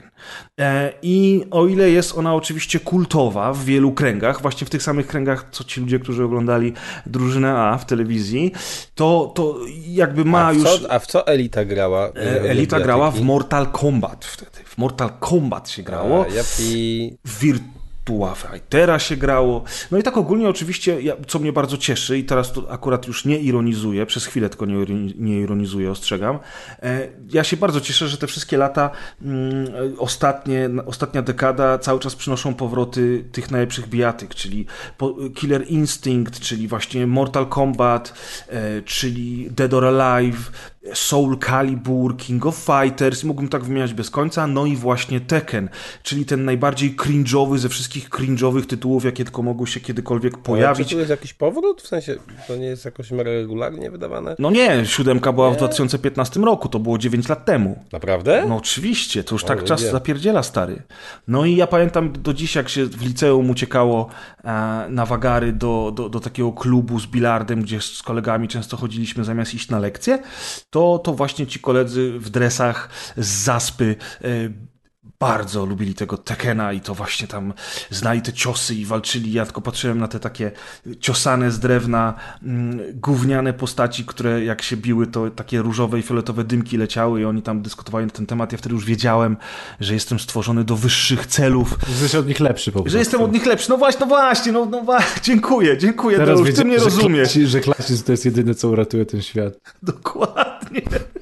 I o ile jest ona oczywiście kultowa w wielu kręgach, właśnie w tych samych kręgach, co ci ludzie, którzy oglądali Drużynę A w telewizji, to, to jakby ma a w już... Co, a w co Elita grała? Elita grała w Mortal Kombat wtedy. W Mortal Kombat się grało. A, japi... W Virtua Fightera się grało. No i tak ogólnie oczywiście, co mnie bardzo cieszy i teraz to akurat już nie ironizuję, przez chwilę tylko nie, nie ironizuję, ostrzegam. Ja się bardzo cieszę, że te wszystkie lata, mm, ostatnie, ostatnia dekada cały czas przynoszą powroty tych najlepszych bijatyk, czyli Killer Instinct, czyli właśnie Mortal Kombat, czyli Dead or Alive, Soul Calibur, King of Fighters, mógłbym tak wymieniać bez końca, no i właśnie Tekken, czyli ten najbardziej cringe'owy ze wszystkich cringe'owych tytułów, jakie tylko mogły się kiedykolwiek pojawić. Czy tu jest jakiś powrót? W sensie, to nie jest jakoś regularnie wydawane? No nie, siódemka była nie. w dwa tysiące piętnastym roku, to było dziewięć lat temu. Naprawdę? No oczywiście, to już o, tak czas nie. zapierdziela, stary. No i ja pamiętam do dziś, jak się w liceum uciekało e, na wagary do, do, do takiego klubu z bilardem, gdzie z kolegami często chodziliśmy zamiast iść na lekcje, to, to właśnie ci koledzy w dresach z Zaspy e, bardzo lubili tego Tekkena i to właśnie tam znali te ciosy i walczyli. Ja tylko patrzyłem na te takie ciosane z drewna mm, gówniane postaci, które jak się biły, to takie różowe i fioletowe dymki leciały i oni tam dyskutowali na ten temat. Ja wtedy już wiedziałem, że jestem stworzony do wyższych celów. Jesteś od nich lepszy po prostu. Że jestem od nich lepszy. No właśnie, no właśnie, no, no właśnie. Dziękuję, dziękuję. Teraz to już ty mnie że rozumiesz. Klasizm, że klasizm to jest jedyne, co uratuje ten świat. Dokładnie.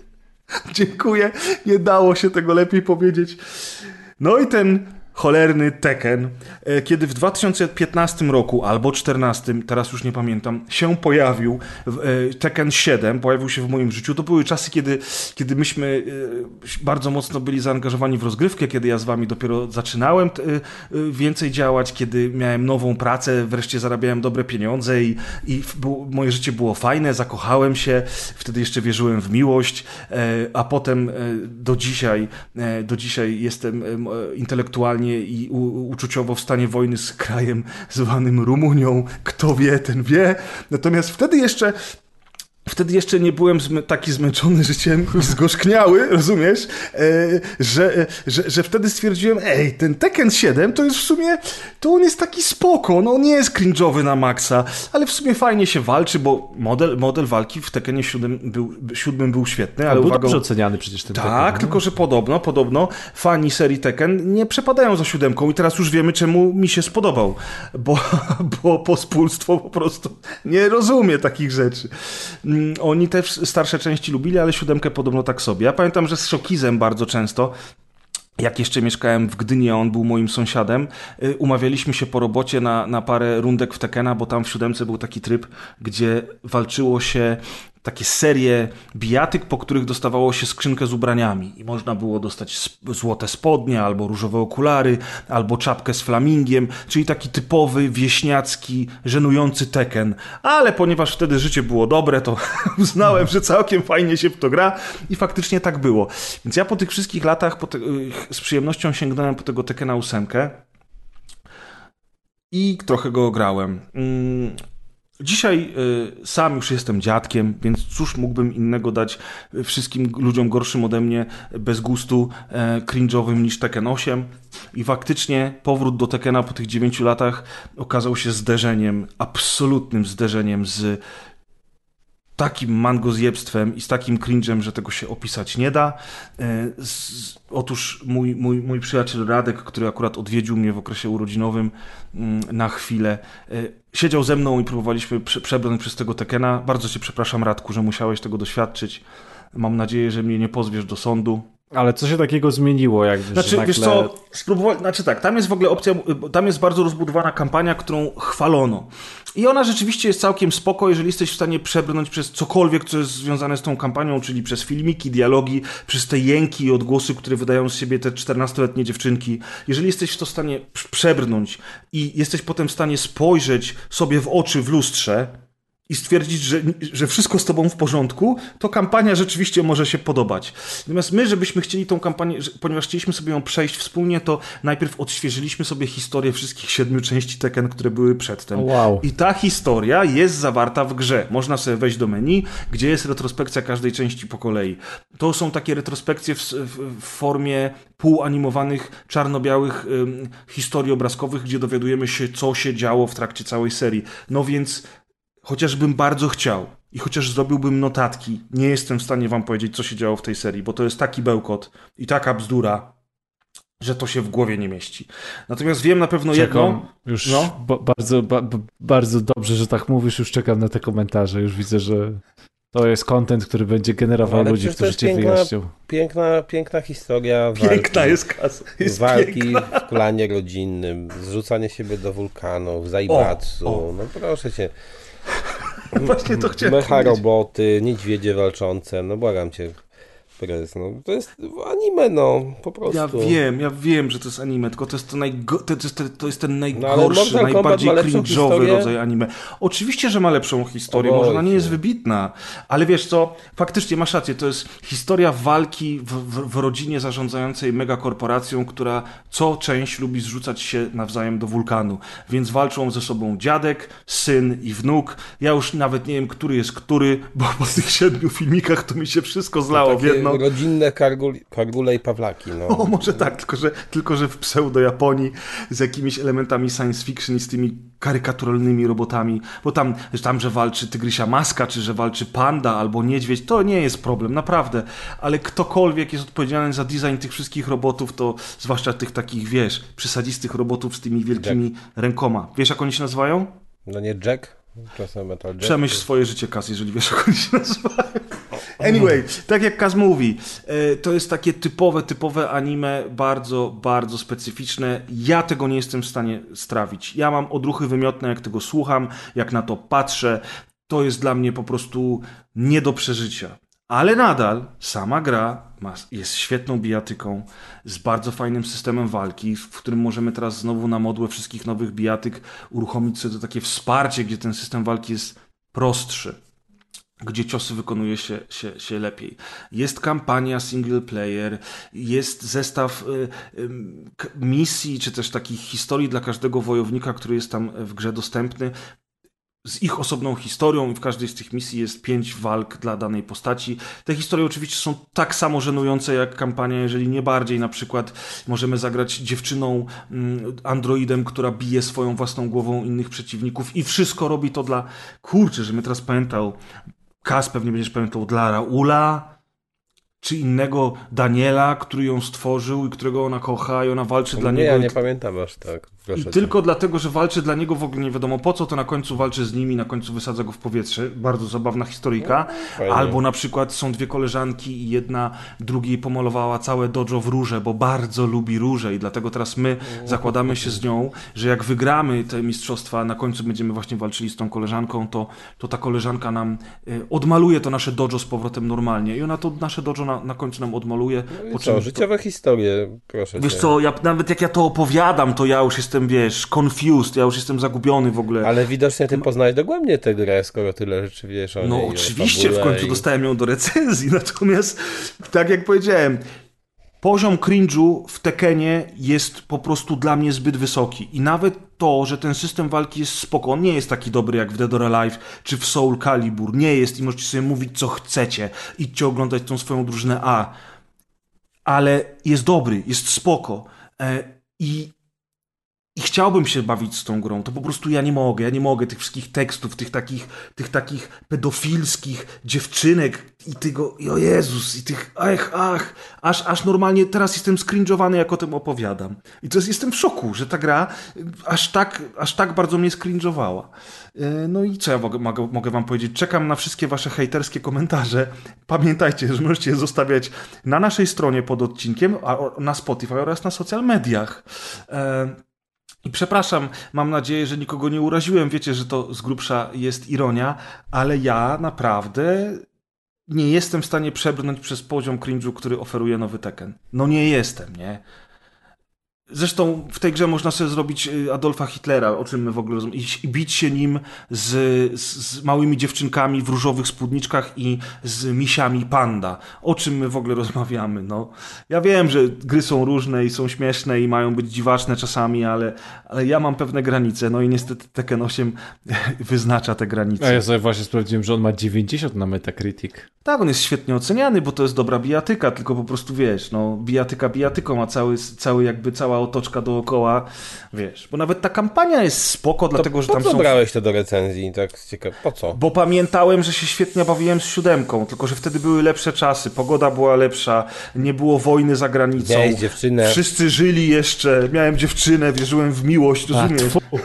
Dziękuję. Nie dało się tego lepiej powiedzieć. No i ten cholerny Tekken, kiedy w dwa tysiące piętnastym roku albo czternastym, teraz już nie pamiętam, się pojawił, Tekken siedem pojawił się w moim życiu. To były czasy, kiedy, kiedy myśmy bardzo mocno byli zaangażowani w rozgrywkę, kiedy ja z wami dopiero zaczynałem więcej działać, kiedy miałem nową pracę, wreszcie zarabiałem dobre pieniądze i, i było, moje życie było fajne, zakochałem się, wtedy jeszcze wierzyłem w miłość, a potem do dzisiaj, do dzisiaj jestem intelektualnie i u, uczuciowo w stanie wojny z krajem zwanym Rumunią. Kto wie, ten wie. Natomiast wtedy jeszcze Wtedy jeszcze nie byłem zmy- taki zmęczony życiem i zgorzkniały, rozumiesz, e, że, e, że, że wtedy stwierdziłem, ej, ten Tekken siedem to jest w sumie, to on jest taki spoko, no on nie jest cringe'owy na maksa, ale w sumie fajnie się walczy, bo model, model walki w Tekkenie siódmym był, siódmym był świetny, ale był uwaga, dobrze oceniany przecież ten tak, Tekken. Tak, tylko że podobno, podobno fani serii Tekken nie przepadają za siódemką i teraz już wiemy, czemu mi się spodobał, bo, bo pospólstwo po prostu nie rozumie takich rzeczy. Oni te starsze części lubili, ale siódemkę podobno tak sobie. Ja pamiętam, że z Shokizem bardzo często, jak jeszcze mieszkałem w Gdyni, a on był moim sąsiadem, umawialiśmy się po robocie na, na parę rundek w Tekkena, bo tam w siódemce był taki tryb, gdzie walczyło się takie serie bijatyk, po których dostawało się skrzynkę z ubraniami i można było dostać złote spodnie, albo różowe okulary, albo czapkę z flamingiem, czyli taki typowy, wieśniacki, żenujący Tekken. Ale ponieważ wtedy życie było dobre, to uznałem, że całkiem fajnie się w to gra i faktycznie tak było. Więc ja po tych wszystkich latach po te, z przyjemnością sięgnąłem po tego Tekkena ósemkę i trochę go grałem. Mm. Dzisiaj y, sam już jestem dziadkiem, więc cóż mógłbym innego dać wszystkim ludziom gorszym ode mnie bez gustu e, cringe'owym niż Tekken osiem i faktycznie powrót do Tekkena po tych dziewięciu latach okazał się zderzeniem, absolutnym zderzeniem z takim mangozjebstwem i z takim cringe'em, że tego się opisać nie da. E, z, otóż mój, mój, mój przyjaciel Radek, który akurat odwiedził mnie w okresie urodzinowym mm, na chwilę, e, siedział ze mną i próbowaliśmy prze, przebrnąć przez tego Tekkena. Bardzo cię przepraszam, Radku, że musiałeś tego doświadczyć. Mam nadzieję, że mnie nie pozwiesz do sądu. Ale co się takiego zmieniło? Jakby, znaczy, nagle... wiesz co, spróbowali... znaczy tak, tam jest w ogóle opcja, tam jest bardzo rozbudowana kampania, którą chwalono. I ona rzeczywiście jest całkiem spoko, jeżeli jesteś w stanie przebrnąć przez cokolwiek, co jest związane z tą kampanią, czyli przez filmiki, dialogi, przez te jęki i odgłosy, które wydają z siebie te czternastoletnie dziewczynki. Jeżeli jesteś w to w stanie przebrnąć i jesteś potem w stanie spojrzeć sobie w oczy w lustrze i stwierdzić, że, że wszystko z tobą w porządku, to kampania rzeczywiście może się podobać. Natomiast my, żebyśmy chcieli tą kampanię, ponieważ chcieliśmy sobie ją przejść wspólnie, to najpierw odświeżyliśmy sobie historię wszystkich siedmiu części Tekken, które były przedtem. Wow. I ta historia jest zawarta w grze. Można sobie wejść do menu, gdzie jest retrospekcja każdej części po kolei. To są takie retrospekcje w, w, w formie półanimowanych, czarno-białych ym, historii obrazkowych, gdzie dowiadujemy się, co się działo w trakcie całej serii. No więc chociażbym bardzo chciał i chociaż zrobiłbym notatki, nie jestem w stanie wam powiedzieć, co się działo w tej serii, bo to jest taki bełkot i taka bzdura, że to się w głowie nie mieści. Natomiast wiem na pewno czekam, jedno... Już no. ba- bardzo, ba- bardzo dobrze, że tak mówisz, już czekam na te komentarze, już widzę, że to jest content, który będzie generował no, ludzi, którzy cię piękna, wyjaśnią. Piękna, piękna historia walki. Piękna jest kasa. Jest walki piękna. w klanie rodzinnym, zrzucanie siebie do wulkanów, zaibatsu, O, o. no proszę cię. Właśnie to chciałem Mecha powiedzieć. roboty, niedźwiedzie walczące, no błagam cię, Prez, no to jest anime, no, po prostu. Ja wiem, ja wiem, że to jest anime, tylko to jest, to najgo- to jest, to jest ten No, ale najgorszy, Mortal Kombat najbardziej ma lepszą cringe'owy historię? rodzaj anime. Oczywiście, że ma lepszą historię, O może ona Boże. nie jest wybitna, ale wiesz co, faktycznie masz rację, to jest historia walki w, w, w rodzinie zarządzającej megakorporacją, która co część lubi zrzucać się nawzajem do wulkanu, więc walczą ze sobą dziadek, syn i wnuk. Ja już nawet nie wiem, który jest który, bo po tych siedmiu filmikach to mi się wszystko zlało w Takie jedno. rodzinne kargul, kargule i pawlaki, no. O, może tak, tylko że, tylko że w pseudo-Japonii z jakimiś elementami science fiction i z tymi karykaturalnymi robotami, bo tam, tam, że walczy tygrysia maska, czy że walczy panda albo niedźwiedź, to nie jest problem, naprawdę, ale ktokolwiek jest odpowiedzialny za design tych wszystkich robotów, to zwłaszcza tych takich, wiesz, przesadzistych robotów z tymi wielkimi rękoma. Wiesz, jak oni się nazywają? No nie Jack? Czasem Metal Jack. Przemyśl swoje życie, Kaz, jeżeli wiesz, jak oni się nazywają. Anyway, tak jak Kaz mówi, to jest takie typowe, typowe anime, bardzo, bardzo specyficzne. Ja tego nie jestem w stanie strawić. Ja mam odruchy wymiotne, jak tego słucham, jak na to patrzę. To jest dla mnie po prostu nie do przeżycia. Ale nadal sama gra ma, jest świetną bijatyką, z bardzo fajnym systemem walki, w którym możemy teraz znowu na modłę wszystkich nowych bijatyk uruchomić sobie to takie wsparcie, gdzie ten system walki jest prostszy, gdzie ciosy wykonuje się, się, się lepiej. Jest kampania single player, jest zestaw y, y, misji, czy też takich historii dla każdego wojownika, który jest tam w grze dostępny, z ich osobną historią i w każdej z tych misji jest pięć walk dla danej postaci. Te historie oczywiście są tak samo żenujące jak kampania, jeżeli nie bardziej. Na przykład możemy zagrać dziewczyną, androidem, która bije swoją własną głową innych przeciwników i wszystko robi to dla... Kurczę, że mnie teraz pamiętał. Kaz pewnie będziesz pamiętał dla Raula, czy innego Daniela, który ją stworzył i którego ona kocha i ona walczy nie, dla niego. Ja i nie t- pamiętam aż tak. I tylko dlatego, że walczy dla niego w ogóle nie wiadomo po co, to na końcu walczy z nim i na końcu wysadza go w powietrze. Bardzo zabawna historyjka. Fajnie. Albo na przykład są dwie koleżanki i jedna drugiej pomalowała całe dojo w róże, bo bardzo lubi róże i dlatego teraz my zakładamy się z nią, że jak wygramy te mistrzostwa, na końcu będziemy właśnie walczyli z tą koleżanką, to, to ta koleżanka nam y, odmaluje to nasze dojo z powrotem normalnie i ona to nasze dojo na, na końcu nam odmaluje. No po co, czym życiowe historie, proszę Wiesz cię. co, ja, nawet jak ja to opowiadam, to ja już jestem, wiesz, confused, ja już jestem zagubiony w ogóle. Ale widocznie ty poznałeś dogłębnie tę grę, skoro tyle rzeczy wiesz o niej. No o oczywiście, w fabule końcu i... dostałem ją do recenzji, natomiast tak jak powiedziałem, poziom cringe'u w Tekkenie jest po prostu dla mnie zbyt wysoki i nawet to, że ten system walki jest spoko, on nie jest taki dobry jak w Dead or Alive czy w Soul Calibur, nie jest i możecie sobie mówić co chcecie, idźcie oglądać tą swoją drużynę A, ale jest dobry, jest spoko e, i I chciałbym się bawić z tą grą, to po prostu ja nie mogę, ja nie mogę tych wszystkich tekstów, tych takich, tych takich pedofilskich dziewczynek i tego, i o Jezus, i tych ach, ach, aż, aż normalnie teraz jestem skrinżowany, jak o tym opowiadam. I to jest, jestem w szoku, że ta gra aż tak, aż tak bardzo mnie skrinżowała. No i co ja mogę, mogę, mogę wam powiedzieć? Czekam na wszystkie wasze hejterskie komentarze. Pamiętajcie, że możecie je zostawiać na naszej stronie pod odcinkiem, a na Spotify oraz na social mediach. I przepraszam, mam nadzieję, że nikogo nie uraziłem. Wiecie, że to z grubsza jest ironia, ale ja naprawdę nie jestem w stanie przebrnąć przez poziom cringe'u, który oferuje nowy Tekken. No nie jestem, nie? Zresztą w tej grze można sobie zrobić Adolfa Hitlera, o czym my w ogóle rozmawiamy, i bić się nim z, z, z małymi dziewczynkami w różowych spódniczkach i z misiami panda. O czym my w ogóle rozmawiamy, no. Ja wiem, że gry są różne i są śmieszne i mają być dziwaczne czasami, ale, ale ja mam pewne granice, no i niestety Tekken osiem wyznacza te granice. A ja sobie właśnie sprawdziłem, że on ma dziewięćdziesiąt na Metacritic. Tak, on jest świetnie oceniany, bo to jest dobra bijatyka, tylko po prostu wiesz, no bijatyka bijatyką, a cały, cały jakby cała otoczka dookoła, wiesz, bo nawet ta kampania jest spoko, To dlatego, że po tam co są... brałeś to do recenzji? Tak ciekawe, po co? Bo pamiętałem, że się świetnie bawiłem z siódemką, tylko że wtedy były lepsze czasy, pogoda była lepsza, nie było wojny za granicą. Miałeś dziewczynę. Wszyscy żyli jeszcze, miałem dziewczynę, wierzyłem w miłość, rozumiesz?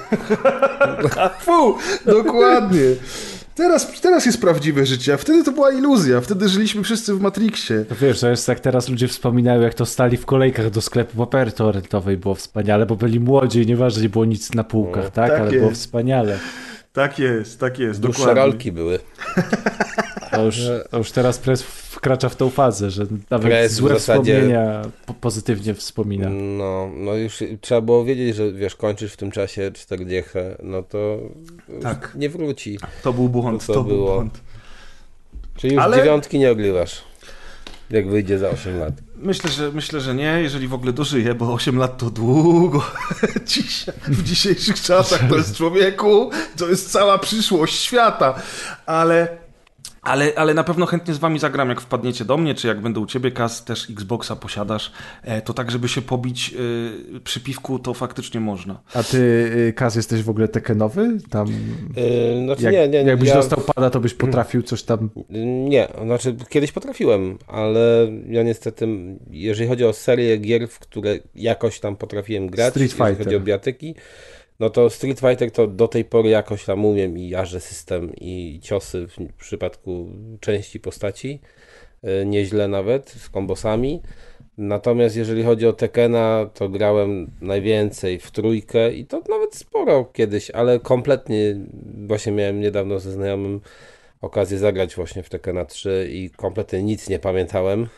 A, tfu, dokładnie. Teraz, teraz jest prawdziwe życie, a wtedy to była iluzja, wtedy żyliśmy wszyscy w Matrixie. To wiesz, to jest jak teraz ludzie wspominają, jak to stali w kolejkach do sklepu papery toaletowej, było wspaniale, bo byli młodzi i nieważne, nie było nic na półkach, no, tak? tak Ale jest. było wspaniale. Tak jest, tak jest, Dłuższe dokładnie. rolki były. To już, to już teraz Press wkracza w tą fazę, że nawet Press w złe zasadzie- wspomnienia po- pozytywnie wspomina. No, no już trzeba było wiedzieć, że wiesz, kończysz w tym czasie czterdzieści, no to Tak. nie wróci. To był błąd, To to, co był było? błąd. Czyli już Ale- dziewiątki nie ogrywasz, jak wyjdzie za osiem lat. Myślę, że myślę, że nie, jeżeli w ogóle dożyję, bo osiem lat to długo. Dzisiaj, w dzisiejszych czasach to jest człowieku, to jest cała przyszłość świata. Ale, ale, ale na pewno chętnie z wami zagram, jak wpadniecie do mnie, czy jak będę u ciebie, Kaz, też Xboxa posiadasz, e, to tak, żeby się pobić e, przy piwku, to faktycznie można. A ty, y, Kaz, jesteś w ogóle Tekkenowy? Tam, Yy, znaczy jak, nie, nie, jakbyś ja, dostał pada, to byś potrafił coś tam... Nie, znaczy kiedyś potrafiłem, ale ja niestety, jeżeli chodzi o serię gier, w które jakoś tam potrafiłem grać, Street jeżeli Fighter. chodzi o bijatyki, no to Street Fighter to do tej pory jakoś tam umiem i jarzę system i ciosy w przypadku części postaci, yy, nieźle nawet, z kombosami. Natomiast jeżeli chodzi o Tekkena, to grałem najwięcej w trójkę i to nawet sporo kiedyś, ale kompletnie właśnie miałem niedawno ze znajomym okazję zagrać właśnie w Tekkena trzy i kompletnie nic nie pamiętałem.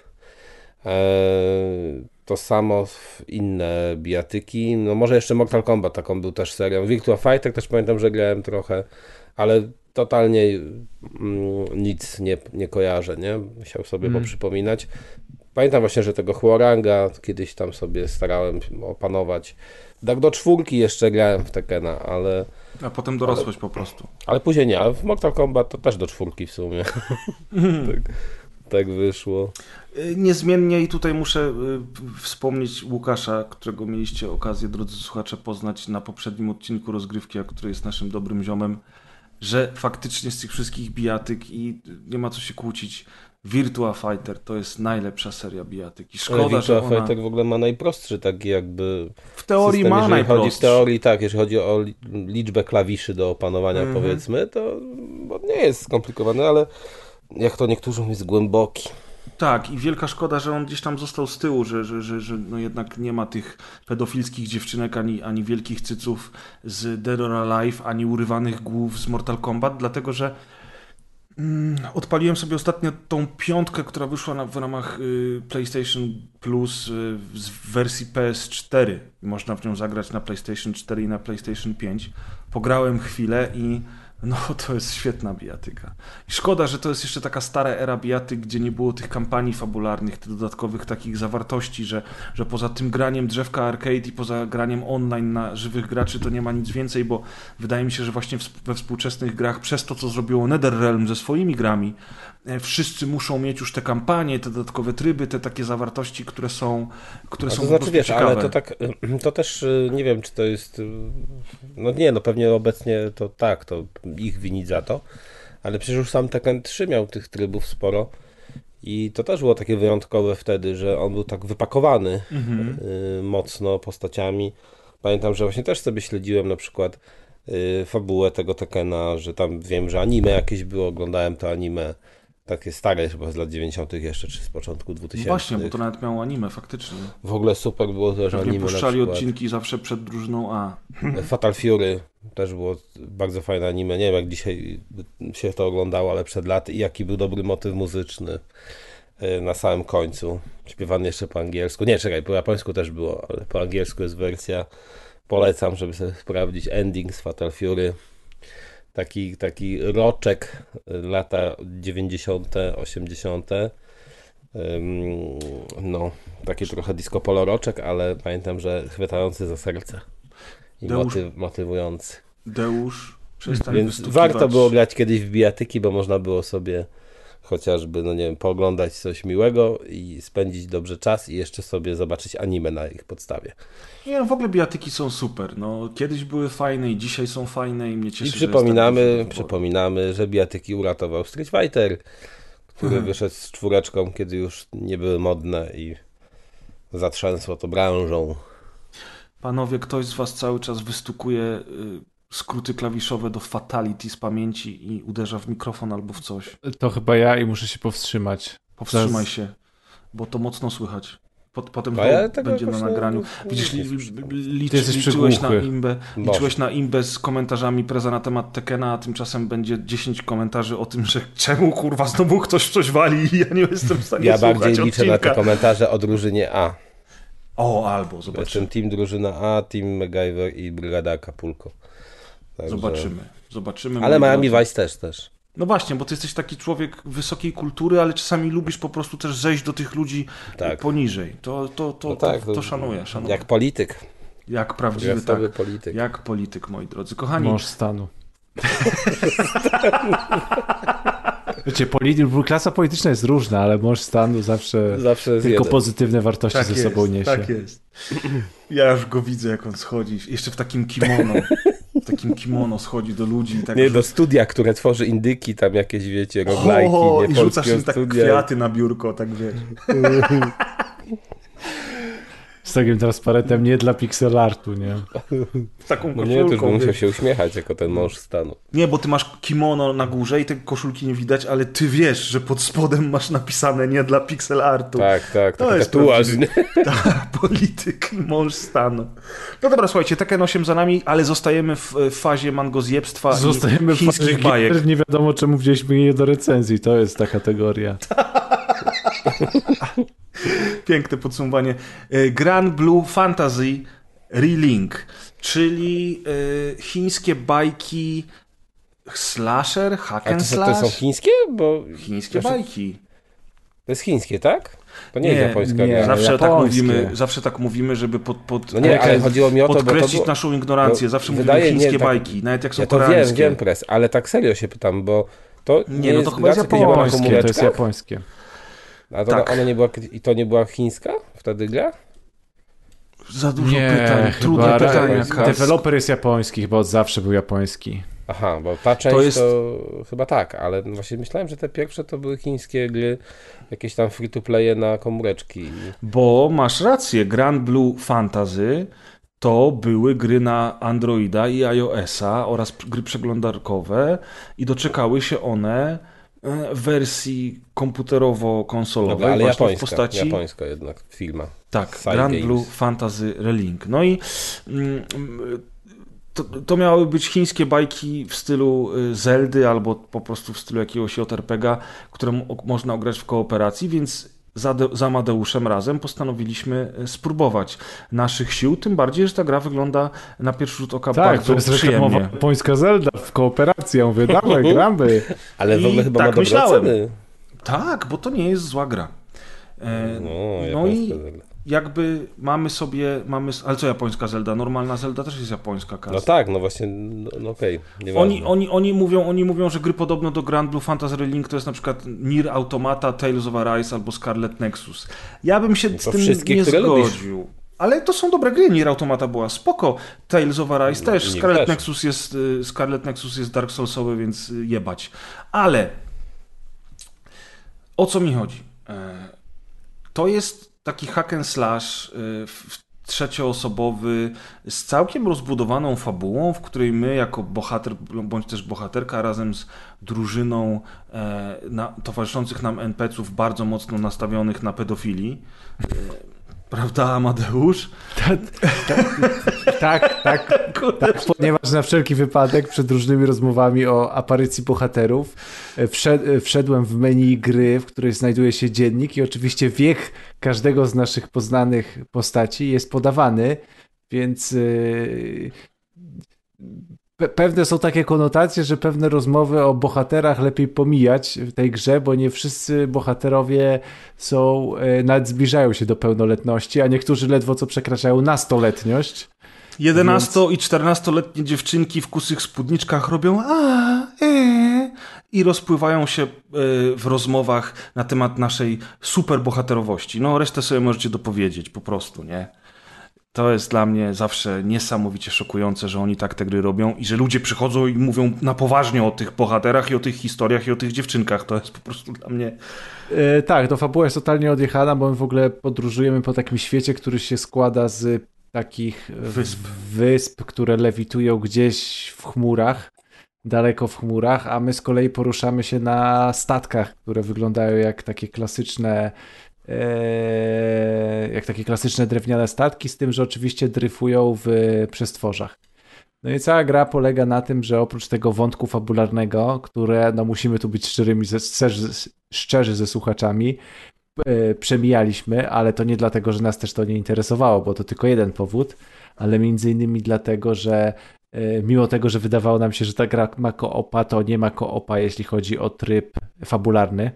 Eee, to samo w inne bijatyki, no może jeszcze Mortal Kombat taką był też serią. Virtua Fighter też pamiętam, że grałem trochę, ale totalnie mm, nic nie, nie kojarzę, nie? Musiał sobie Mm. poprzypominać. Pamiętam właśnie, że tego Huoranga kiedyś tam sobie starałem opanować. Tak do czwórki jeszcze grałem w Tekkena, ale, A potem dorosłeś po prostu. ale później nie. A w Mortal Kombat to też do czwórki w sumie. tak, tak wyszło. Y, Niezmiennie i tutaj muszę y, wspomnieć Łukasza, którego mieliście okazję, drodzy słuchacze, poznać na poprzednim odcinku Rozgrywki, a który jest naszym dobrym ziomem, że faktycznie z tych wszystkich bijatyk i nie ma co się kłócić, Virtua Fighter to jest najlepsza seria bijatyk. I szkoda, Ale że Virtua ona Fighter w ogóle ma najprostszy taki jakby w teorii system, ma jeżeli chodzi w najprostszy. teorii, tak, jeżeli chodzi o li- liczbę klawiszy do opanowania, Mhm. powiedzmy, to bo nie jest skomplikowany, ale jak to niektórzy mówią, jest głęboki. Tak, i wielka szkoda, że on gdzieś tam został z tyłu, że, że, że, że no jednak nie ma tych pedofilskich dziewczynek, ani, ani wielkich cyców z Dead or Alive, ani urywanych głów z Mortal Kombat, dlatego że mm, odpaliłem sobie ostatnio tą piątkę, która wyszła na, w ramach y, PlayStation Plus y, w wersji P S cztery. Można w nią zagrać na PlayStation cztery i na PlayStation pięć. Pograłem chwilę i no to jest świetna bijatyka. I szkoda, że to jest jeszcze taka stara era bijatyk, gdzie nie było tych kampanii fabularnych, tych dodatkowych takich zawartości, że, że poza tym graniem drzewka arcade i poza graniem online na żywych graczy to nie ma nic więcej, bo wydaje mi się, że właśnie w, we współczesnych grach przez to, co zrobiło NetherRealm ze swoimi grami, e, wszyscy muszą mieć już te kampanie, te dodatkowe tryby, te takie zawartości, które są, które A są to po znaczy, prostu wiesz, ciekawe. ale to tak, to też nie wiem, czy to jest, no nie, no pewnie obecnie to tak, to ich winić za to, ale przecież już sam Tekken trzy miał tych trybów sporo i to też było takie wyjątkowe wtedy, że on był tak wypakowany Mhm. y, mocno postaciami. Pamiętam, że właśnie też sobie śledziłem na przykład y, fabułę tego Tekkena, że tam wiem, że anime jakieś było, oglądałem to anime, takie stare chyba z lat dziewięćdziesiątych jeszcze, czy z początku dwutysięcznych. Właśnie, bo to nawet miało anime, faktycznie. W ogóle super było też Pewnie anime na puszczali przykład. odcinki zawsze przed drużyną A. Fatal Fury też było bardzo fajne anime. Nie wiem, jak dzisiaj się to oglądało, ale przed laty i jaki był dobry motyw muzyczny. na samym końcu. Śpiewany jeszcze po angielsku. Nie, czekaj, po japońsku też było, ale po angielsku jest wersja. Polecam, żeby sobie sprawdzić ending z Fatal Fury. Taki, taki roczek lata dziewięćdziesiąte, osiemdziesiąte. No, taki trochę disco polo roczek, ale pamiętam, że chwytający za serce i Deusz, motyw, motywujący. Deusz, przestań Więc wystukiwać. warto było grać kiedyś w bijatyki, bo można było sobie chociażby, no nie wiem, pooglądać coś miłego i spędzić dobrze czas i jeszcze sobie zobaczyć anime na ich podstawie. Nie, no w ogóle bijatyki są super. No, kiedyś były fajne i dzisiaj są fajne i mnie cieszy, I że przypominamy, jest tak przypominamy, że bijatyki uratował Street Fighter, który hmm. wyszedł z czwóreczką, kiedy już nie były modne i zatrzęsło to branżą. Panowie, ktoś z was cały czas wystukuje y, skróty klawiszowe do Fatality z pamięci i uderza w mikrofon albo w coś. To chyba ja i muszę się powstrzymać. Powstrzymaj Zaraz... się, bo to mocno słychać. Potem no ja będzie na nagraniu. Nie, Widzisz, li, li, liczy, liczyłeś, na imbę, liczyłeś na imbę z komentarzami preza na temat Tekena, a tymczasem będzie dziesięć komentarzy o tym, że czemu kurwa znowu ktoś w coś wali i ja nie jestem w stanie ja słuchać bardziej liczę odcinka. na te komentarze o drużynie A. O, albo zobaczymy. Jestem team drużyna A, team MacGyver i brygada Acapulco. Także... Zobaczymy. Zobaczymy. Ale Miami Vice też też. No właśnie, bo ty jesteś taki człowiek wysokiej kultury, ale czasami lubisz po prostu też zejść do tych ludzi tak. poniżej. To, to, to, no tak, to, to szanuję, szanuję. Jak polityk. Jak prawdziwy tak. polityk. Jak polityk, moi drodzy. Kochani. Mąż stanu. Wiecie, polity... klasa polityczna jest różna, ale mąż stanu zawsze, zawsze tylko jeden. Pozytywne wartości tak ze jest, sobą niesie. Tak jest. Ja już go widzę, jak on schodzi. Jeszcze w takim kimono. W takim kimono schodzi do ludzi. Tak, nie, że... do studia, które tworzy indyki, tam jakieś, wiecie, roglajki. O, nie, i rzucasz im tak studia. kwiaty na biurko, tak wiesz. Z takim transparentem nie dla pixel artu, nie? Z taką no koszulką. nie, to już bym musiał się uśmiechać jako ten mąż stanu. Nie, bo ty masz kimono na górze i tej koszulki nie widać, ale ty wiesz, że pod spodem masz napisane nie dla pixel artu. Tak, tak. To jest tatuaż. Tak, polityk, mąż stanu. No dobra, słuchajcie, Tekken osiem za nami, ale zostajemy w, w fazie mangozjebstwa Zostajemy i chińskich w bajek. Gier, nie wiadomo czemu wzięliśmy je do recenzji, to jest ta kategoria. Piękne podsumowanie. Grand Blue Fantasy Relink, czyli y, chińskie bajki slasher, hack and slash. A to, to są chińskie? Bo... Chińskie znaczy... bajki. To jest chińskie, tak? To nie, nie jest japońska nie, gra. Zawsze japońskie. tak mówimy, zawsze tak mówimy, żeby pod, pod, no nie, ale chodziło mi o to, podkreślić bo to było... naszą ignorancję. no, zawsze wydaje, mówimy chińskie nie, tak, bajki, nawet jak są ja to koreańskie. wiem, wiem, pres, ale tak serio się pytam, bo to nie, nie no to jest chyba jest japońskie, to jest japońskie. A to tak. ona nie była, i to nie była chińska wtedy gra? Za dużo nie, pytań, trudne pytania. Deweloper jest japoński, chyba od zawsze był japoński. Aha, bo ta część to, jest... to chyba tak, ale właśnie myślałem, że te pierwsze to były chińskie gry, jakieś tam free-to-playe na komóreczki. Bo masz rację, Grand Blue Fantasy to były gry na Androida i iOS-a oraz gry przeglądarkowe i doczekały się one w wersji komputerowo-konsolowej. Dobra, ale właśnie japońska, w postaci... japońska jednak firma. Tak, Side Grand Games. Blue Fantasy Relink. No i mm, to, to miały być chińskie bajki w stylu Zeldy albo po prostu w stylu jakiegoś J R P G-a, które m- można ograć w kooperacji, więc za, de- za Amadeuszem razem postanowiliśmy spróbować naszych sił, tym bardziej, że ta gra wygląda na pierwszy rzut oka tak, bardzo to jest przyjemnie. japońska Zelda w kooperacji, ja mówię, dawaj, gramy. Ale w ogóle I chyba tak ma dobre myślałem. ceny. Tak, bo to nie jest zła gra. E, No, no i Zelda. jakby mamy sobie, mamy, ale co japońska Zelda? Normalna Zelda też jest japońska kasa. No tak, no właśnie, no, no okej, okay, Oni, oni, oni, mówią, oni mówią, że gry podobno do Grand Blue Fantasy Relink to jest na przykład Nier Automata, Tales of Arise albo Scarlet Nexus. Ja bym się no z tym nie które zgodził. Lubisz. Ale to są dobre gry. Nier Automata była spoko. Tales of Arise No, też. nie Scarlet też. Nexus jest, Scarlet Nexus jest Dark Soulsowy, więc jebać. Ale o co mi chodzi? To jest taki hack and slash trzecioosobowy z całkiem rozbudowaną fabułą, w której my jako bohater bądź też bohaterka razem z drużyną e, na, towarzyszących nam en pe ce ów bardzo mocno nastawionych na pedofilii. E, Prawda, Amadeusz? Tak, tak, tak, ponieważ na wszelki wypadek przed różnymi rozmowami o aparycji bohaterów wszed, wszedłem w menu gry, w której znajduje się dziennik i oczywiście wiek każdego z naszych poznanych postaci jest podawany, więc yy, pe- pewne są takie konotacje, że pewne rozmowy o bohaterach lepiej pomijać w tej grze, bo nie wszyscy bohaterowie są, yy, nawet zbliżają się do pełnoletności, a niektórzy ledwo co przekraczają nastoletność. jedenasto- i czternastoletnie dziewczynki w kusych spódniczkach robią a, e, i rozpływają się e, w rozmowach na temat naszej superbohaterowości. No, resztę sobie możecie dopowiedzieć po prostu, nie? To jest dla mnie zawsze niesamowicie szokujące, że oni tak te gry robią i że ludzie przychodzą i mówią na poważnie o tych bohaterach i o tych historiach i o tych dziewczynkach. To jest po prostu dla mnie... E, tak, to fabuła jest totalnie odjechana, bo my w ogóle podróżujemy po takim świecie, który się składa z takich Wysp. wysp, które lewitują gdzieś w chmurach, daleko w chmurach, a my z kolei poruszamy się na statkach, które wyglądają jak takie klasyczne e, jak takie klasyczne drewniane statki, z tym, że oczywiście dryfują w przestworzach. No i cała gra polega na tym, że oprócz tego wątku fabularnego, które, no musimy tu być szczerymi, ze, szczerzy, szczerzy ze słuchaczami, przemijaliśmy, ale to nie dlatego, że nas też to nie interesowało, bo to tylko jeden powód, ale między innymi dlatego, że mimo tego, że wydawało nam się, że ta gra ma koopa, to nie ma koopa, jeśli chodzi o tryb fabularny,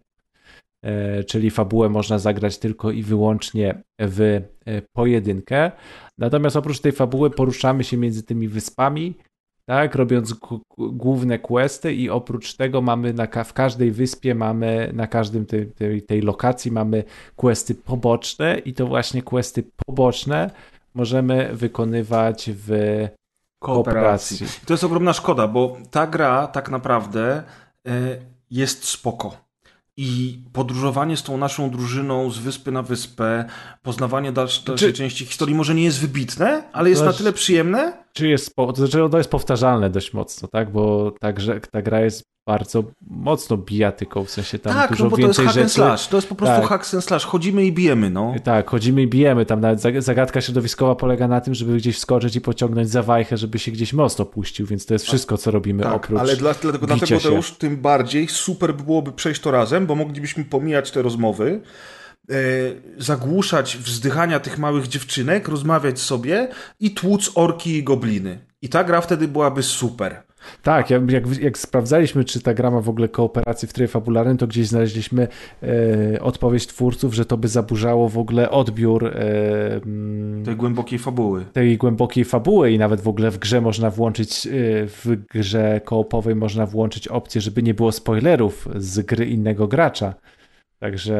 czyli fabułę można zagrać tylko i wyłącznie w pojedynkę. Natomiast oprócz tej fabuły poruszamy się między tymi wyspami, tak, robiąc g- główne questy i oprócz tego mamy na ka- w każdej wyspie mamy, na każdym tej, tej, tej lokacji mamy questy poboczne i to właśnie questy poboczne możemy wykonywać w Kooperacji. kooperacji. To jest ogromna szkoda, bo ta gra tak naprawdę y, jest spoko. I podróżowanie z tą naszą drużyną z wyspy na wyspę, poznawanie dalszej, dalszej Czy- części historii może nie jest wybitne, ale jest To na jest- tyle przyjemne. Czy jest, po- to znaczy ono jest powtarzalne dość mocno, tak, bo także ta gra jest bardzo mocno bijatyką, w sensie tam Tak, dużo no bo to jest więcej hack and rzeczy. slash. To jest po prostu Tak. hack and slash. Chodzimy i bijemy, no. Tak, chodzimy i bijemy. Tam nawet zag- zagadka środowiskowa polega na tym, żeby gdzieś wskoczyć i pociągnąć za wajchę, żeby się gdzieś most opuścił, więc to jest wszystko, co robimy Tak, oprócz ale dla, dlatego, bicia dlatego się. to już tym bardziej super by byłoby przejść to razem, bo moglibyśmy pomijać te rozmowy, e, zagłuszać wzdychania tych małych dziewczynek, rozmawiać sobie i tłuc orki i gobliny. I ta gra wtedy byłaby super. Tak, jak, jak, jak sprawdzaliśmy, czy ta gra ma w ogóle kooperację w trybie fabularnym, to gdzieś znaleźliśmy e, odpowiedź twórców, że to by zaburzało w ogóle odbiór e, mm, Tej głębokiej fabuły. tej głębokiej fabuły i nawet w ogóle w grze można włączyć, e, w grze koopowej można włączyć opcję, żeby nie było spoilerów z gry innego gracza. Także,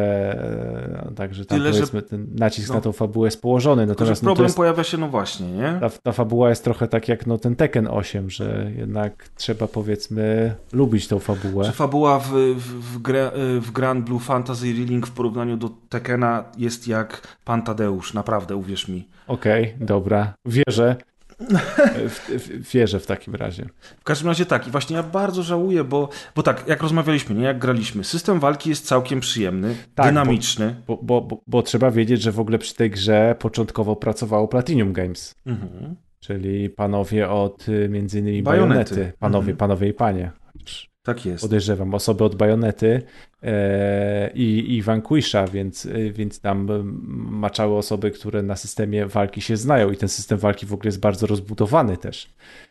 e, także tam Tyle, że- powiedzmy ten nacisk no. na tą fabułę jest położony. Tylko, że Natomiast no, to problem jest, pojawia się, no właśnie, nie? ta, ta fabuła jest trochę tak jak no, ten Tekken osiem, że jednak trzeba powiedzmy lubić tą fabułę. Że fabuła w, w, w, grę, w Grand Blue Fantasy Reeling w porównaniu do Tekkena jest jak Pan Tadeusz, naprawdę, uwierz mi. Okej, dobra, wierzę. W, w, wierzę w takim razie. W każdym razie tak, i właśnie ja bardzo żałuję, bo, bo tak, jak rozmawialiśmy, nie, jak graliśmy, system walki jest całkiem przyjemny, Tak, dynamiczny. Bo, bo, bo, bo trzeba wiedzieć, że w ogóle przy tej grze początkowo pracowało Platinum Games, Mhm. czyli panowie od y, między innymi Bajonety. Bajonety. Panowie, Mhm. panowie i panie. Tak jest. Podejrzewam, osoby od Bajonety e, i, i Vanquisha, więc, e, więc tam m, maczały osoby, które na systemie walki się znają i ten system walki w ogóle jest bardzo rozbudowany też.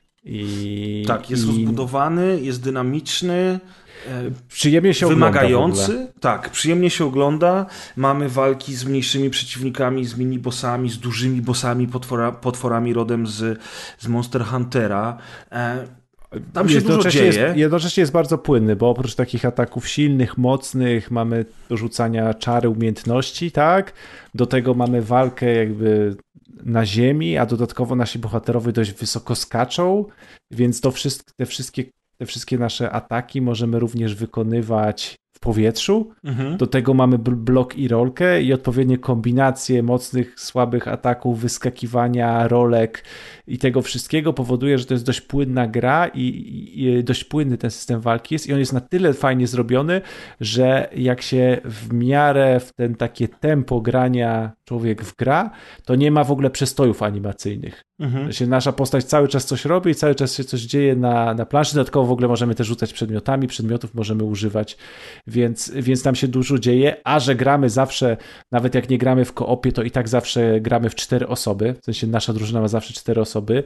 I, Tak, jest i rozbudowany, jest dynamiczny, e, przyjemnie się ogląda w ogóle. wymagający. Tak, przyjemnie się ogląda. Mamy walki z mniejszymi przeciwnikami, z mini-bossami, z dużymi bossami, potwora, potworami rodem z, z Monster Huntera. E, Tam się dużo Jednocześnie dzieje. Jest, jednocześnie jest bardzo płynny, bo oprócz takich ataków silnych, mocnych, mamy do rzucania czary umiejętności, tak? Do tego mamy walkę jakby na ziemi, a dodatkowo nasi bohaterowie dość wysoko skaczą, więc to wszystko, te wszystkie te wszystkie nasze ataki możemy również wykonywać w powietrzu. Mhm. Do tego mamy blok i rolkę i odpowiednie kombinacje mocnych, słabych ataków, wyskakiwania, rolek i tego wszystkiego powoduje, że to jest dość płynna gra i, i, i dość płynny ten system walki jest i on jest na tyle fajnie zrobiony, że jak się w miarę w ten takie tempo grania człowiek wgra, to nie ma w ogóle przestojów animacyjnych. Mhm. Że nasza postać cały czas coś robi i cały czas się coś dzieje na, na planszy. Dodatkowo w ogóle możemy też rzucać przedmiotami, przedmiotów możemy używać, więc, więc tam się dużo dzieje, a że gramy zawsze, nawet jak nie gramy w koopie, to i tak zawsze gramy w cztery osoby, w sensie nasza drużyna ma zawsze cztery osoby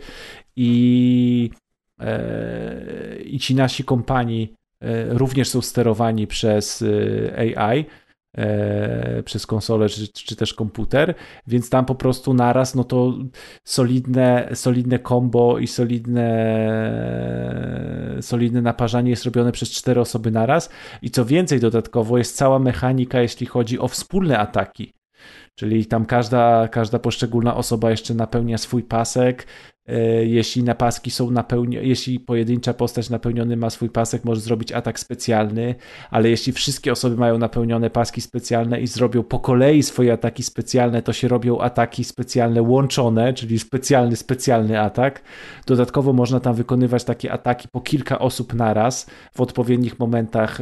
i, e, i ci nasi kompani e, również są sterowani przez e, A I, E, przez konsolę czy, czy też komputer, więc tam po prostu naraz no to solidne, solidne combo i solidne solidne naparzanie jest robione przez cztery osoby naraz i co więcej dodatkowo jest cała mechanika jeśli chodzi o wspólne ataki, czyli tam każda, każda poszczególna osoba jeszcze napełnia swój pasek. Jeśli napaski są napełnione, jeśli pojedyncza postać napełniony ma swój pasek, może zrobić atak specjalny, ale jeśli wszystkie osoby mają napełnione paski specjalne i zrobią po kolei swoje ataki specjalne, to się robią ataki specjalne łączone, czyli specjalny, specjalny atak. Dodatkowo można tam wykonywać takie ataki po kilka osób naraz w odpowiednich momentach,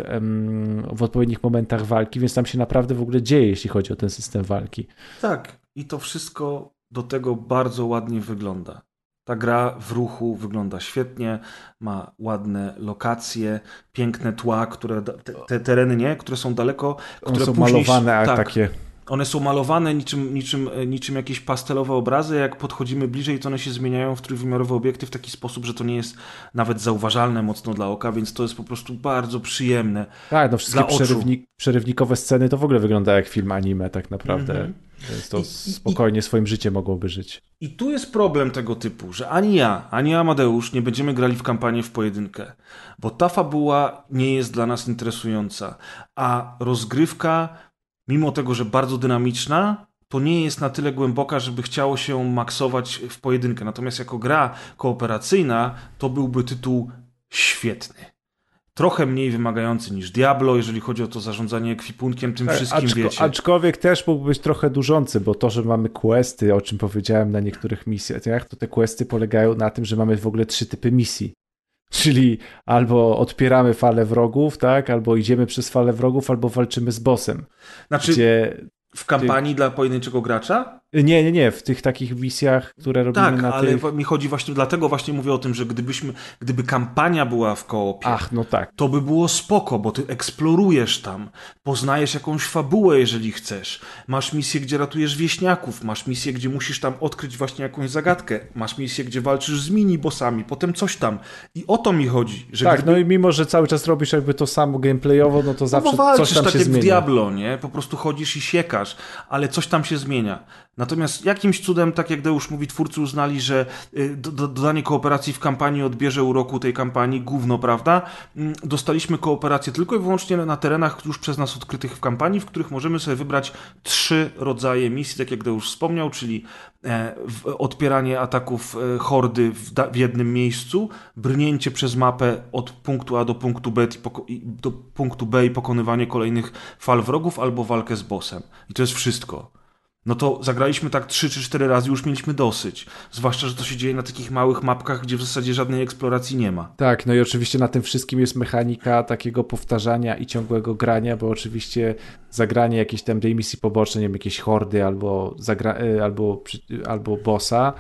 w odpowiednich momentach walki, więc tam się naprawdę w ogóle dzieje, jeśli chodzi o ten system walki. Tak, i to wszystko do tego bardzo ładnie wygląda. Ta gra w ruchu wygląda świetnie, ma ładne lokacje, piękne tła, które te, te tereny, nie, które są daleko, One które są później, malowane, a tak, takie. One są malowane niczym, niczym, niczym jakieś pastelowe obrazy, jak podchodzimy bliżej, to one się zmieniają w trójwymiarowe obiekty w taki sposób, że to nie jest nawet zauważalne mocno dla oka, więc to jest po prostu bardzo przyjemne. Tak, no wszystkie dla przerywnik, przerywnikowe sceny to w ogóle wygląda jak film anime tak naprawdę. Mhm. Więc to I, spokojnie i, swoim życiem mogłoby żyć. I tu jest problem tego typu, że ani ja, ani Amadeusz nie będziemy grali w kampanię w pojedynkę, bo ta fabuła nie jest dla nas interesująca, a rozgrywka, mimo tego, że bardzo dynamiczna, to nie jest na tyle głęboka, żeby chciało się maksować w pojedynkę. Natomiast jako gra kooperacyjna to byłby tytuł świetny. Trochę mniej wymagający niż Diablo, jeżeli chodzi o to zarządzanie ekwipunkiem, tym wszystkim, Aczko, wiecie. Aczkolwiek też mógł być trochę dużący, bo to, że mamy questy, o czym powiedziałem na niektórych misjach, to te questy polegają na tym, że mamy w ogóle trzy typy misji. Czyli albo odpieramy falę wrogów, tak, albo idziemy przez falę wrogów, albo walczymy z bossem. Znaczy gdzie... w kampanii dla pojedynczego gracza? Nie, nie, nie, w tych takich misjach, które robimy tak, na ale tych... mi chodzi właśnie, dlatego właśnie mówię o tym, że gdybyśmy, gdyby kampania była w koopie, Ach, no tak. to by było spoko, bo ty eksplorujesz tam, poznajesz jakąś fabułę, jeżeli chcesz, masz misję, gdzie ratujesz wieśniaków, masz misję, gdzie musisz tam odkryć właśnie jakąś zagadkę, masz misję, gdzie walczysz z mini-bossami, potem coś tam. I o to mi chodzi. Że tak, gdyby... no i mimo, że cały czas robisz jakby to samo gameplayowo, no to zawsze no bo walczysz, coś tam tak się jak zmienia. w Diablo, nie? Po prostu chodzisz i siekasz, ale coś tam się zmienia. Natomiast jakimś cudem, tak jak Deusz mówi, twórcy uznali, że do, do, dodanie kooperacji w kampanii odbierze uroku tej kampanii, gówno, prawda? Dostaliśmy kooperację tylko i wyłącznie na terenach już przez nas odkrytych w kampanii, w których możemy sobie wybrać trzy rodzaje misji, tak jak Deusz wspomniał, czyli e, w, odpieranie ataków e, hordy w, da, w jednym miejscu, brnięcie przez mapę od punktu A do punktu B i, poko- i do punktu B i pokonywanie kolejnych fal wrogów, albo walkę z bossem. I to jest wszystko. No to zagraliśmy tak trzy czy cztery razy, już mieliśmy dosyć. Zwłaszcza, że to się dzieje na takich małych mapkach, gdzie w zasadzie żadnej eksploracji nie ma. Tak, no i oczywiście na tym wszystkim jest mechanika takiego powtarzania i ciągłego grania, bo oczywiście zagranie jakiejś tam tej misji pobocznej, nie wiem, jakieś hordy albo, zagra- albo, albo bossa,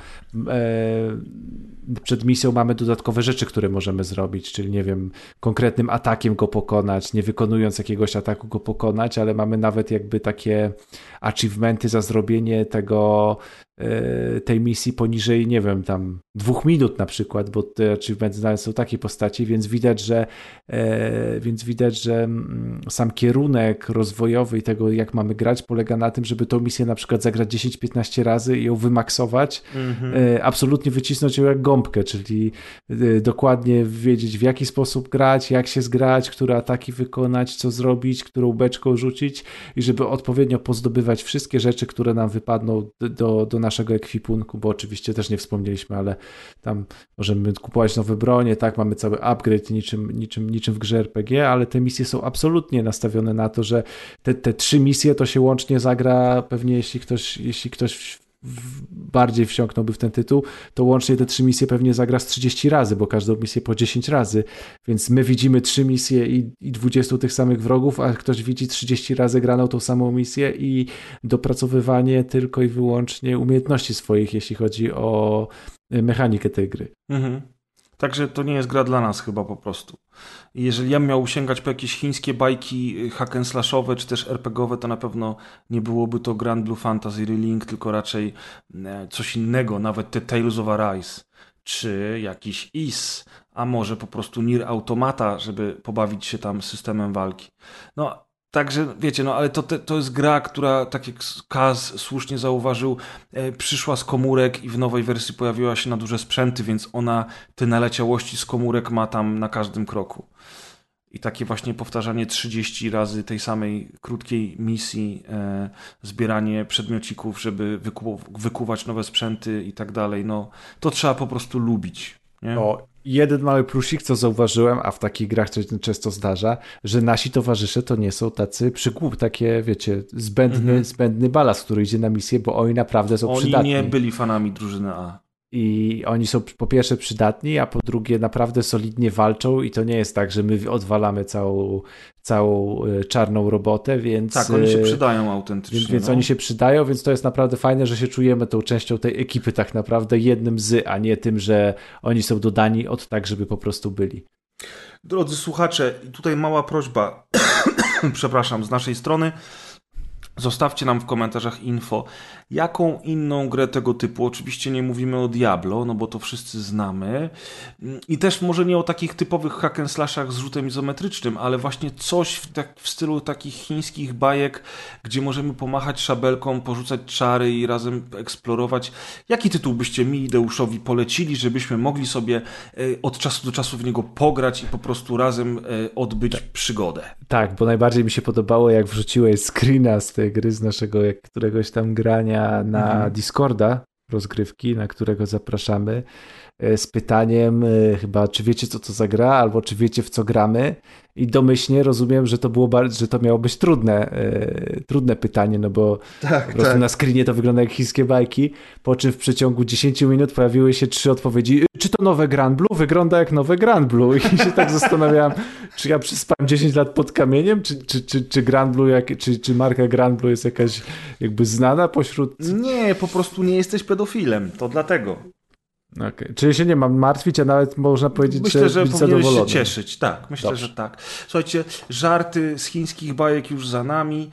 e- przed misją mamy dodatkowe rzeczy, które możemy zrobić, czyli nie wiem, konkretnym atakiem go pokonać, nie wykonując jakiegoś ataku go pokonać, ale mamy nawet jakby takie achievementy za zrobienie tego, tej misji poniżej, nie wiem, tam dwóch minut na przykład, bo te achievementy są takiej postaci, więc widać, że więc widać, że sam kierunek rozwojowy i tego, jak mamy grać, polega na tym, żeby tą misję na przykład zagrać dziesięć piętnaście razy i ją wymaksować, mhm. absolutnie wycisnąć ją jak gąbkę, czyli dokładnie wiedzieć, w jaki sposób grać, jak się zgrać, które ataki wykonać, co zrobić, którą beczką rzucić i żeby odpowiednio pozdobywać wszystkie rzeczy, które nam wypadną do, do naszego ekwipunku, bo oczywiście też nie wspomnieliśmy, ale tam możemy kupować nowe bronie, tak, mamy cały upgrade niczym, niczym, niczym w grze er pe gie, ale te misje są absolutnie nastawione na to, że te, te trzy misje to się łącznie zagra pewnie, jeśli ktoś, jeśli ktoś bardziej wsiąknąłby w ten tytuł, to łącznie te trzy misje pewnie zagra z trzydzieści razy, bo każdą misję po dziesięć razy, więc my widzimy trzy misje i, i dwudziestu tych samych wrogów, a ktoś widzi trzydzieści razy graną tą samą misję i dopracowywanie tylko i wyłącznie umiejętności swoich, jeśli chodzi o mechanikę tej gry. Mhm. Także to nie jest gra dla nas chyba po prostu. Jeżeli ja miał sięgać po jakieś chińskie bajki hack and slashowe czy też er pe gie owe, to na pewno nie byłoby to Grand Blue Fantasy Relink, tylko raczej coś innego, nawet te Tales of Arise, czy jakiś Is, a może po prostu Nier Automata, żeby pobawić się tam systemem walki. No, także wiecie, no ale to, to jest gra, która, tak jak Kaz słusznie zauważył, e, przyszła z komórek i w nowej wersji pojawiła się na duże sprzęty, więc ona te naleciałości z komórek ma tam na każdym kroku. I takie właśnie powtarzanie trzydzieści razy tej samej krótkiej misji, e, zbieranie przedmiocików, żeby wyku- wykuwać nowe sprzęty i tak dalej, no to trzeba po prostu lubić. Nie? O, jeden mały plusik, co zauważyłem, a w takich grach to się często zdarza, że nasi towarzysze to nie są tacy przygłup, takie, wiecie, zbędny, mhm. zbędny balast, który idzie na misję, bo oni naprawdę są oni przydatni. Oni nie byli fanami drużyny A. I oni są po pierwsze przydatni, a po drugie naprawdę solidnie walczą i to nie jest tak, że my odwalamy całą, całą czarną robotę, więc... Tak, oni się przydają autentycznie. Więc, więc no. oni się przydają, więc to jest naprawdę fajne, że się czujemy tą częścią tej ekipy tak naprawdę jednym z, a nie tym, że oni są dodani od tak, żeby po prostu byli. Drodzy słuchacze, tutaj mała prośba, przepraszam, z naszej strony. Zostawcie nam w komentarzach info, jaką inną grę tego typu, oczywiście nie mówimy o Diablo, no bo to wszyscy znamy, i też może nie o takich typowych hack and slashach z rzutem izometrycznym, ale właśnie coś w, tak, w stylu takich chińskich bajek, gdzie możemy pomachać szabelką, porzucać czary i razem eksplorować. Jaki tytuł byście mi i Deuszowi polecili, żebyśmy mogli sobie y, od czasu do czasu w niego pograć i po prostu razem y, odbyć tak. przygodę? Tak, bo najbardziej mi się podobało, jak wrzuciłeś screena z tej gry, z naszego jak, któregoś tam grania na mhm. Discorda, rozgrywki, na którego zapraszamy, z pytaniem chyba, czy wiecie, co to za gra, albo czy wiecie, w co gramy, i domyślnie rozumiem, że to było bardzo, że to miało być trudne, e, trudne pytanie, no bo tak, po prostu tak. na screenie to wygląda jak chińskie bajki, po czym w przeciągu dziesięciu minut pojawiły się trzy odpowiedzi. Czy to nowe Grand Blue? Wygląda jak nowe Grand Blue. I się tak zastanawiałem, czy ja przespałem dziesięć lat pod kamieniem, czy, czy, czy, czy Grand Blue, jak, czy, czy marka Grand Blue jest jakaś jakby znana pośród... Nie, po prostu nie jesteś pedofilem, to dlatego. Okay. Czyli się nie mam martwić, a nawet można powiedzieć, myślę, że, że powinieneś się cieszyć. Tak, myślę, Dobrze. że tak. Słuchajcie, żarty z chińskich bajek już za nami.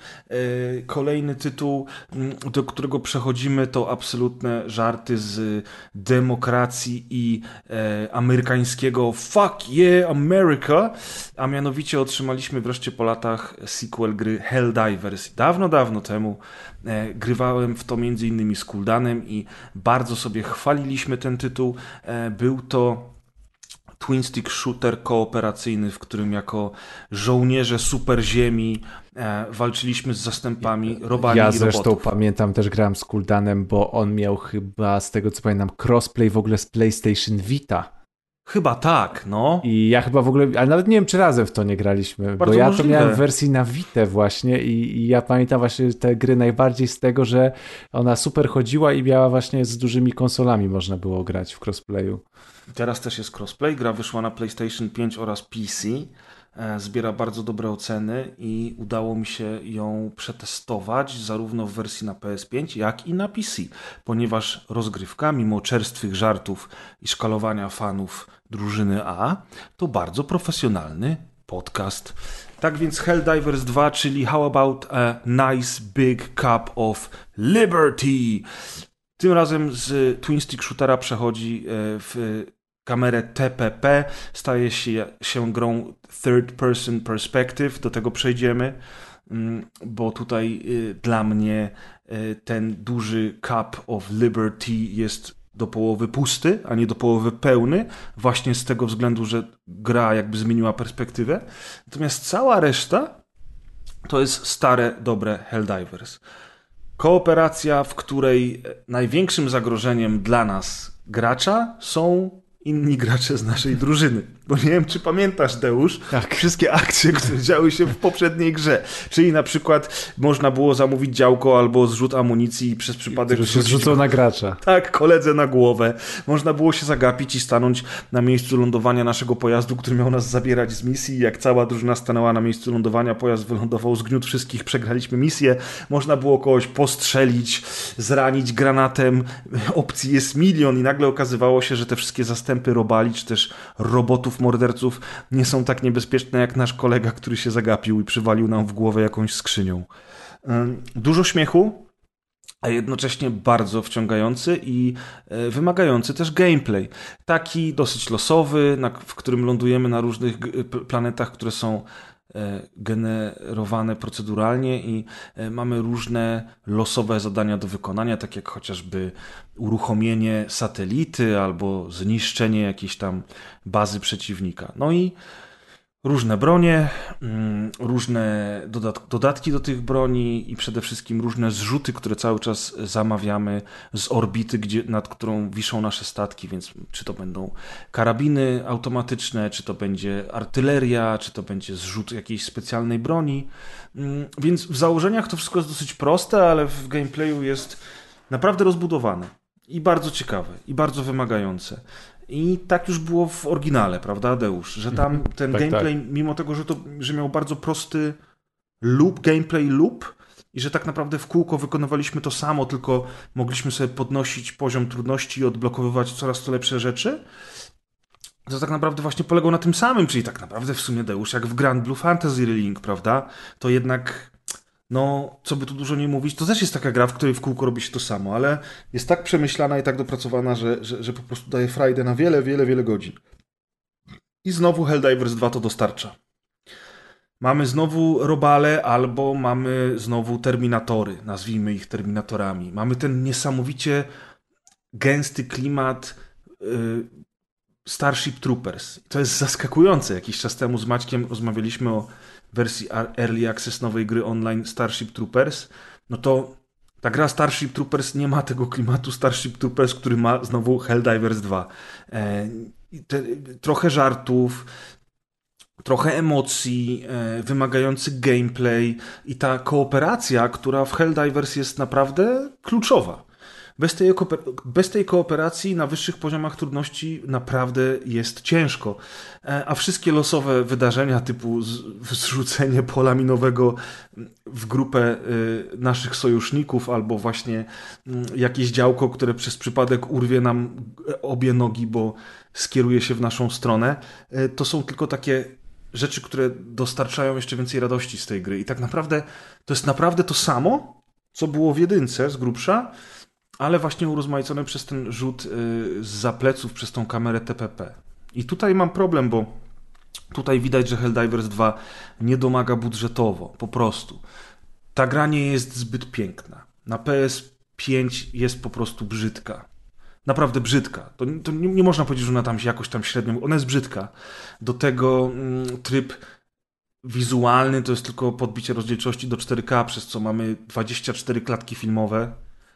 Kolejny tytuł, do którego przechodzimy, to absolutne żarty z demokracji i amerykańskiego fuck yeah America, a mianowicie otrzymaliśmy wreszcie po latach sequel gry Helldivers. Dawno, dawno temu grywałem w to między innymi z Kuldanem i bardzo sobie chwaliliśmy ten tytuł. Był to twin stick shooter kooperacyjny, w którym jako żołnierze super ziemi walczyliśmy z zastępami robali ja i robotów. Ja zresztą pamiętam, też grałem z Kuldanem, bo on miał chyba, z tego co pamiętam, crossplay w ogóle z PlayStation Vita. Chyba tak, no. I ja chyba w ogóle, ale nawet nie wiem, czy razem w to nie graliśmy, bardzo bo ja możliwe. To miałem w wersji na Vita właśnie i, i ja pamiętam właśnie te gry najbardziej z tego, że ona super chodziła i miała właśnie z dużymi konsolami można było grać w crossplayu. Teraz też jest crossplay, gra wyszła na PlayStation pięć oraz P C, zbiera bardzo dobre oceny i udało mi się ją przetestować zarówno w wersji na P S pięć, jak i na P C, ponieważ rozgrywka, mimo czerstwych żartów i szkalowania fanów drużyny A, to bardzo profesjonalny podcast. Tak więc Helldivers dwa, czyli How About a Nice Big Cup of Liberty. Tym razem z twin stick shootera przechodzi w kamerę T P P, staje się, się grą third person perspective, do tego przejdziemy, bo tutaj dla mnie ten duży Cup of Liberty jest do połowy pusty, a nie do połowy pełny, właśnie z tego względu, że gra jakby zmieniła perspektywę. Natomiast cała reszta to jest stare, dobre Helldivers. Kooperacja, w której największym zagrożeniem dla nas gracza są inni gracze z naszej drużyny. Bo nie wiem, czy pamiętasz, Deusz, Tak. wszystkie akcje, które działy się w poprzedniej grze. Czyli na przykład można było zamówić działko albo zrzut amunicji i przez przypadek... Który się zrzucał na gracza. Tak, koledze na głowę. Można było się zagapić i stanąć na miejscu lądowania naszego pojazdu, który miał nas zabierać z misji. Jak cała drużyna stanęła na miejscu lądowania, pojazd wylądował, zgniótł wszystkich, przegraliśmy misję. Można było kogoś postrzelić, zranić granatem. Opcji jest milion i nagle okazywało się, że te wszystkie zastępy robali, czy też robotów morderców nie są tak niebezpieczne jak nasz kolega, który się zagapił i przywalił nam w głowę jakąś skrzynią. Dużo śmiechu, a jednocześnie bardzo wciągający i wymagający też gameplay. Taki dosyć losowy, na, w którym lądujemy na różnych planetach, które są generowane proceduralnie i mamy różne losowe zadania do wykonania, tak jak chociażby uruchomienie satelity albo zniszczenie jakiejś tam bazy przeciwnika. No i różne bronie, różne dodat- dodatki do tych broni i przede wszystkim różne zrzuty, które cały czas zamawiamy z orbity, gdzie, nad którą wiszą nasze statki, więc czy to będą karabiny automatyczne, czy to będzie artyleria, czy to będzie zrzut jakiejś specjalnej broni. Więc w założeniach to wszystko jest dosyć proste, ale w gameplayu jest naprawdę rozbudowane i bardzo ciekawe, i bardzo wymagające. I tak już było w oryginale, prawda, Deusz? Że tam ten tak, gameplay, tak. mimo tego, że, to, że miał bardzo prosty loop, gameplay loop i że tak naprawdę w kółko wykonywaliśmy to samo, tylko mogliśmy sobie podnosić poziom trudności i odblokowywać coraz to lepsze rzeczy, to tak naprawdę właśnie polegał na tym samym, czyli tak naprawdę w sumie, Deusz, jak w Grand Blue Fantasy Relink, prawda? To jednak... No, co by tu dużo nie mówić, to też jest taka gra, w której w kółko robi się to samo, ale jest tak przemyślana i tak dopracowana, że, że, że po prostu daje frajdę na wiele, wiele, wiele godzin. I znowu Helldivers dwa to dostarcza. Mamy znowu robale, albo mamy znowu terminatory, nazwijmy ich terminatorami. Mamy ten niesamowicie gęsty klimat yy, Starship Troopers. To jest zaskakujące. Jakiś czas temu z Maćkiem rozmawialiśmy o wersji Early Access nowej gry online Starship Troopers. No to ta gra Starship Troopers nie ma tego klimatu Starship Troopers, który ma znowu Helldivers dwa. E, te, trochę żartów, trochę emocji, e, wymagający gameplay i ta kooperacja, która w Helldivers jest naprawdę kluczowa. Bez tej, bez tej kooperacji na wyższych poziomach trudności naprawdę jest ciężko. A wszystkie losowe wydarzenia typu zrzucenie pola minowego w grupę naszych sojuszników albo właśnie jakieś działko, które przez przypadek urwie nam obie nogi, bo skieruje się w naszą stronę, to są tylko takie rzeczy, które dostarczają jeszcze więcej radości z tej gry. I tak naprawdę to jest naprawdę to samo, co było w jedynce z grubsza, ale właśnie urozmaicony przez ten rzut z zapleców, przez tą kamerę T P P. I tutaj mam problem, bo tutaj widać, że Helldivers dwa nie domaga budżetowo, po prostu. Ta gra nie jest zbyt piękna. Na P S pięć jest po prostu brzydka. Naprawdę brzydka. To, to nie, nie można powiedzieć, że ona tam się jakoś tam średnio... Ona jest brzydka. Do tego mm, tryb wizualny to jest tylko podbicie rozdzielczości do cztery K, przez co mamy dwadzieścia cztery klatki filmowe.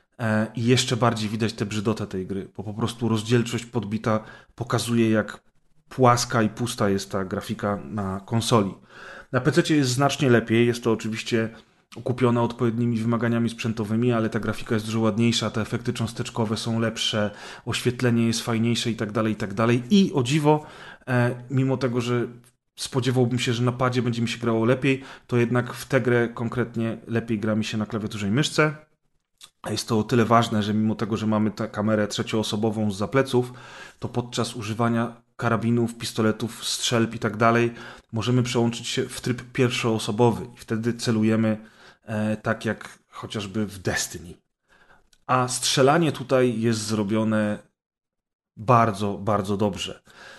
I jeszcze bardziej widać tę brzydotę tej gry, bo po prostu rozdzielczość podbita pokazuje, jak płaska i pusta jest ta grafika na konsoli. Na pececie jest znacznie lepiej, jest to oczywiście okupione odpowiednimi wymaganiami sprzętowymi, ale ta grafika jest dużo ładniejsza, te efekty cząsteczkowe są lepsze, oświetlenie jest fajniejsze i tak dalej, i tak dalej. I o dziwo, mimo tego, że spodziewałbym się, że na padzie będzie mi się grało lepiej, to jednak w tę grę konkretnie lepiej gra mi się na klawiaturze i myszce. A jest to o tyle ważne, że mimo tego, że mamy tę kamerę trzecioosobową z zapleców, to podczas używania karabinów, pistoletów, strzelb i tak dalej możemy przełączyć się w tryb pierwszoosobowy i wtedy celujemy e, tak jak chociażby w Destiny. A strzelanie tutaj jest zrobione bardzo, bardzo dobrze.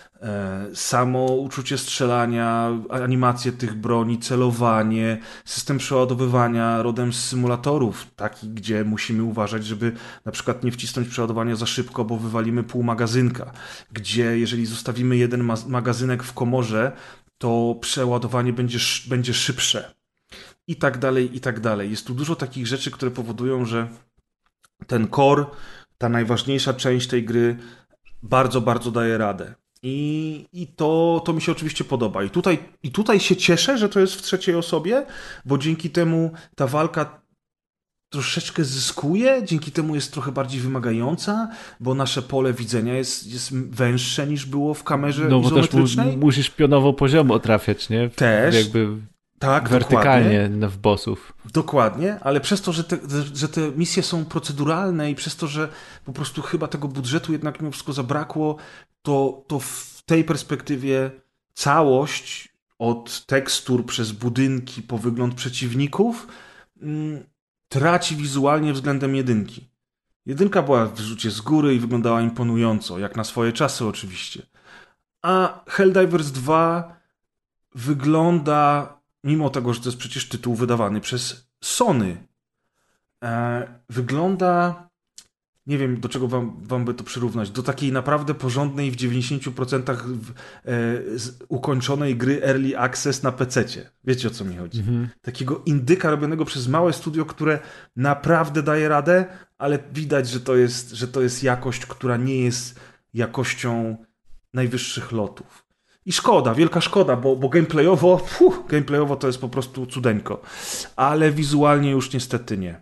Samo uczucie strzelania, animacje tych broni, celowanie, system przeładowywania rodem z symulatorów, taki, gdzie musimy uważać, żeby na przykład nie wcisnąć przeładowania za szybko, bo wywalimy pół magazynka, gdzie jeżeli zostawimy jeden ma- magazynek w komorze, to przeładowanie będzie, sz- będzie szybsze. i tak dalej, i tak dalej. Jest tu dużo takich rzeczy, które powodują, że ten core, ta najważniejsza część tej gry bardzo, bardzo daje radę. I, i to, to mi się oczywiście podoba. I tutaj, I tutaj się cieszę, że to jest w trzeciej osobie, bo dzięki temu ta walka troszeczkę zyskuje, dzięki temu jest trochę bardziej wymagająca, bo nasze pole widzenia jest, jest węższe niż było w kamerze no, izometrycznej. No bo też mu, musisz pionowo poziomo trafiać, nie? Też. Jakby tak, wertykalnie dokładnie. w bossów. Dokładnie, ale przez to, że te, że te misje są proceduralne i przez to, że po prostu chyba tego budżetu jednak mimo wszystko zabrakło, to, to w tej perspektywie całość od tekstur przez budynki po wygląd przeciwników mm, traci wizualnie względem jedynki. Jedynka była w rzucie z góry i wyglądała imponująco, jak na swoje czasy oczywiście. A Helldivers dwa wygląda, mimo tego, że to jest przecież tytuł wydawany przez Sony, e, wygląda, nie wiem do czego wam, wam by to przyrównać, do takiej naprawdę porządnej w dziewięćdziesięciu procentach w, e, z, ukończonej gry Early Access na pececie. Wiecie o co mi chodzi? Mhm. Takiego indyka robionego przez małe studio, które naprawdę daje radę, ale widać, że to jest, że to jest jakość, która nie jest jakością najwyższych lotów. I szkoda, wielka szkoda, bo, bo gameplayowo, fuh, gameplayowo to jest po prostu cudeńko. Ale wizualnie już niestety nie.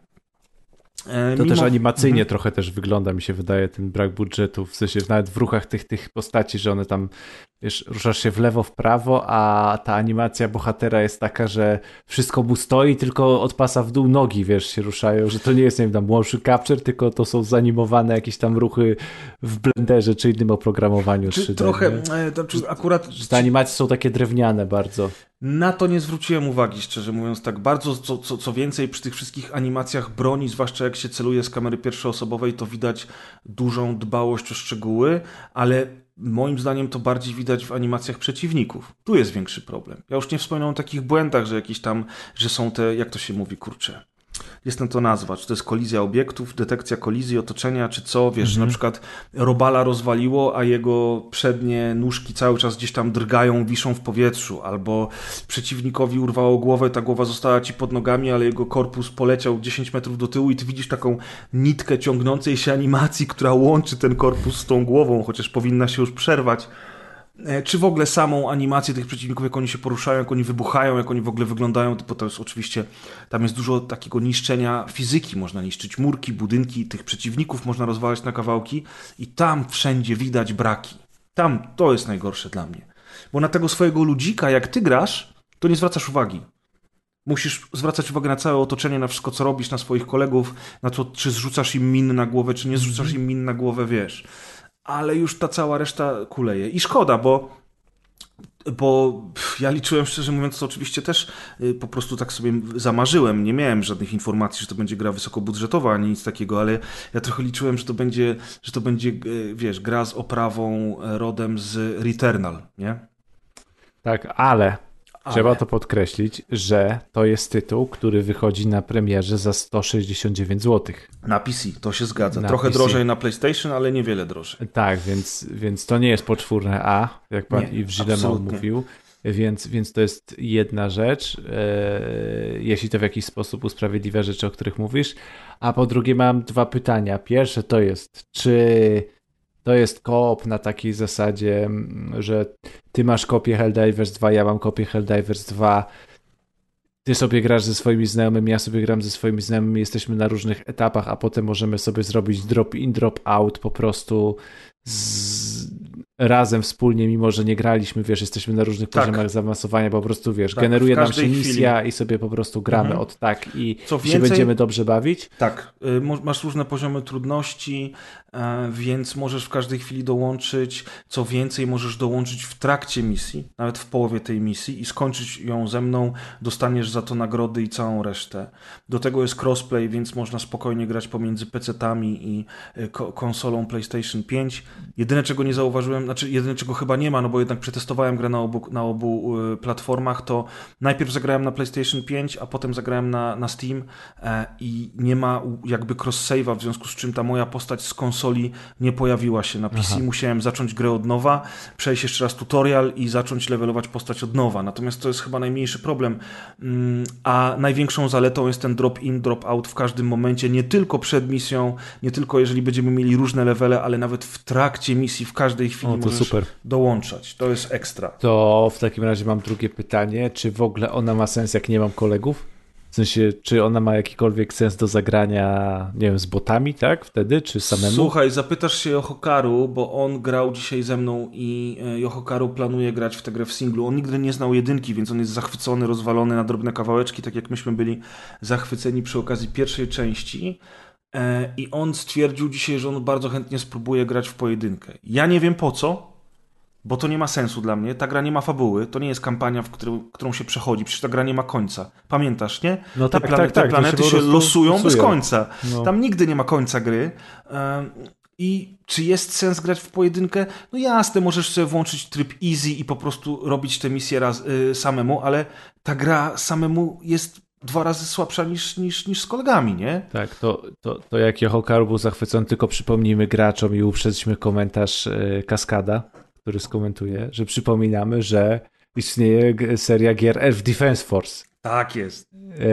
E, to mimo... też animacyjnie mhm. trochę też wygląda, mi się wydaje, ten brak budżetu, w sensie nawet w ruchach tych, tych postaci, że one tam, wiesz, ruszasz się w lewo, w prawo, a ta animacja bohatera jest taka, że wszystko mu stoi, tylko od pasa w dół nogi, wiesz, się ruszają, że to nie jest, nie wiem, tam motion capture, tylko to są zanimowane jakieś tam ruchy w Blenderze czy innym oprogramowaniu czy trzy D. Trochę, e, to, czy akurat... Że te animacje są takie drewniane bardzo. Na to nie zwróciłem uwagi, szczerze mówiąc, tak bardzo. Co, co, co więcej, przy tych wszystkich animacjach broni, zwłaszcza jak się celuje z kamery pierwszoosobowej, to widać dużą dbałość o szczegóły, ale moim zdaniem to bardziej widać w animacjach przeciwników. Tu jest większy problem. Ja już nie wspominam o takich błędach, że jakieś tam, że są te, jak to się mówi, kurczę, jestem to nazwać, czy to jest kolizja obiektów, detekcja kolizji, otoczenia, czy co, wiesz, mhm. na przykład robala rozwaliło, a jego przednie nóżki cały czas gdzieś tam drgają, wiszą w powietrzu, albo przeciwnikowi urwało głowę, ta głowa została ci pod nogami, ale jego korpus poleciał dziesięć metrów do tyłu i ty widzisz taką nitkę ciągnącej się animacji, która łączy ten korpus z tą głową, chociaż powinna się już przerwać. Czy w ogóle samą animację tych przeciwników, jak oni się poruszają, jak oni wybuchają, jak oni w ogóle wyglądają, bo to jest oczywiście, tam jest dużo takiego niszczenia fizyki, można niszczyć murki, budynki, tych przeciwników można rozwalać na kawałki i tam wszędzie widać braki. Tam to jest najgorsze dla mnie. Bo na tego swojego ludzika, jak ty grasz, to nie zwracasz uwagi. Musisz zwracać uwagę na całe otoczenie, na wszystko, co robisz, na swoich kolegów, na to, czy zrzucasz im miny na głowę, czy nie zrzucasz im min na głowę, wiesz. Ale już ta cała reszta kuleje. I szkoda, bo, bo ja liczyłem, szczerze mówiąc, to oczywiście też po prostu tak sobie zamarzyłem. Nie miałem żadnych informacji, że to będzie gra wysokobudżetowa, ani nic takiego, ale ja trochę liczyłem, że to będzie, że to będzie, wiesz, gra z oprawą rodem z Returnal, nie? Tak, ale... Ale. Trzeba to podkreślić, że to jest tytuł, który wychodzi na premierze za sto sześćdziesiąt dziewięć złotych. Na P C, to się zgadza. Na Trochę P C. drożej na PlayStation, ale niewiele drożej. Tak, więc, więc to nie jest poczwórne A, jak pan i w Gilemon mówił. Więc, więc to jest jedna rzecz, e, jeśli to w jakiś sposób usprawiedliwia rzeczy, o których mówisz. A po drugie mam dwa pytania. Pierwsze to jest, czy... To jest koop na takiej zasadzie, że ty masz kopię Helldivers dwa, ja mam kopię Helldivers dwa, ty sobie grasz ze swoimi znajomymi, ja sobie gram ze swoimi znajomymi, jesteśmy na różnych etapach, a potem możemy sobie zrobić drop in, drop out po prostu z... razem, wspólnie, mimo że nie graliśmy, wiesz, jesteśmy na różnych tak. poziomach zaawansowania, po prostu, wiesz, tak, generuje nam się misja chwili. I sobie po prostu gramy mhm. od tak i Co więcej, się będziemy dobrze bawić. Tak, masz różne poziomy trudności, więc możesz w każdej chwili dołączyć, co więcej możesz dołączyć w trakcie misji, nawet w połowie tej misji i skończyć ją ze mną, dostaniesz za to nagrody i całą resztę. Do tego jest crossplay, więc można spokojnie grać pomiędzy pecetami i konsolą PlayStation pięć. Jedyne, czego nie zauważyłem, znaczy jedyne czego chyba nie ma, no bo jednak przetestowałem grę na obu, na obu y, platformach, to najpierw zagrałem na PlayStation pięć, a potem zagrałem na, na Steam e, i nie ma jakby cross-save'a, w związku z czym ta moja postać z konsoli nie pojawiła się na P C. Aha. Musiałem zacząć grę od nowa, przejść jeszcze raz tutorial i zacząć levelować postać od nowa. Natomiast to jest chyba najmniejszy problem, mm, a największą zaletą jest ten drop-in, drop-out w każdym momencie, nie tylko przed misją, nie tylko jeżeli będziemy mieli różne levele, ale nawet w trakcie misji, w każdej chwili o, możesz super. dołączać. To jest ekstra. To w takim razie mam drugie pytanie. Czy w ogóle ona ma sens, jak nie mam kolegów? W sensie, czy ona ma jakikolwiek sens do zagrania, nie wiem, z botami, tak? Wtedy, czy samemu? Słuchaj, zapytasz się Yohokaru, bo on grał dzisiaj ze mną i Yohokaru planuje grać w tę grę w singlu. On nigdy nie znał jedynki, więc on jest zachwycony, rozwalony na drobne kawałeczki, tak jak myśmy byli zachwyceni przy okazji pierwszej części. I on stwierdził dzisiaj, że on bardzo chętnie spróbuje grać w pojedynkę. Ja nie wiem po co, bo to nie ma sensu dla mnie. Ta gra nie ma fabuły, to nie jest kampania, w którą, którą się przechodzi. Przecież ta gra nie ma końca. Pamiętasz, nie? No tak, te, plan- tak, te tak, planety się, się losują losuje. bez końca. No. Tam nigdy nie ma końca gry. I czy jest sens grać w pojedynkę? No jasne, możesz sobie włączyć tryb easy i po prostu robić te misje raz, yy, samemu, ale ta gra samemu jest dwa razy słabsza niż, niż, niż z kolegami, nie? Tak, to, to, to jak Yohokaru był zachwycony, tylko przypomnijmy graczom i uprzedźmy komentarz yy, Kaskada, który skomentuje, że przypominamy, że istnieje seria gier Elf Defense Force. Tak jest.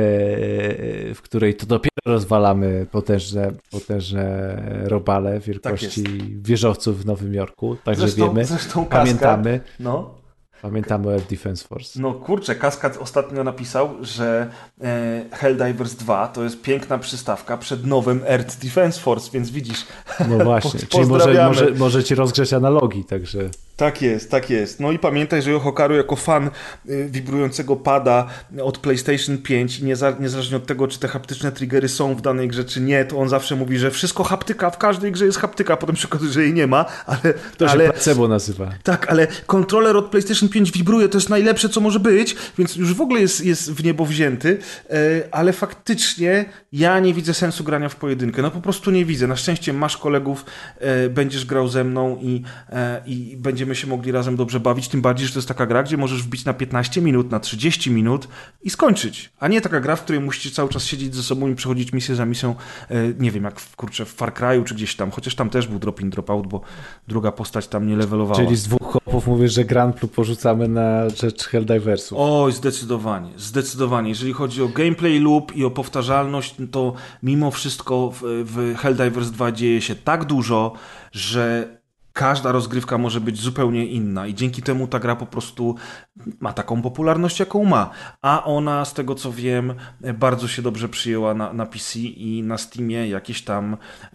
Yy, w której to dopiero rozwalamy potężne, potężne robale wielkości tak wieżowców w Nowym Jorku. Także zresztą, wiemy, zresztą pamiętamy. Kaskad, no. Pamiętamy o Elf Defense Force. No kurczę, Kaskad ostatnio napisał, że e, Helldivers dwa to jest piękna przystawka przed nowym Earth Defense Force, więc widzisz. No właśnie, po, czyli może, może, może ci rozgrzeć analogii, także... Tak jest, tak jest. No i pamiętaj, że Yohokaru jako fan y, wibrującego pada od PlayStation pięć i nieza, niezależnie od tego, czy te haptyczne triggery są w danej grze, czy nie, to on zawsze mówi, że wszystko haptyka, w każdej grze jest haptyka, potem przykład, że jej nie ma, ale... To ale, się placebo nazywa. Tak, ale kontroler od PlayStation pięć wibruje, to jest najlepsze, co może być, więc już w ogóle jest, jest w niebo wzięty, y, ale faktycznie ja nie widzę sensu grania w pojedynkę. No po prostu nie widzę. Na szczęście masz kolegów, y, będziesz grał ze mną i, y, i będziemy się mogli razem dobrze bawić, tym bardziej, że to jest taka gra, gdzie możesz wbić na piętnaście minut, na trzydzieści minut i skończyć, a nie taka gra, w której musicie cały czas siedzieć ze sobą i przechodzić misję za misją, nie wiem, jak w, kurczę, w Far Cry'u czy gdzieś tam, chociaż tam też był drop in, drop out, bo druga postać tam nie levelowała. Czyli z dwóch kopów mówisz, że Grand Prix porzucamy na rzecz Helldiversów. Oj, zdecydowanie, zdecydowanie. Jeżeli chodzi o gameplay loop i o powtarzalność, to mimo wszystko w, w Helldivers dwa dzieje się tak dużo, że każda rozgrywka może być zupełnie inna i dzięki temu ta gra po prostu ma taką popularność, jaką ma. A ona, z tego co wiem, bardzo się dobrze przyjęła na, na P C i na Steamie jakieś tam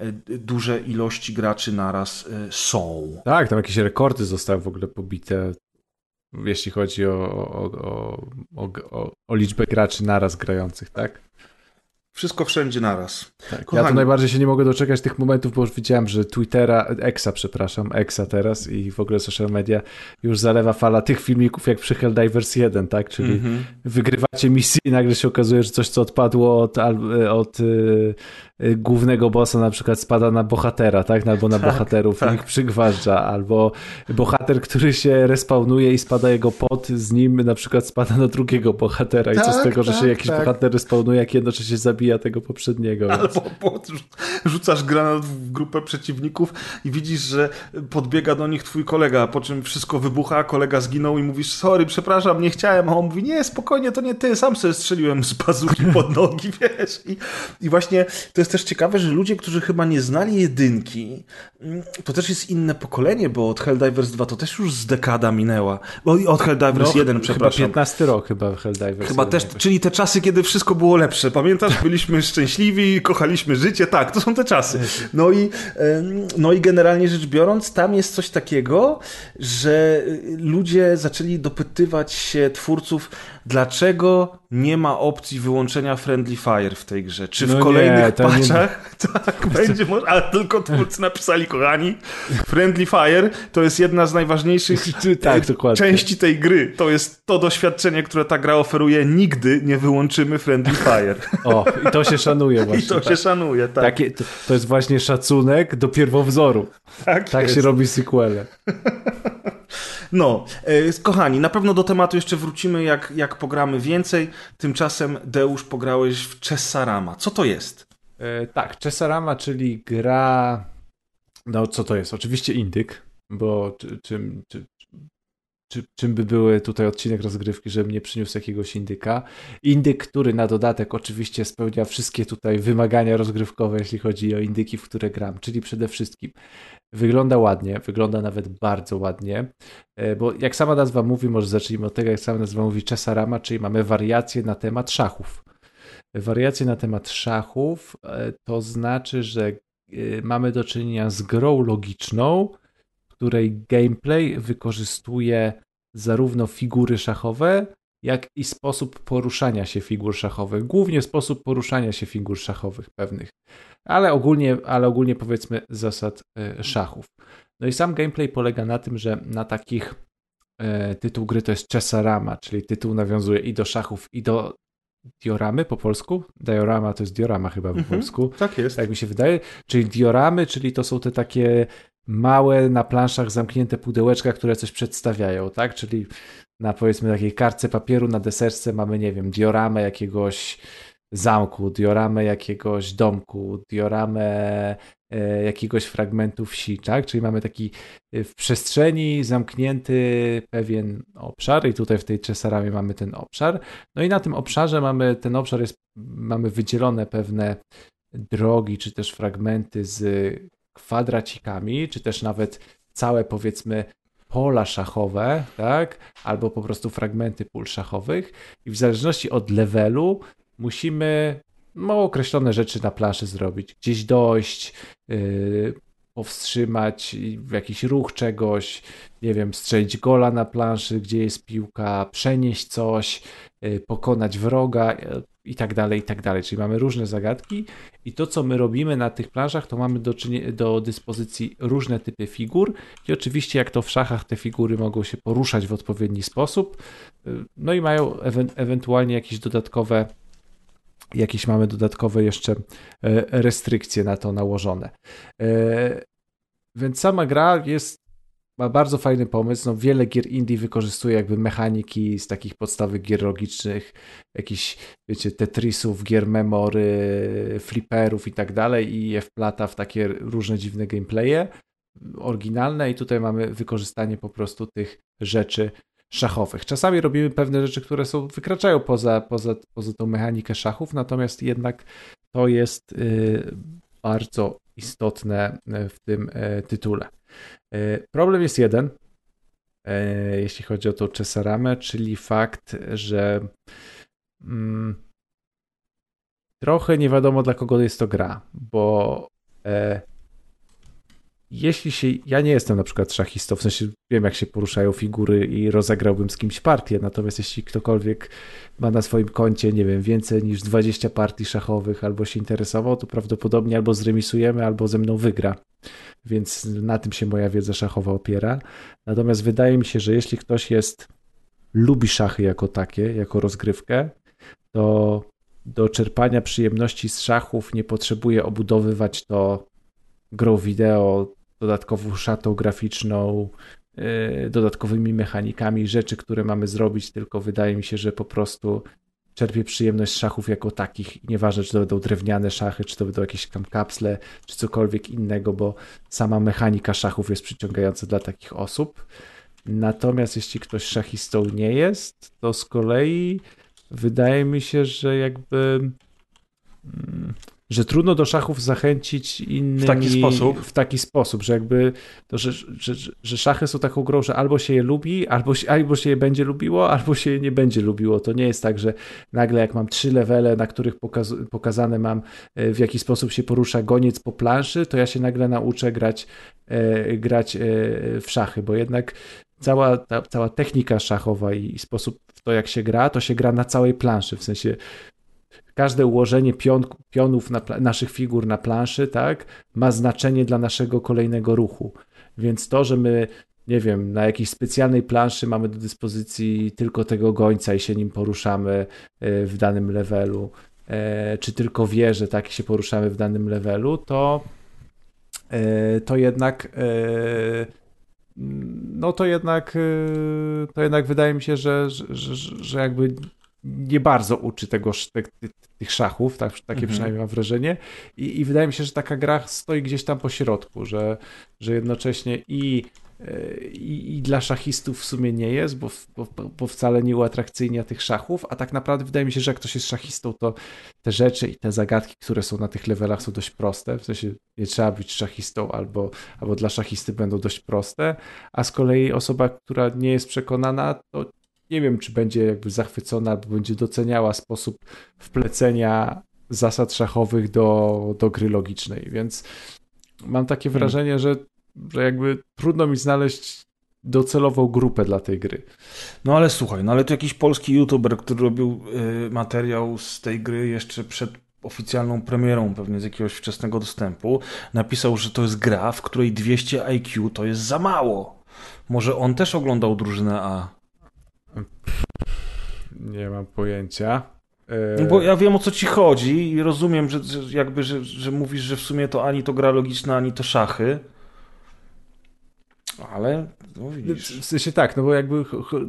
duże ilości graczy naraz są. Tak, tam jakieś rekordy zostały w ogóle pobite, jeśli chodzi o, o, o, o, o, o liczbę graczy naraz grających, tak? Wszystko wszędzie naraz. Tak, ja tu najbardziej się nie mogę doczekać tych momentów, bo już widziałem, że Twittera, Exa, przepraszam, Exa teraz i w ogóle social media już zalewa fala tych filmików jak przy Helldivers jeden, tak? Czyli mm-hmm. wygrywacie misję i nagle się okazuje, że coś, co odpadło od, od y, y, głównego bossa na przykład spada na bohatera, tak? Albo na tak, bohaterów tak. i ich przygważdża, albo bohater, który się respawnuje i spada jego pot, z nim na przykład spada na drugiego bohatera i tak, co z tego, tak, że się jakiś tak. bohater respawnuje, jak jednocześnie zabija tego poprzedniego. Albo więc... rzucasz granat w grupę przeciwników i widzisz, że podbiega do nich twój kolega, po czym wszystko wybucha, kolega zginął i mówisz, sorry, przepraszam, nie chciałem, a on mówi, nie, spokojnie, to nie ty, sam sobie strzeliłem z bazuki pod nogi, wiesz. I, I właśnie to jest też ciekawe, że ludzie, którzy chyba nie znali jedynki, to też jest inne pokolenie, bo od Helldivers dwa to też już z dekada minęła. Bo od Helldivers no, jeden, przepraszam. Chyba piętnasty rok chyba Helldivers Chyba też, jakoś. Czyli te czasy, kiedy wszystko było lepsze. Pamiętasz? Byliśmy szczęśliwi, kochaliśmy życie. Tak, to są te czasy. No i, no i generalnie rzecz biorąc, tam jest coś takiego, że ludzie zaczęli dopytywać się twórców, dlaczego nie ma opcji wyłączenia Friendly Fire w tej grze. Czy w no kolejnych nie, patchach nie... tak będzie można, ale tylko twórcy napisali, kochani, Friendly Fire to jest jedna z najważniejszych tak, części tej gry. To jest to doświadczenie, które ta gra oferuje. Nigdy nie wyłączymy Friendly Fire. O, I to się szanuje właśnie. I to tak. się szanuje, tak. Takie, to, to jest właśnie szacunek do pierwowzoru. Tak, tak się robi sequele. No, e, kochani, na pewno do tematu jeszcze wrócimy, jak, jak pogramy więcej. Tymczasem, Deusz, pograłeś w Chessarama. Co to jest? E, tak, Chessarama, czyli gra... No, co to jest? Oczywiście indyk, bo czy, czym, czy, czy, czym by były tutaj odcinek rozgrywki, żebym nie przyniósł jakiegoś indyka. Indyk, który na dodatek oczywiście spełnia wszystkie tutaj wymagania rozgrywkowe, jeśli chodzi o indyki, w które gram, czyli przede wszystkim wygląda ładnie, wygląda nawet bardzo ładnie, bo jak sama nazwa mówi, może zacznijmy od tego, jak sama nazwa mówi, Chessarama, czyli mamy wariacje na temat szachów. Wariacje na temat szachów to znaczy, że mamy do czynienia z grą logiczną, w której gameplay wykorzystuje zarówno figury szachowe, jak i sposób poruszania się figur szachowych. Głównie sposób poruszania się figur szachowych pewnych, ale ogólnie, ale ogólnie powiedzmy zasad y, szachów. No i sam gameplay polega na tym, że na takich y, tytuł gry to jest Chessarama, czyli tytuł nawiązuje i do szachów, i do dioramy po polsku. Diorama to jest diorama chyba po mhm, polsku. Tak jest. Tak mi się wydaje. Czyli dioramy, czyli to są te takie małe na planszach zamknięte pudełeczka, które coś przedstawiają, tak? Czyli na powiedzmy takiej kartce papieru na deserce mamy, nie wiem, dioramę jakiegoś zamku, dioramę jakiegoś domku, dioramę e, jakiegoś fragmentu wsi, tak? Czyli mamy taki w przestrzeni zamknięty pewien obszar i tutaj w tej Chessaramie mamy ten obszar. No i na tym obszarze mamy, ten obszar jest, mamy wydzielone pewne drogi, czy też fragmenty z kwadracikami, czy też nawet całe powiedzmy pola szachowe, tak? Albo po prostu fragmenty pól szachowych i w zależności od levelu musimy no, określone rzeczy na planszy zrobić. Gdzieś dojść, yy, powstrzymać jakiś ruch czegoś, nie wiem, strzelić gola na planszy, gdzie jest piłka, przenieść coś, yy, pokonać wroga yy, i tak dalej, i tak dalej. Czyli mamy różne zagadki i to, co my robimy na tych planszach, to mamy do, czynie- do dyspozycji różne typy figur i oczywiście jak to w szachach te figury mogą się poruszać w odpowiedni sposób, yy, no i mają ewe- ewentualnie jakieś dodatkowe jakieś mamy dodatkowe jeszcze restrykcje na to nałożone. Więc sama gra jest, ma bardzo fajny pomysł. No, wiele gier indie wykorzystuje jakby mechaniki z takich podstawowych gier logicznych, jakichś, wiecie, Tetrisów, gier memory, flipperów i tak dalej i je wplata w takie różne dziwne gameplaye oryginalne i tutaj mamy wykorzystanie po prostu tych rzeczy szachowych. Czasami robimy pewne rzeczy, które są, wykraczają poza, poza, poza tą mechanikę szachów, natomiast jednak to jest y, bardzo istotne w tym y, tytule. Y, problem jest jeden, y, jeśli chodzi o tą Chessaramę, czyli fakt, że mm, trochę nie wiadomo, dla kogo jest to gra, bo y, jeśli się, ja nie jestem na przykład szachistą, w sensie wiem jak się poruszają figury i rozegrałbym z kimś partię, natomiast jeśli ktokolwiek ma na swoim koncie, nie wiem, więcej niż dwadzieścia partii szachowych albo się interesował, to prawdopodobnie albo zremisujemy, albo ze mną wygra. Więc na tym się moja wiedza szachowa opiera. Natomiast wydaje mi się, że jeśli ktoś jest, lubi szachy jako takie, jako rozgrywkę, to do czerpania przyjemności z szachów nie potrzebuje obudowywać to grą wideo, dodatkową szatą graficzną, yy, dodatkowymi mechanikami, rzeczy, które mamy zrobić, tylko wydaje mi się, że po prostu czerpie przyjemność z szachów jako takich. Nieważne, czy to będą drewniane szachy, czy to będą jakieś tam kapsle, czy cokolwiek innego, bo sama mechanika szachów jest przyciągająca dla takich osób. Natomiast jeśli ktoś szachistą nie jest, to z kolei wydaje mi się, że jakby... Hmm, że trudno do szachów zachęcić innymi w taki sposób, w taki sposób że jakby to, że, że, że szachy są taką grą, że albo się je lubi, albo się, albo się je będzie lubiło, albo się je nie będzie lubiło. To nie jest tak, że nagle jak mam trzy levele, na których pokaz, pokazane mam, w jaki sposób się porusza goniec po planszy, to ja się nagle nauczę grać, e, grać e, w szachy, bo jednak cała, ta, cała technika szachowa i, i sposób w to, jak się gra, to się gra na całej planszy, w sensie każde ułożenie pion, pionów na, naszych figur na planszy, tak, ma znaczenie dla naszego kolejnego ruchu. Więc to, że my, nie wiem, na jakiejś specjalnej planszy mamy do dyspozycji tylko tego gońca i się nim poruszamy w danym levelu, e, czy tylko wie, że tak się poruszamy w danym levelu, to, e, to jednak e, no to jednak e, to jednak wydaje mi się, że, że, że, że jakby nie bardzo uczy tego, te, tych szachów, tak, takie mhm. przynajmniej mam wrażenie. I, I wydaje mi się, że taka gra stoi gdzieś tam po środku, że, że jednocześnie i, i, i dla szachistów w sumie nie jest, bo, bo, bo wcale nie uatrakcyjnia tych szachów, a tak naprawdę wydaje mi się, że jak ktoś jest szachistą, to te rzeczy i te zagadki, które są na tych levelach, są dość proste, w sensie nie trzeba być szachistą, albo, albo dla szachisty będą dość proste, a z kolei osoba, która nie jest przekonana, to nie wiem, czy będzie jakby zachwycona, albo będzie doceniała sposób wplecenia zasad szachowych do, do gry logicznej, więc mam takie wrażenie, hmm. że, że jakby trudno mi znaleźć docelową grupę dla tej gry. No ale słuchaj, no ale to jakiś polski youtuber, który robił y, materiał z tej gry jeszcze przed oficjalną premierą, pewnie z jakiegoś wczesnego dostępu, napisał, że to jest gra, w której dwieście I Q to jest za mało. Może on też oglądał Drużynę A? Nie mam pojęcia. No bo ja wiem, o co ci chodzi i rozumiem, że, że jakby, że, że mówisz, że w sumie to ani to gra logiczna, ani to szachy. Ale no widzisz. W sensie tak, no bo jakby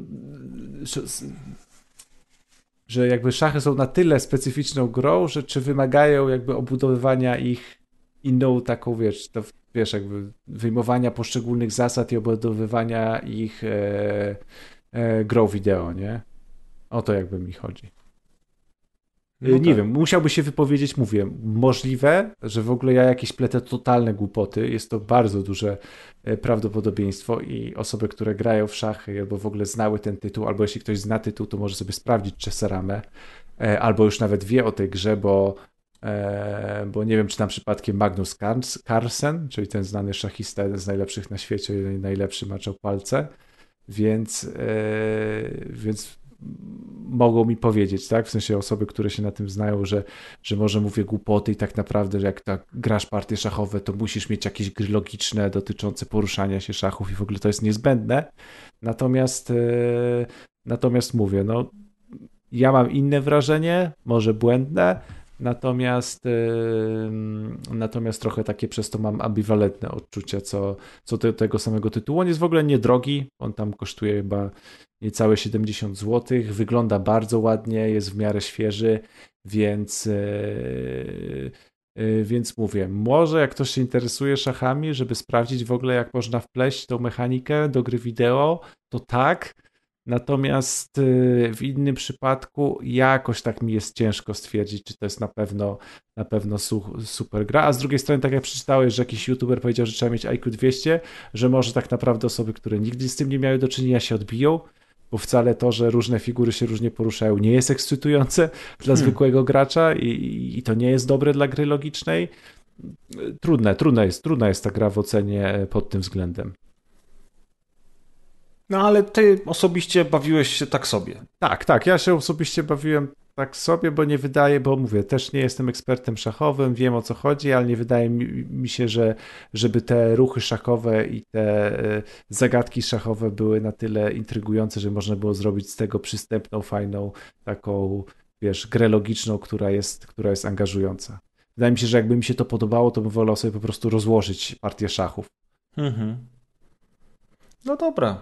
że jakby szachy są na tyle specyficzną grą, że czy wymagają jakby obudowywania ich inną taką, wiesz, to, wiesz, jakby wyjmowania poszczególnych zasad i obudowywania ich e, e, grą wideo, nie? O to jakby mi chodzi. No nie tak. wiem, musiałby się wypowiedzieć, mówię, możliwe, że w ogóle ja jakieś pletę totalne głupoty, jest to bardzo duże prawdopodobieństwo i osoby, które grają w szachy albo w ogóle znały ten tytuł, albo jeśli ktoś zna tytuł, to może sobie sprawdzić Chessarame, albo już nawet wie o tej grze, bo, bo nie wiem, czy tam przypadkiem Magnus Carlsen, czyli ten znany szachista, jeden z najlepszych na świecie, najlepszy maczał palce, więc, więc mogą mi powiedzieć, tak? W sensie osoby, które się na tym znają, że, że może mówię głupoty i tak naprawdę, że jak tak grasz partie szachowe, to musisz mieć jakieś gry logiczne dotyczące poruszania się szachów i w ogóle to jest niezbędne. Natomiast yy, natomiast mówię, no ja mam inne wrażenie, może błędne, natomiast yy, natomiast trochę takie przez to mam ambiwalentne odczucia co, co do tego samego tytułu. On jest w ogóle niedrogi, on tam kosztuje chyba niecałe siedemdziesiąt złotych, wygląda bardzo ładnie, jest w miarę świeży, więc yy, yy, więc mówię, może jak ktoś się interesuje szachami, żeby sprawdzić w ogóle jak można wpleść tą mechanikę do gry wideo, to tak, natomiast yy, w innym przypadku jakoś tak mi jest ciężko stwierdzić, czy to jest na pewno na pewno su- super gra, a z drugiej strony tak jak przeczytałeś, że jakiś youtuber powiedział, że trzeba mieć I Q dwieście, że może tak naprawdę osoby, które nigdy z tym nie miały do czynienia, się odbiją, bo wcale to, że różne figury się różnie poruszają, nie jest ekscytujące dla hmm. zwykłego gracza i, i to nie jest dobre dla gry logicznej. Trudne, trudna jest, trudna jest ta gra w ocenie pod tym względem. No ale ty osobiście bawiłeś się tak sobie. Tak, tak, ja się osobiście bawiłem tak sobie, bo nie wydaje, bo mówię, też nie jestem ekspertem szachowym, wiem o co chodzi, ale nie wydaje mi, mi się, że żeby te ruchy szachowe i te zagadki szachowe były na tyle intrygujące, że można było zrobić z tego przystępną, fajną, taką, wiesz, grę logiczną, która jest, która jest angażująca. Wydaje mi się, że jakby mi się to podobało, to bym wolał sobie po prostu rozłożyć partię szachów. Mhm. No dobra.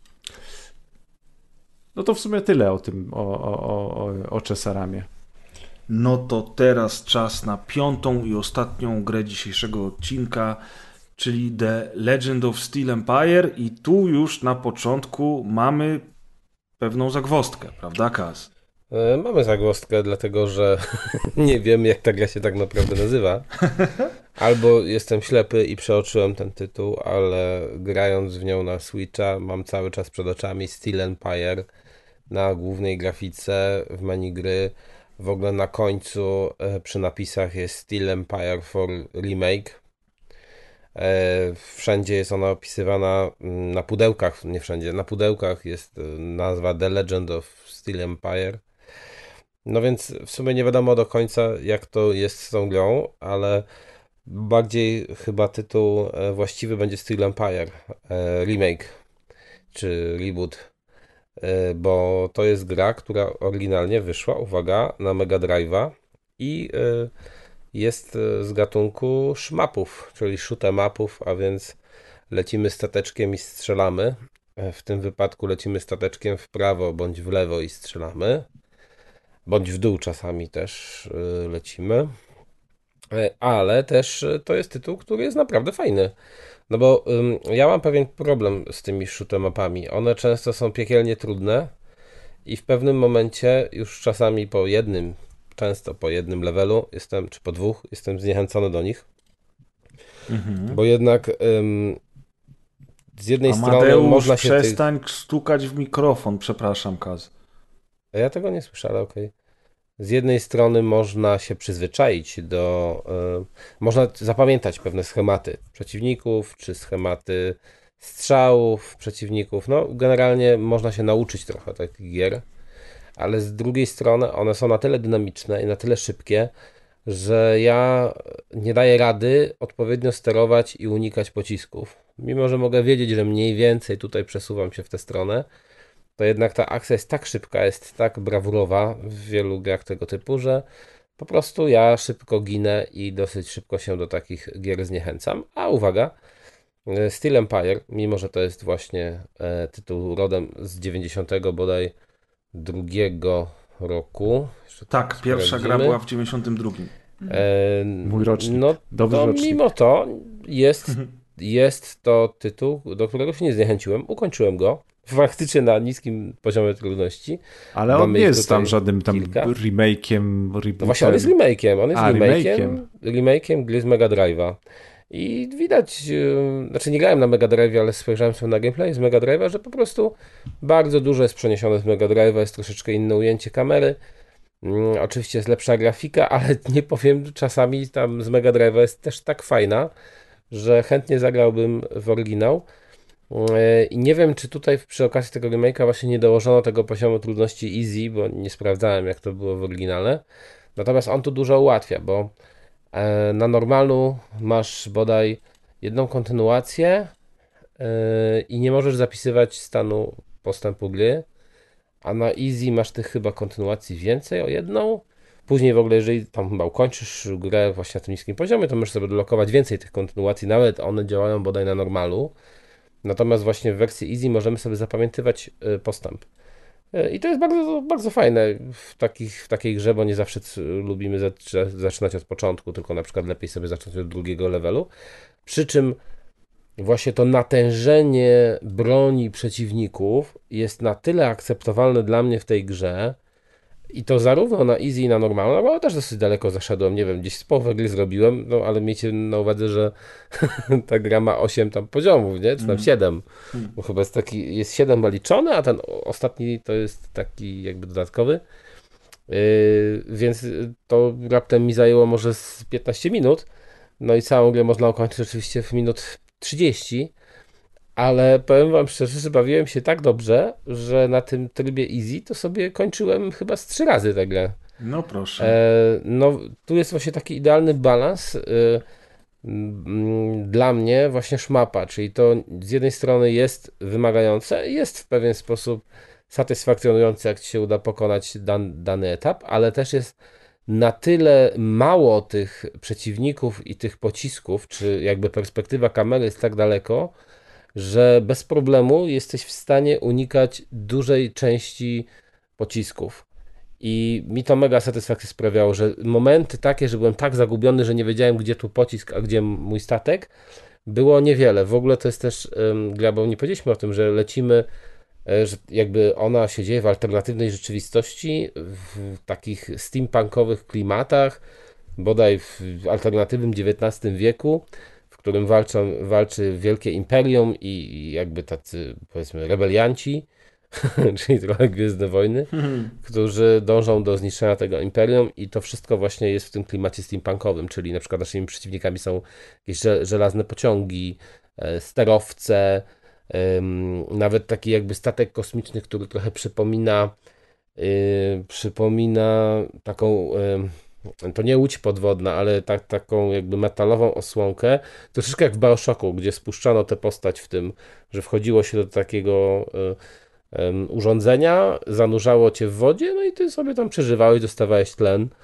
No to w sumie tyle o tym, o, o, o, o Chessaramie. No to teraz czas na piątą i ostatnią grę dzisiejszego odcinka, czyli The Legend of Steel Empire i tu już na początku mamy pewną zagwozdkę, prawda, Kaz? E, mamy zagwozdkę, dlatego że nie wiem, jak ta gra się tak naprawdę nazywa. Albo jestem ślepy i przeoczyłem ten tytuł, ale grając w nią na Switcha mam cały czas przed oczami Steel Empire na głównej grafice, w menu gry. W ogóle na końcu e, przy napisach jest Steel Empire for Remake. E, wszędzie jest ona opisywana, na pudełkach, nie wszędzie, na pudełkach jest nazwa The Legend of Steel Empire. No więc w sumie nie wiadomo do końca, jak to jest z tą grą, ale bardziej chyba tytuł właściwy będzie Steel Empire e, Remake czy Reboot. Bo to jest gra, która oryginalnie wyszła, uwaga, na Mega Drive'a i y, jest z gatunku szmapów, czyli shoot 'em upów, a więc lecimy stateczkiem i strzelamy. W tym wypadku lecimy stateczkiem w prawo bądź w lewo i strzelamy. Bądź w dół czasami też lecimy. Ale też to jest tytuł, który jest naprawdę fajny. No bo ym, ja mam pewien problem z tymi shoot 'em upami. One często są piekielnie trudne i w pewnym momencie już czasami po jednym, często po jednym levelu jestem, czy po dwóch, jestem zniechęcony do nich. Mhm. Bo jednak ym, z jednej Amadeusz, strony można się... przestań tej... stukać w mikrofon, przepraszam, Kaz. Ja tego nie słyszę, ale okej. Okay. Z jednej strony można się przyzwyczaić do... Yy, można zapamiętać pewne schematy przeciwników, czy schematy strzałów przeciwników. No, generalnie można się nauczyć trochę takich gier, ale z drugiej strony one są na tyle dynamiczne i na tyle szybkie, że ja nie daję rady odpowiednio sterować i unikać pocisków. Mimo że mogę wiedzieć, że mniej więcej tutaj przesuwam się w tę stronę, to jednak ta akcja jest tak szybka, jest tak brawurowa w wielu grach tego typu, że po prostu ja szybko ginę i dosyć szybko się do takich gier zniechęcam. A uwaga, Steel Empire, mimo że to jest właśnie e, tytuł rodem z dziewięćdziesiątego bodaj drugiego roku. Tak, pierwsza gra była w dziewięćdziesiątym drugim. E, Mój rocznik. No Dobry to rocznik. Mimo to jest, jest to tytuł, do którego się nie zniechęciłem. Ukończyłem go. Faktycznie na niskim poziomie trudności. Ale on nie jest tam żadnym tam kilka. remake'iem, rebootem. No właśnie, on jest remake'iem. On jest A, remake'iem, remake'iem gry z Mega Drive'a. I widać, yy, znaczy nie grałem na Mega Drive, ale spojrzałem sobie na gameplay z Mega Drive'a, że po prostu bardzo dużo jest przeniesione z Mega Drive'a, jest troszeczkę inne ujęcie kamery. Yy, oczywiście jest lepsza grafika, ale nie powiem, czasami tam z Mega Drive'a jest też tak fajna, że chętnie zagrałbym w oryginał. I nie wiem, czy tutaj przy okazji tego remake'a właśnie nie dołożono tego poziomu trudności easy, bo nie sprawdzałem, jak to było w oryginale. Natomiast on tu dużo ułatwia, bo na normalu masz bodaj jedną kontynuację i nie możesz zapisywać stanu postępu gry, a na easy masz tych chyba kontynuacji więcej o jedną. Później w ogóle, jeżeli tam chyba ukończysz grę właśnie na tym niskim poziomie, to możesz sobie odblokować więcej tych kontynuacji, nawet one działają bodaj na normalu. Natomiast właśnie w wersji easy możemy sobie zapamiętywać postęp. I to jest bardzo, bardzo fajne w, takich, w takiej grze, bo nie zawsze lubimy zaczynać od początku, tylko na przykład lepiej sobie zacząć od drugiego levelu. Przy czym właśnie to natężenie broni przeciwników jest na tyle akceptowalne dla mnie w tej grze, i to zarówno na easy i na normalne, bo też dosyć daleko zaszedłem, nie wiem, gdzieś z połowy gry zrobiłem, no ale miejcie na uwadze, że ta gra ma osiem tam poziomów, nie? Czy tam siedem, mm. bo chyba jest taki, jest siedem liczone, a ten ostatni to jest taki jakby dodatkowy, yy, więc to raptem mi zajęło może z piętnaście minut, no i całą grę można ukończyć oczywiście w minut trzydzieści, ale powiem wam szczerze, że bawiłem się tak dobrze, że na tym trybie easy to sobie kończyłem chyba z trzy razy tę grę. No proszę. E, no tu jest właśnie taki idealny balans e, m, dla mnie właśnie szmapa, czyli to z jednej strony jest wymagające, jest w pewien sposób satysfakcjonujące, jak ci się uda pokonać dan, dany etap, ale też jest na tyle mało tych przeciwników i tych pocisków, czy jakby perspektywa kamery jest tak daleko, że bez problemu jesteś w stanie unikać dużej części pocisków. I mi to mega satysfakcję sprawiało, że momenty takie, że byłem tak zagubiony, że nie wiedziałem, gdzie tu pocisk, a gdzie mój statek, było niewiele. W ogóle to jest też um, gra, bo nie powiedzieliśmy o tym, że lecimy, że jakby ona się dzieje w alternatywnej rzeczywistości, w takich steampunkowych klimatach, bodaj w alternatywnym dziewiętnastym wieku, w którym walczą, walczy wielkie imperium i, i jakby tacy, powiedzmy, rebelianci, czyli trochę Gwiezdne Wojny, hmm. którzy dążą do zniszczenia tego imperium i to wszystko właśnie jest w tym klimacie steampunkowym, czyli na przykład naszymi przeciwnikami są jakieś żelazne pociągi, sterowce, um, nawet taki jakby statek kosmiczny, który trochę przypomina yy, przypomina taką yy, to nie łódź podwodna, ale tak, taką jakby metalową osłonkę, troszeczkę jak w Bioshocku, gdzie spuszczano tę postać w tym, że wchodziło się do takiego y, y, urządzenia, zanurzało cię w wodzie, no i ty sobie tam przeżywałeś, dostawałeś tlen.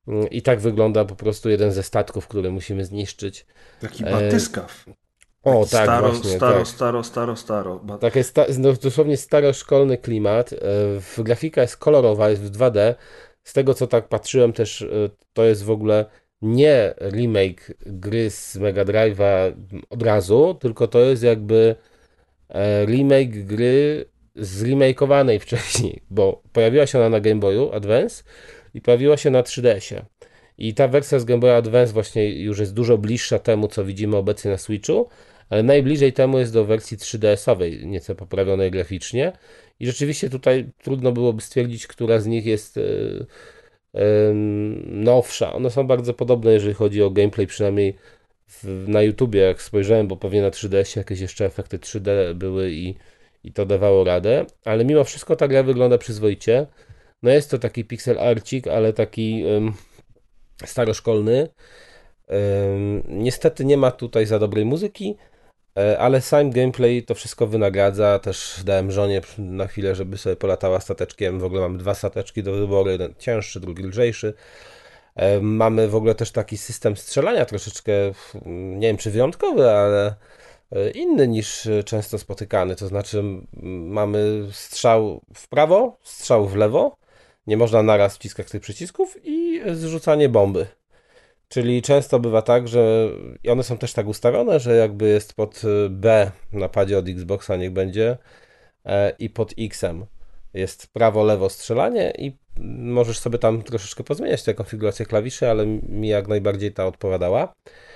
I tak wygląda po prostu jeden ze statków, który musimy zniszczyć. Taki batyskaw. O, Taki tak, staro, właśnie. Staro, tak. staro, staro, staro. Bat... Tak jest, no, dosłownie staroszkolny klimat. W grafika jest kolorowa, jest w dwa D. Z tego, co tak patrzyłem też, to jest w ogóle nie remake gry z Mega Drive'a od razu, tylko to jest jakby remake gry zremakeowanej wcześniej, bo pojawiła się ona na Game Boyu Advance i pojawiła się na trzy D S ie. I ta wersja z Game Boy Advance właśnie już jest dużo bliższa temu, co widzimy obecnie na Switchu, ale najbliżej temu jest do wersji trzy D S owej, nieco poprawionej graficznie. I rzeczywiście tutaj trudno byłoby stwierdzić, która z nich jest yy, yy, nowsza. One są bardzo podobne, jeżeli chodzi o gameplay, przynajmniej w, na YouTubie, jak spojrzałem, bo pewnie na trzy D S ie jakieś jeszcze efekty trzy D były i, i to dawało radę. Ale mimo wszystko ta gra wygląda przyzwoicie. No jest to taki pixel arcik, ale taki... Yy, staroszkolny. Niestety nie ma tutaj za dobrej muzyki, ale sam gameplay to wszystko wynagradza. Też dałem żonie na chwilę, żeby sobie polatała stateczkiem. W ogóle mamy dwa stateczki do wyboru, jeden cięższy, drugi lżejszy. Mamy w ogóle też taki system strzelania troszeczkę, nie wiem czy wyjątkowy, ale inny niż często spotykany. To znaczy mamy strzał w prawo, strzał w lewo. Nie można naraz wciskać tych przycisków i zrzucanie bomby. Czyli często bywa tak, że i one są też tak ustawione, że jakby jest pod B na padzie od Xboxa, niech będzie, i pod X-em jest prawo-lewo strzelanie i możesz sobie tam troszeczkę pozmieniać tę konfigurację klawiszy, ale mi jak najbardziej ta odpowiadała.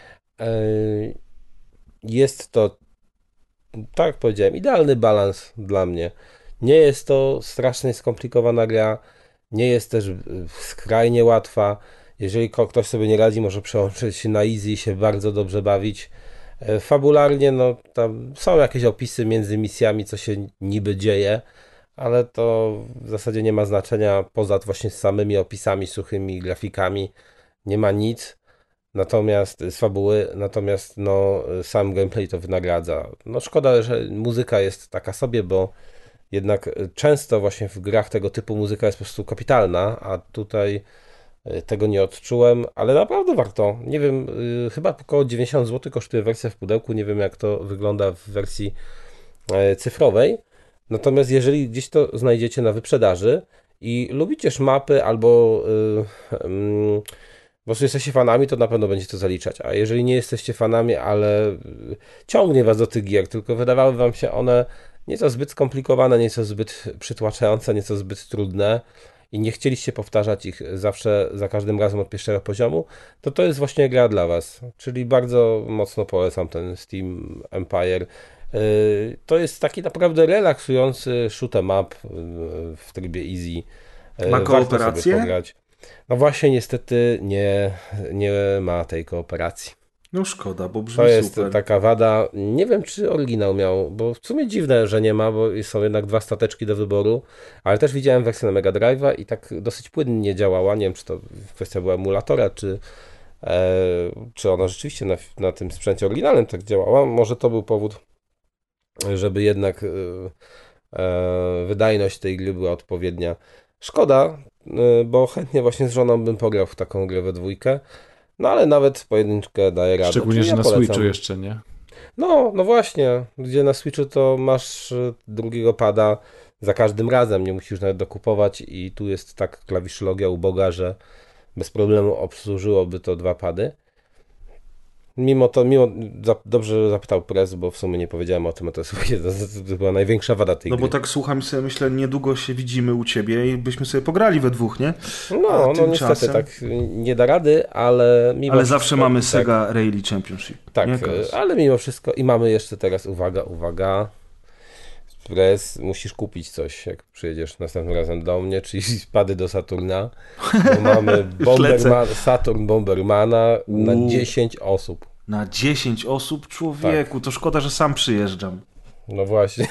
Jest to, tak jak powiedziałem, idealny balans dla mnie. Nie jest to strasznie skomplikowana gra, nie jest też skrajnie łatwa. Jeżeli ktoś sobie nie radzi, może przełączyć się na easy i się bardzo dobrze bawić. Fabularnie, no tam są jakieś opisy między misjami, co się niby dzieje, ale to w zasadzie nie ma znaczenia poza właśnie samymi opisami, suchymi grafikami. Nie ma nic. Natomiast z fabuły, natomiast no sam gameplay to wynagradza. No szkoda, że muzyka jest taka sobie, bo jednak często właśnie w grach tego typu muzyka jest po prostu kapitalna, a tutaj tego nie odczułem, ale naprawdę warto. Nie wiem, chyba około dziewięćdziesiąt złotych kosztuje wersja w pudełku, nie wiem jak to wygląda w wersji cyfrowej. Natomiast jeżeli gdzieś to znajdziecie na wyprzedaży i lubicie szmapy albo yy, yy, po prostu jesteście fanami, to na pewno będziecie to zaliczać. A jeżeli nie jesteście fanami, ale ciągnie was do tych gier, tylko wydawały wam się one nieco zbyt skomplikowane, nieco zbyt przytłaczające, nieco zbyt trudne i nie chcieliście powtarzać ich zawsze, za każdym razem od pierwszego poziomu, to to jest właśnie gra dla was. Czyli bardzo mocno polecam ten Steam Empire. To jest taki naprawdę relaksujący shoot'em up w trybie easy. Ma kooperację? No właśnie niestety nie, nie ma tej kooperacji. No szkoda, bo brzmi To jest super. taka wada. Nie wiem, czy oryginał miał, bo w sumie dziwne, że nie ma, bo są jednak dwa stateczki do wyboru, ale też widziałem wersję na Mega Drive'a i tak dosyć płynnie działała. Nie wiem, czy to kwestia była emulatora, czy, e, czy ona rzeczywiście na, na tym sprzęcie oryginalnym tak działała. Może to był powód, żeby jednak e, e, wydajność tej gry była odpowiednia. Szkoda, e, bo chętnie właśnie z żoną bym pograł w taką grę we dwójkę. No ale nawet pojedynczkę daje radę. Szczególnie, że ja na polecam. Switchu jeszcze, nie? No, no właśnie, gdzie na Switchu to masz drugiego pada za każdym razem, nie musisz nawet dokupować i tu jest tak klawiszologia uboga, że bez problemu obsłużyłoby to dwa pady. Mimo to, mimo, za, dobrze zapytał Prez, bo w sumie nie powiedziałem o tym, a to, jest, to była największa wada tej No gry. bo tak słucham sobie, myślę, niedługo się widzimy u ciebie i byśmy sobie pograli we dwóch, nie? No, A no tymczasem... niestety tak nie da rady, ale mimo Ale wszystko, zawsze mamy tak, Sega Rally Championship. Tak, nie, Kaz? ale mimo wszystko i mamy jeszcze teraz, uwaga, uwaga, Prez, musisz kupić coś, jak przyjedziesz następnym razem do mnie, czyli spady do Saturna, bo mamy Bomberman, Saturn Bombermana na Uuu. dziesięć osób. Na dziesięć osób? Człowieku, tak. To szkoda, że sam przyjeżdżam. No właśnie.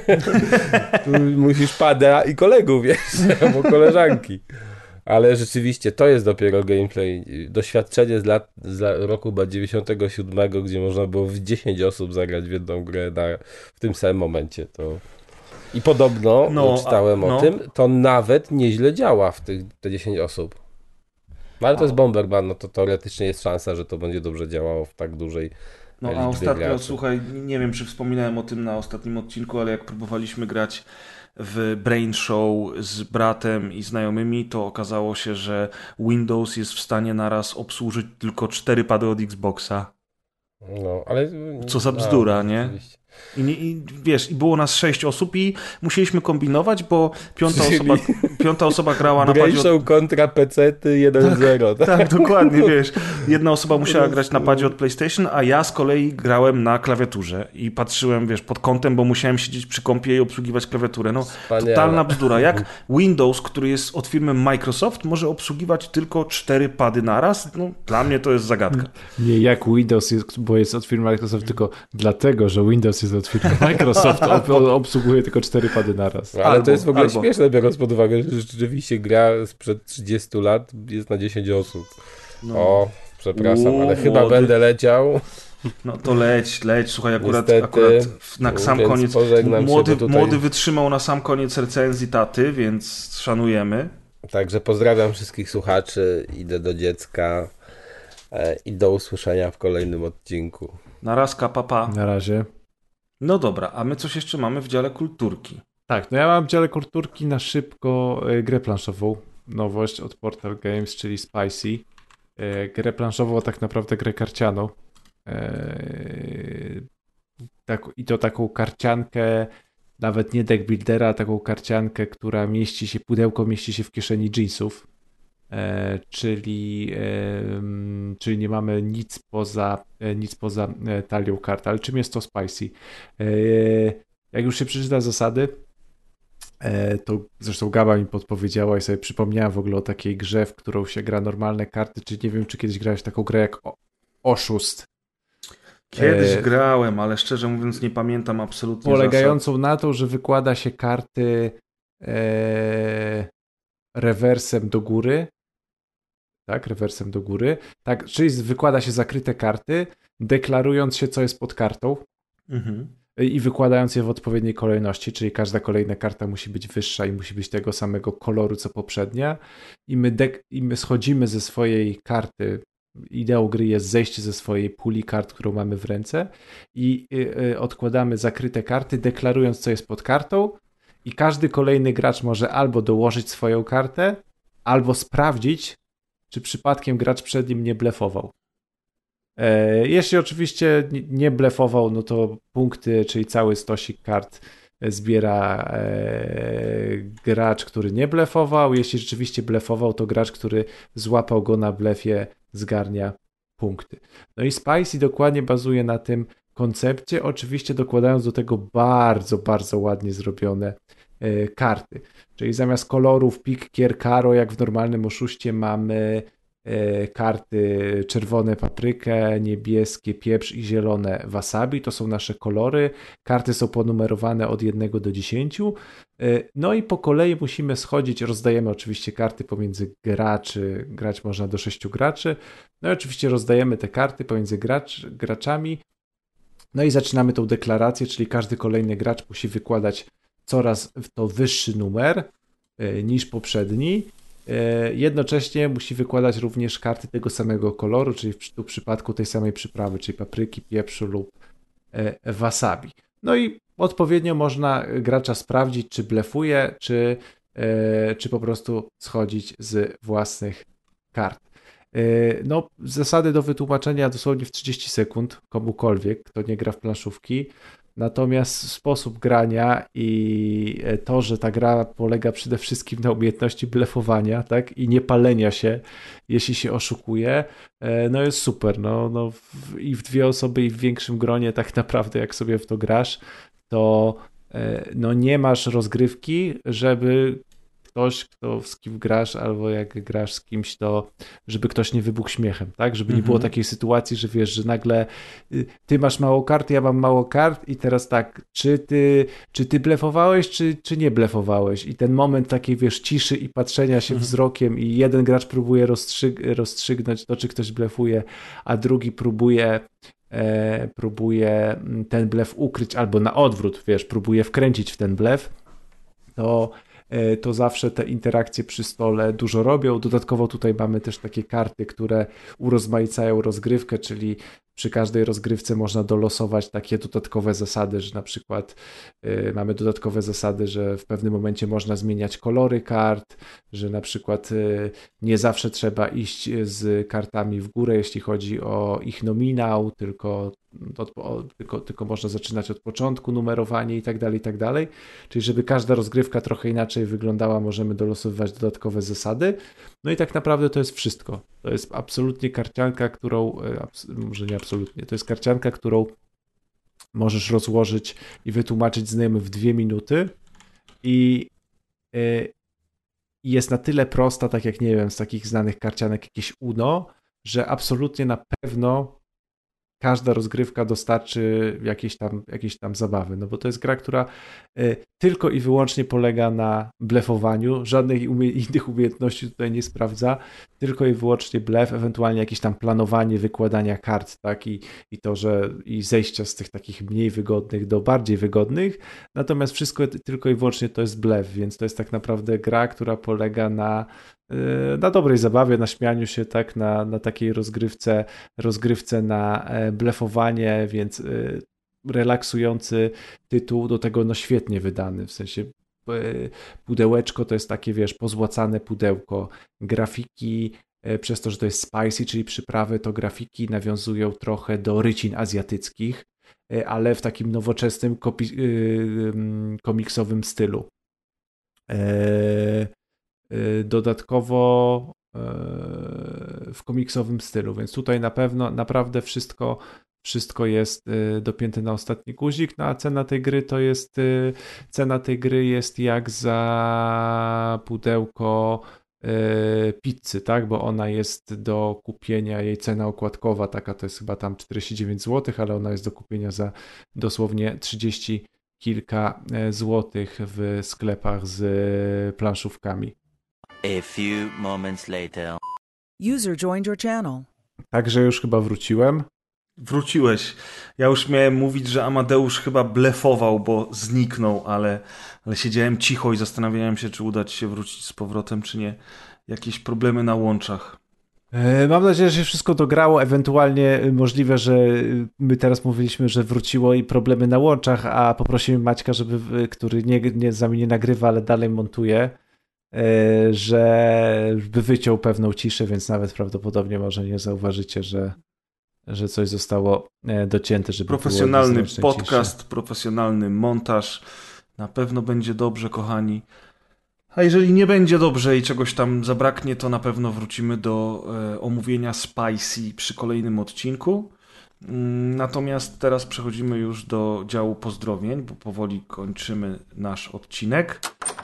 Tu musisz pada i kolegów, wiesz, albo koleżanki. Ale rzeczywiście to jest dopiero gameplay. Doświadczenie z, lat, z roku chyba dziewięćdziesiątego siódmego, gdzie można było w dziesięć osób zagrać w jedną grę na, w tym samym momencie. To... I podobno, no, czytałem a, o no. tym, to nawet nieźle działa w tych te dziesięć osób. No ale to jest Bomberman, no to teoretycznie jest szansa, że to będzie dobrze działało w tak dużej No liczbie a ostatnio, graczy. słuchaj, nie wiem czy wspominałem o tym na ostatnim odcinku, ale jak próbowaliśmy grać w Brain Show z bratem i znajomymi, to okazało się, że Windows jest w stanie naraz obsłużyć tylko cztery pady od Xboxa. No, ale... Co za bzdura, no, nie? oczywiście. I, I wiesz, i było nas sześć osób i musieliśmy kombinować, bo piąta osoba, piąta osoba grała na padzie. Brain kontra pecety jeden zero. Tak, tak, dokładnie, wiesz. Jedna osoba musiała grać na padzie od PlayStation, a ja z kolei grałem na klawiaturze i patrzyłem, wiesz, pod kątem, bo musiałem siedzieć przy kompie i obsługiwać klawiaturę. No, Wspaniale. Totalna bzdura. Jak Windows, który jest od firmy Microsoft, może obsługiwać tylko cztery pady naraz? No, dla mnie to jest zagadka. Nie jak Windows, jest, bo jest od firmy Microsoft, tylko dlatego, że Windows jest od firmy Microsoft, ob, obsługuje tylko cztery pady naraz. Ale Albo, to jest w ogóle albo. śmieszne, biorąc pod uwagę, że rzeczywiście gra sprzed trzydziestu lat jest na dziesięć osób. No. O, przepraszam, U, ale chyba młody. będę leciał. No to leć, leć, słuchaj, akurat, Niestety, akurat na sam więc koniec, pożegnam się, młody, bo tutaj- młody wytrzymał na sam koniec recenzji taty, więc szanujemy. Także pozdrawiam wszystkich słuchaczy, idę do dziecka e, i do usłyszenia w kolejnym odcinku. Narazka, papa. Na razie. No dobra, a my coś jeszcze mamy w dziale kulturki. Tak, no ja mam w dziale kulturki na szybko y, grę planszową. Nowość od Portal Games, czyli Spicy. Y, grę planszową, a tak naprawdę grę karcianą. Y, tak, I to taką karciankę, nawet nie deck buildera, a taką karciankę, która mieści się, pudełko mieści się w kieszeni jeansów. E, czyli, e, czyli nie mamy nic poza, e, nic poza e, talią kart. Ale czym jest to Spicy? E, jak już się przeczyta zasady, e, to zresztą Gaba mi podpowiedziała i sobie przypomniałem w ogóle o takiej grze, w którą się gra normalne karty, czy nie wiem, czy kiedyś grałeś w taką grę jak o, Oszust. Kiedyś E, grałem, ale szczerze mówiąc nie pamiętam absolutnie Polegającą na to, że wykłada się karty e, rewersem do góry. Tak, rewersem do góry. Tak, czyli wykłada się zakryte karty, deklarując się, co jest pod kartą Mhm. i wykładając je w odpowiedniej kolejności, czyli każda kolejna karta musi być wyższa i musi być tego samego koloru, co poprzednia. I my, dek- i my schodzimy ze swojej karty. Ideą gry jest zejście ze swojej puli kart, którą mamy w ręce i y, y, odkładamy zakryte karty, deklarując, co jest pod kartą i każdy kolejny gracz może albo dołożyć swoją kartę, albo sprawdzić, czy przypadkiem gracz przed nim nie blefował. E, jeśli oczywiście nie blefował, no to punkty, czyli cały stosik kart zbiera e, gracz, który nie blefował. Jeśli rzeczywiście blefował, to gracz, który złapał go na blefie, zgarnia punkty. No i Spicy dokładnie bazuje na tym koncepcie, oczywiście dokładając do tego bardzo, bardzo ładnie zrobione e, karty. Czyli zamiast kolorów pik, kier, karo, jak w normalnym oszuście mamy e, karty czerwone paprykę, niebieskie pieprz i zielone wasabi. To są nasze kolory. Karty są ponumerowane od jednego do dziesięciu. E, no i po kolei musimy schodzić. Rozdajemy oczywiście karty pomiędzy graczy. Grać można do sześciu graczy. No i oczywiście rozdajemy te karty pomiędzy gracz, graczami. No i zaczynamy tą deklarację, czyli każdy kolejny gracz musi wykładać coraz to wyższy numer y, niż poprzedni. Y, jednocześnie musi wykładać również karty tego samego koloru, czyli w, tu w przypadku tej samej przyprawy, czyli papryki, pieprzu lub y, wasabi. No i odpowiednio można gracza sprawdzić, czy blefuje, czy, y, czy po prostu schodzić z własnych kart. Y, no, zasady do wytłumaczenia dosłownie w trzydzieści sekund komukolwiek, kto nie gra w planszówki. Natomiast sposób grania i to, że ta gra polega przede wszystkim na umiejętności blefowania, tak, i nie palenia się, jeśli się oszukuje, no jest super. No, no w, i w dwie osoby, i w większym gronie tak naprawdę, jak sobie w to grasz, to no nie masz rozgrywki, żeby ktoś, kto z kim grasz, albo jak grasz z kimś, to żeby ktoś nie wybuchł śmiechem, tak? Żeby nie Mhm. było takiej sytuacji, że wiesz, że nagle y, ty masz mało kart, ja mam mało kart i teraz tak, czy ty, czy ty blefowałeś, czy, czy nie blefowałeś? I ten moment takiej, wiesz, ciszy i patrzenia się Mhm. wzrokiem i jeden gracz próbuje rozstrzyg- rozstrzygnąć to, czy ktoś blefuje, a drugi próbuje e, próbuje ten blef ukryć, albo na odwrót, wiesz, próbuje wkręcić w ten blef, to to zawsze te interakcje przy stole dużo robią. Dodatkowo tutaj mamy też takie karty, które urozmaicają rozgrywkę, czyli przy każdej rozgrywce można dolosować takie dodatkowe zasady, że na przykład y, mamy dodatkowe zasady, że w pewnym momencie można zmieniać kolory kart, że na przykład y, nie zawsze trzeba iść z kartami w górę, jeśli chodzi o ich nominał, tylko, od, o, tylko, tylko można zaczynać od początku numerowanie i tak dalej, i tak dalej. Czyli żeby każda rozgrywka trochę inaczej wyglądała, możemy dolosowywać dodatkowe zasady. No i tak naprawdę to jest wszystko. To jest absolutnie karcianka, którą, może nie absolutnie, to jest karcianka, którą możesz rozłożyć i wytłumaczyć znajomym w dwie minuty i y, jest na tyle prosta, tak jak nie wiem, z takich znanych karcianek jakieś Uno, że absolutnie na pewno każda rozgrywka dostarczy jakiejś tam, jakiejś tam zabawy, no bo to jest gra, która y, tylko i wyłącznie polega na blefowaniu, żadnych umie- innych umiejętności tutaj nie sprawdza, tylko i wyłącznie blef, ewentualnie jakieś tam planowanie wykładania kart, tak, i, i to, że i zejścia z tych takich mniej wygodnych do bardziej wygodnych, natomiast wszystko tylko i wyłącznie to jest blef, więc to jest tak naprawdę gra, która polega na na dobrej zabawie, na śmianiu się, tak, na, na takiej rozgrywce, rozgrywce na blefowanie, więc relaksujący tytuł, do tego no świetnie wydany, w sensie pudełeczko to jest takie, wiesz, pozłacane pudełko, grafiki, przez to, że to jest spicy, czyli przyprawy, to grafiki nawiązują trochę do rycin azjatyckich, ale w takim nowoczesnym kopi- komiksowym stylu. Dodatkowo w komiksowym stylu, więc tutaj na pewno naprawdę wszystko, wszystko jest dopięte na ostatni guzik, no a cena tej gry to jest cena tej gry jest jak za pudełko pizzy, tak, bo ona jest do kupienia, jej cena okładkowa taka to jest chyba tam czterdzieści dziewięć złotych, ale ona jest do kupienia za dosłownie trzydzieści kilka złotych w sklepach z planszówkami. A few moments later. User joined your channel. Także już chyba wróciłem. Wróciłeś. Ja już miałem mówić, że Amadeusz chyba blefował, bo zniknął, ale, ale siedziałem cicho i zastanawiałem się, czy uda ci się wrócić z powrotem, czy nie. Jakieś problemy na łączach. Mam nadzieję, że się wszystko dograło, ewentualnie możliwe, że my teraz mówiliśmy, że wróciło i problemy na łączach, a poprosimy Maćka, żeby, który nie, nie, z nami nie nagrywa, ale dalej montuje, żeby wyciął pewną ciszę, więc nawet prawdopodobnie może nie zauważycie, że, że coś zostało docięte, żeby profesjonalny było podcast, ciszy. Profesjonalny montaż. Na pewno będzie dobrze, kochani. A jeżeli nie będzie dobrze i czegoś tam zabraknie, to na pewno wrócimy do e, omówienia Spicy przy kolejnym odcinku. Natomiast teraz przechodzimy już do działu pozdrowień, bo powoli kończymy nasz odcinek.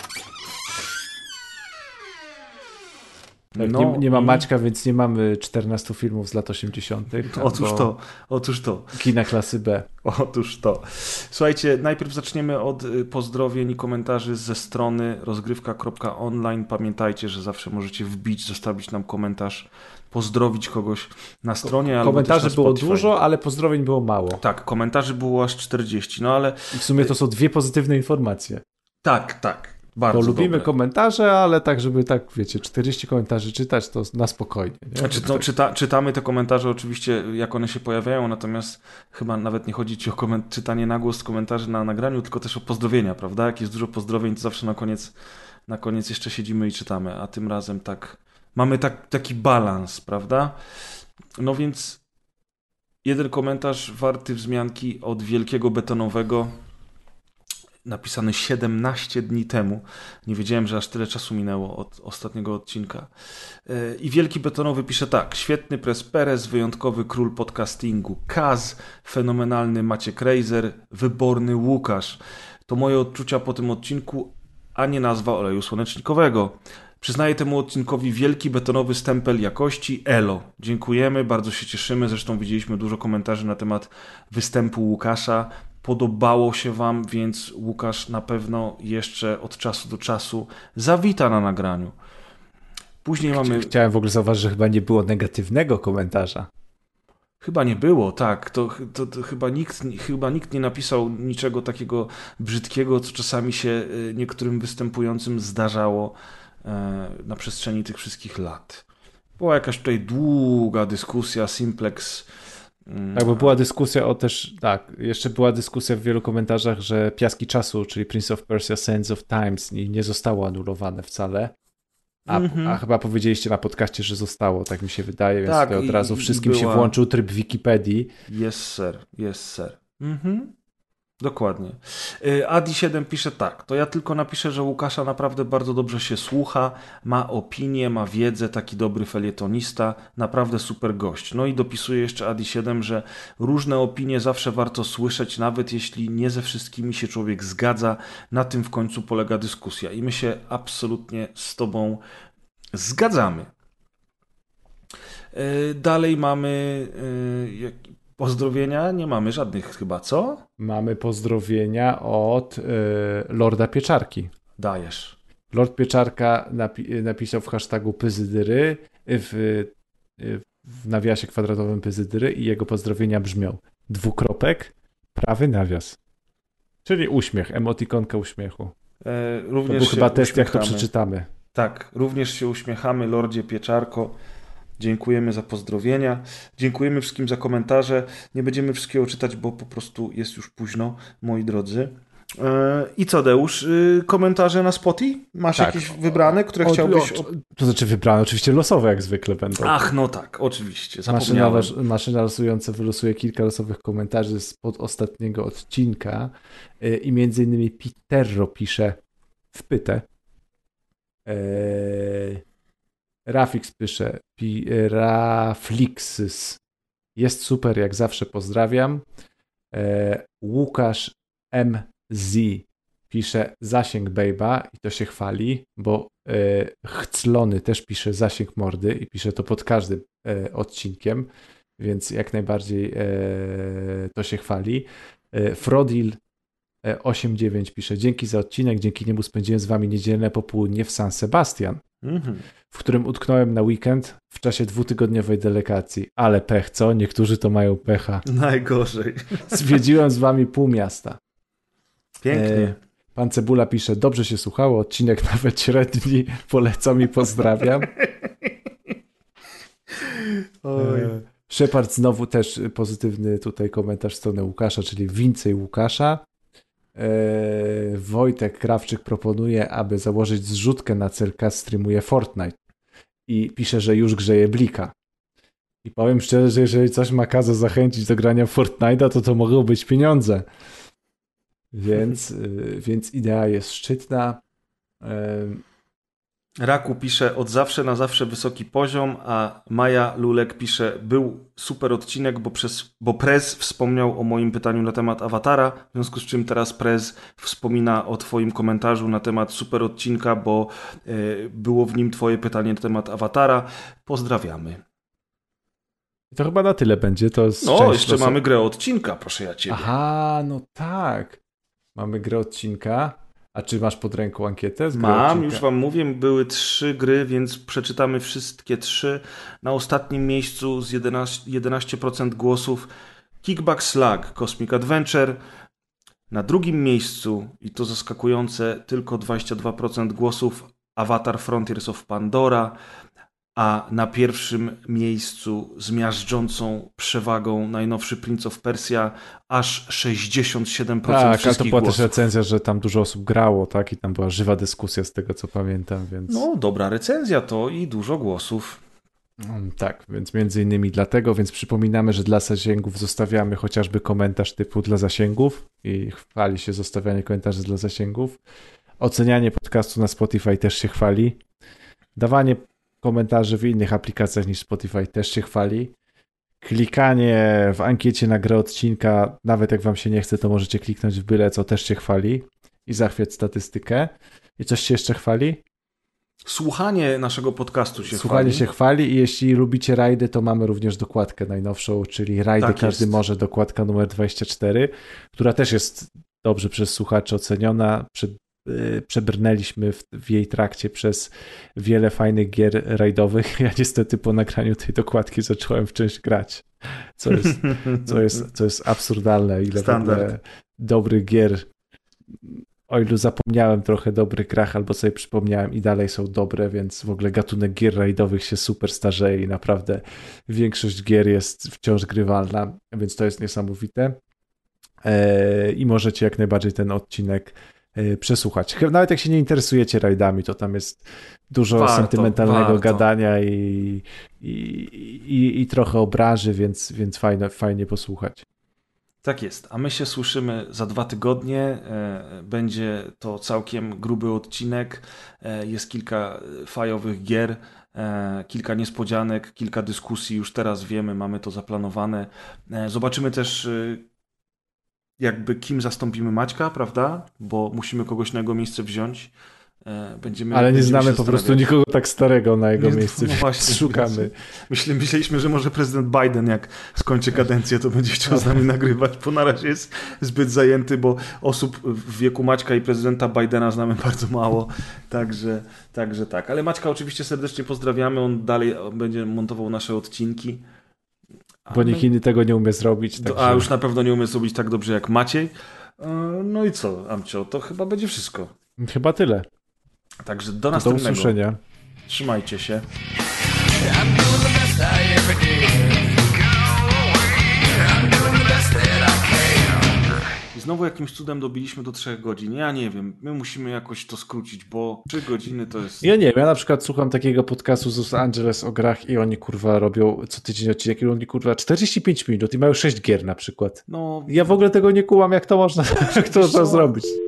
Tak, no, nie, nie ma Maćka, więc nie mamy czternastu filmów z lat osiemdziesiątych. Otóż to, otóż to. Kina klasy B. Otóż to. Słuchajcie, najpierw zaczniemy od pozdrowień i komentarzy ze strony rozgrywka kropka online. Pamiętajcie, że zawsze możecie wbić, zostawić nam komentarz, pozdrowić kogoś na stronie. Komentarzy było dużo, ale pozdrowień było mało. Tak, komentarzy było aż czterdzieści, no ale... I w sumie to są dwie pozytywne informacje. Tak, tak. Bardzo Bo lubimy dobre. komentarze, ale tak, żeby tak, wiecie, czterdzieści komentarzy czytać, to na spokojnie. Nie? Znaczy, no, czyta, czytamy te komentarze oczywiście, jak one się pojawiają, natomiast chyba nawet nie chodzi ci o koment- czytanie na głos komentarzy na nagraniu, tylko też o pozdrowienia, prawda? Jak jest dużo pozdrowień, to zawsze na koniec, na koniec jeszcze siedzimy i czytamy, a tym razem tak, mamy tak, taki balans, prawda? No więc jeden komentarz warty wzmianki od Wielkiego Betonowego, napisany siedemnaście dni temu. Nie wiedziałem, że aż tyle czasu minęło od ostatniego odcinka. I Wielki Betonowy pisze tak. Świetny Press Perez, wyjątkowy król podcastingu Kaz, fenomenalny Maciek Reiser, wyborny Łukasz. To moje odczucia po tym odcinku, a nie nazwa oleju słonecznikowego. Przyznaję temu odcinkowi wielki betonowy stempel jakości. Elo. Dziękujemy, bardzo się cieszymy. Zresztą widzieliśmy dużo komentarzy na temat występu Łukasza. Podobało się wam, więc Łukasz na pewno jeszcze od czasu do czasu zawita na nagraniu. Później mamy... Chciałem w ogóle zauważyć, że chyba nie było negatywnego komentarza. Chyba nie było, tak. To, to, to chyba, nikt, chyba nikt nie napisał niczego takiego brzydkiego, co czasami się niektórym występującym zdarzało na przestrzeni tych wszystkich lat. Była jakaś tutaj długa dyskusja, Simplex. Tak, bo była dyskusja o też, tak, jeszcze była dyskusja w wielu komentarzach, że Piaski Czasu, czyli Prince of Persia Sands of Times nie, nie zostało anulowane wcale. A, mm-hmm. a chyba powiedzieliście na podcaście, że zostało, tak mi się wydaje, więc tak, od razu wszystkim była... się włączył tryb Wikipedii. Yes, sir, yes, sir. Mhm. Dokładnie. Adi siedem pisze tak, to ja tylko napiszę, że Łukasza naprawdę bardzo dobrze się słucha, ma opinię, ma wiedzę, taki dobry felietonista, naprawdę super gość. No i dopisuje jeszcze Adi siedem, że różne opinie zawsze warto słyszeć, nawet jeśli nie ze wszystkimi się człowiek zgadza, na tym w końcu polega dyskusja i my się absolutnie z tobą zgadzamy. Dalej mamy... Pozdrowienia? Nie mamy żadnych chyba, co? Mamy pozdrowienia od y, Lorda Pieczarki. Dajesz. Lord Pieczarka napi- napisał w hashtagu Pyzydyry, w, y, w nawiasie kwadratowym Pyzydyry i jego pozdrowienia brzmią dwukropek, prawy nawias. Czyli uśmiech, emotikonka uśmiechu. E, również to był chyba test, uśmiechamy. Jak to przeczytamy. Tak, również się uśmiechamy, Lordzie Pieczarko. Dziękujemy za pozdrowienia. Dziękujemy wszystkim za komentarze. Nie będziemy wszystkiego czytać, bo po prostu jest już późno, moi drodzy. I co, Deusz? Komentarze na Spotify? Masz tak. jakieś wybrane, które o, chciałbyś... O, to znaczy wybrane, oczywiście losowe jak zwykle będą. Ach, no tak, oczywiście. Maszyna, maszyna losująca wylosuje kilka losowych komentarzy spod ostatniego odcinka i między innymi Pitterro pisze w pytę. Eee... Rafix pisze, Raflixys. Jest super, jak zawsze pozdrawiam. E, Łukasz M Z pisze zasięg bejba i to się chwali, bo e, Chclony też pisze zasięg mordy i pisze to pod każdym e, odcinkiem, więc jak najbardziej e, to się chwali. E, Frodil osiem dziewięć pisze, dzięki za odcinek, dzięki niemu spędziłem z wami niedzielne popołudnie w San Sebastian, mm-hmm. w którym utknąłem na weekend w czasie dwutygodniowej delegacji. Ale pech, co? Niektórzy to mają pecha. Najgorzej. Zwiedziłem z wami pół miasta. Pięknie. E, pan Cebula pisze, dobrze się słuchało, odcinek nawet średni, polecam i pozdrawiam. Oj. E, Shepard znowu też pozytywny tutaj komentarz w stronę Łukasza, czyli więcej Łukasza. Wojtek Krawczyk proponuje, aby założyć zrzutkę na C L K streamuje Fortnite i pisze, że już grzeje blika. I powiem szczerze, że jeżeli coś ma Kaza zachęcić do grania w Fortnite'a, to to mogą być pieniądze. Więc, więc idea jest szczytna. Raku pisze od zawsze na zawsze wysoki poziom, a Maja Lulek pisze był super odcinek, bo, przez, bo Prez wspomniał o moim pytaniu na temat Awatara, w związku z czym teraz Prez wspomina o twoim komentarzu na temat super odcinka, bo y, było w nim twoje pytanie na temat Awatara. Pozdrawiamy. To chyba na tyle będzie. To jest no, jeszcze losu... mamy grę odcinka, proszę ja ciebie. Aha, no tak. Mamy grę odcinka. A czy masz pod ręką ankietę? Mam, już wam mówię, były trzy gry, więc przeczytamy wszystkie trzy. Na ostatnim miejscu z jedenaście procent głosów Kickback Slug Cosmic Adventure. Na drugim miejscu, i to zaskakujące, tylko dwadzieścia dwa procent głosów Avatar Frontiers of Pandora. A na pierwszym miejscu z miażdżącą przewagą najnowszy Prince of Persia, aż sześćdziesiąt siedem procent tak, wszystkich ale to była głosów. też recenzja, że tam dużo osób grało, tak? I tam była żywa dyskusja z tego, co pamiętam, więc... No, dobra recenzja to i dużo głosów. Tak, więc między innymi dlatego, więc przypominamy, że dla zasięgów zostawiamy chociażby komentarz typu dla zasięgów i chwali się zostawianie komentarzy dla zasięgów. Ocenianie podcastu na Spotify też się chwali. Dawanie komentarzy w innych aplikacjach niż Spotify też się chwali. Klikanie w ankiecie na grę odcinka, nawet jak wam się nie chce, to możecie kliknąć w byle co, też się chwali i zachwiać statystykę. I coś się jeszcze chwali? Słuchanie naszego podcastu się Słuchanie chwali. się chwali i jeśli lubicie rajdy, to mamy również dokładkę najnowszą, czyli rajdy tak każdy jest. może, dokładka numer dwadzieścia cztery, która też jest dobrze przez słuchaczy oceniona. Przed y, przebrnęliśmy w, w jej trakcie przez wiele fajnych gier rajdowych. Ja niestety po nagraniu tej dokładki zacząłem w część grać, co jest, co jest, co jest absurdalne, ile Standard. w ogóle dobrych gier, o ilu zapomniałem trochę dobrych grach, albo sobie przypomniałem i dalej są dobre, więc w ogóle gatunek gier rajdowych się super starzeje i naprawdę większość gier jest wciąż grywalna, więc to jest niesamowite. I możecie jak najbardziej ten odcinek przesłuchać. Nawet jak się nie interesujecie rajdami, to tam jest dużo warto, sentymentalnego warto. gadania i, i, i, i trochę obraży, więc, więc fajnie, fajnie posłuchać. Tak jest, a my się słyszymy za dwa tygodnie. Będzie to całkiem gruby odcinek. Jest kilka fajowych gier, kilka niespodzianek, kilka dyskusji. Już teraz wiemy, mamy to zaplanowane. Zobaczymy też, jakby kim zastąpimy Maćka, prawda? Bo musimy kogoś na jego miejsce wziąć. Będziemy, Ale nie będziemy znamy się po prostu zastanawiać. nikogo tak starego na jego Nie, miejsce, no więc właśnie, szukamy. Myślę, myśleliśmy, że może prezydent Biden, jak skończy kadencję, to będzie chciał z nami nagrywać, bo na razie jest zbyt zajęty, bo osób w wieku Maćka i prezydenta Bidena znamy bardzo mało, także, także tak. Ale Maćka oczywiście serdecznie pozdrawiamy, on dalej będzie montował nasze odcinki. A Bo my- nikt inny tego nie umie zrobić. do- Także... A już na pewno nie umie zrobić tak dobrze jak Maciej. E, No i co, Amcio, to chyba będzie wszystko. Chyba tyle. Także do Do następnego. usłyszenia. Trzymajcie się. I znowu jakimś cudem dobiliśmy do trzech godzin. Ja nie wiem, my musimy jakoś to skrócić, bo trzy godziny to jest... Ja nie wiem, ja na przykład słucham takiego podcastu z Los Angeles o grach i oni kurwa robią co tydzień odcinek i oni kurwa czterdzieści pięć minut i mają sześć gier na przykład. No, Ja w ogóle tego nie kułam, jak to można, jak to można co? zrobić.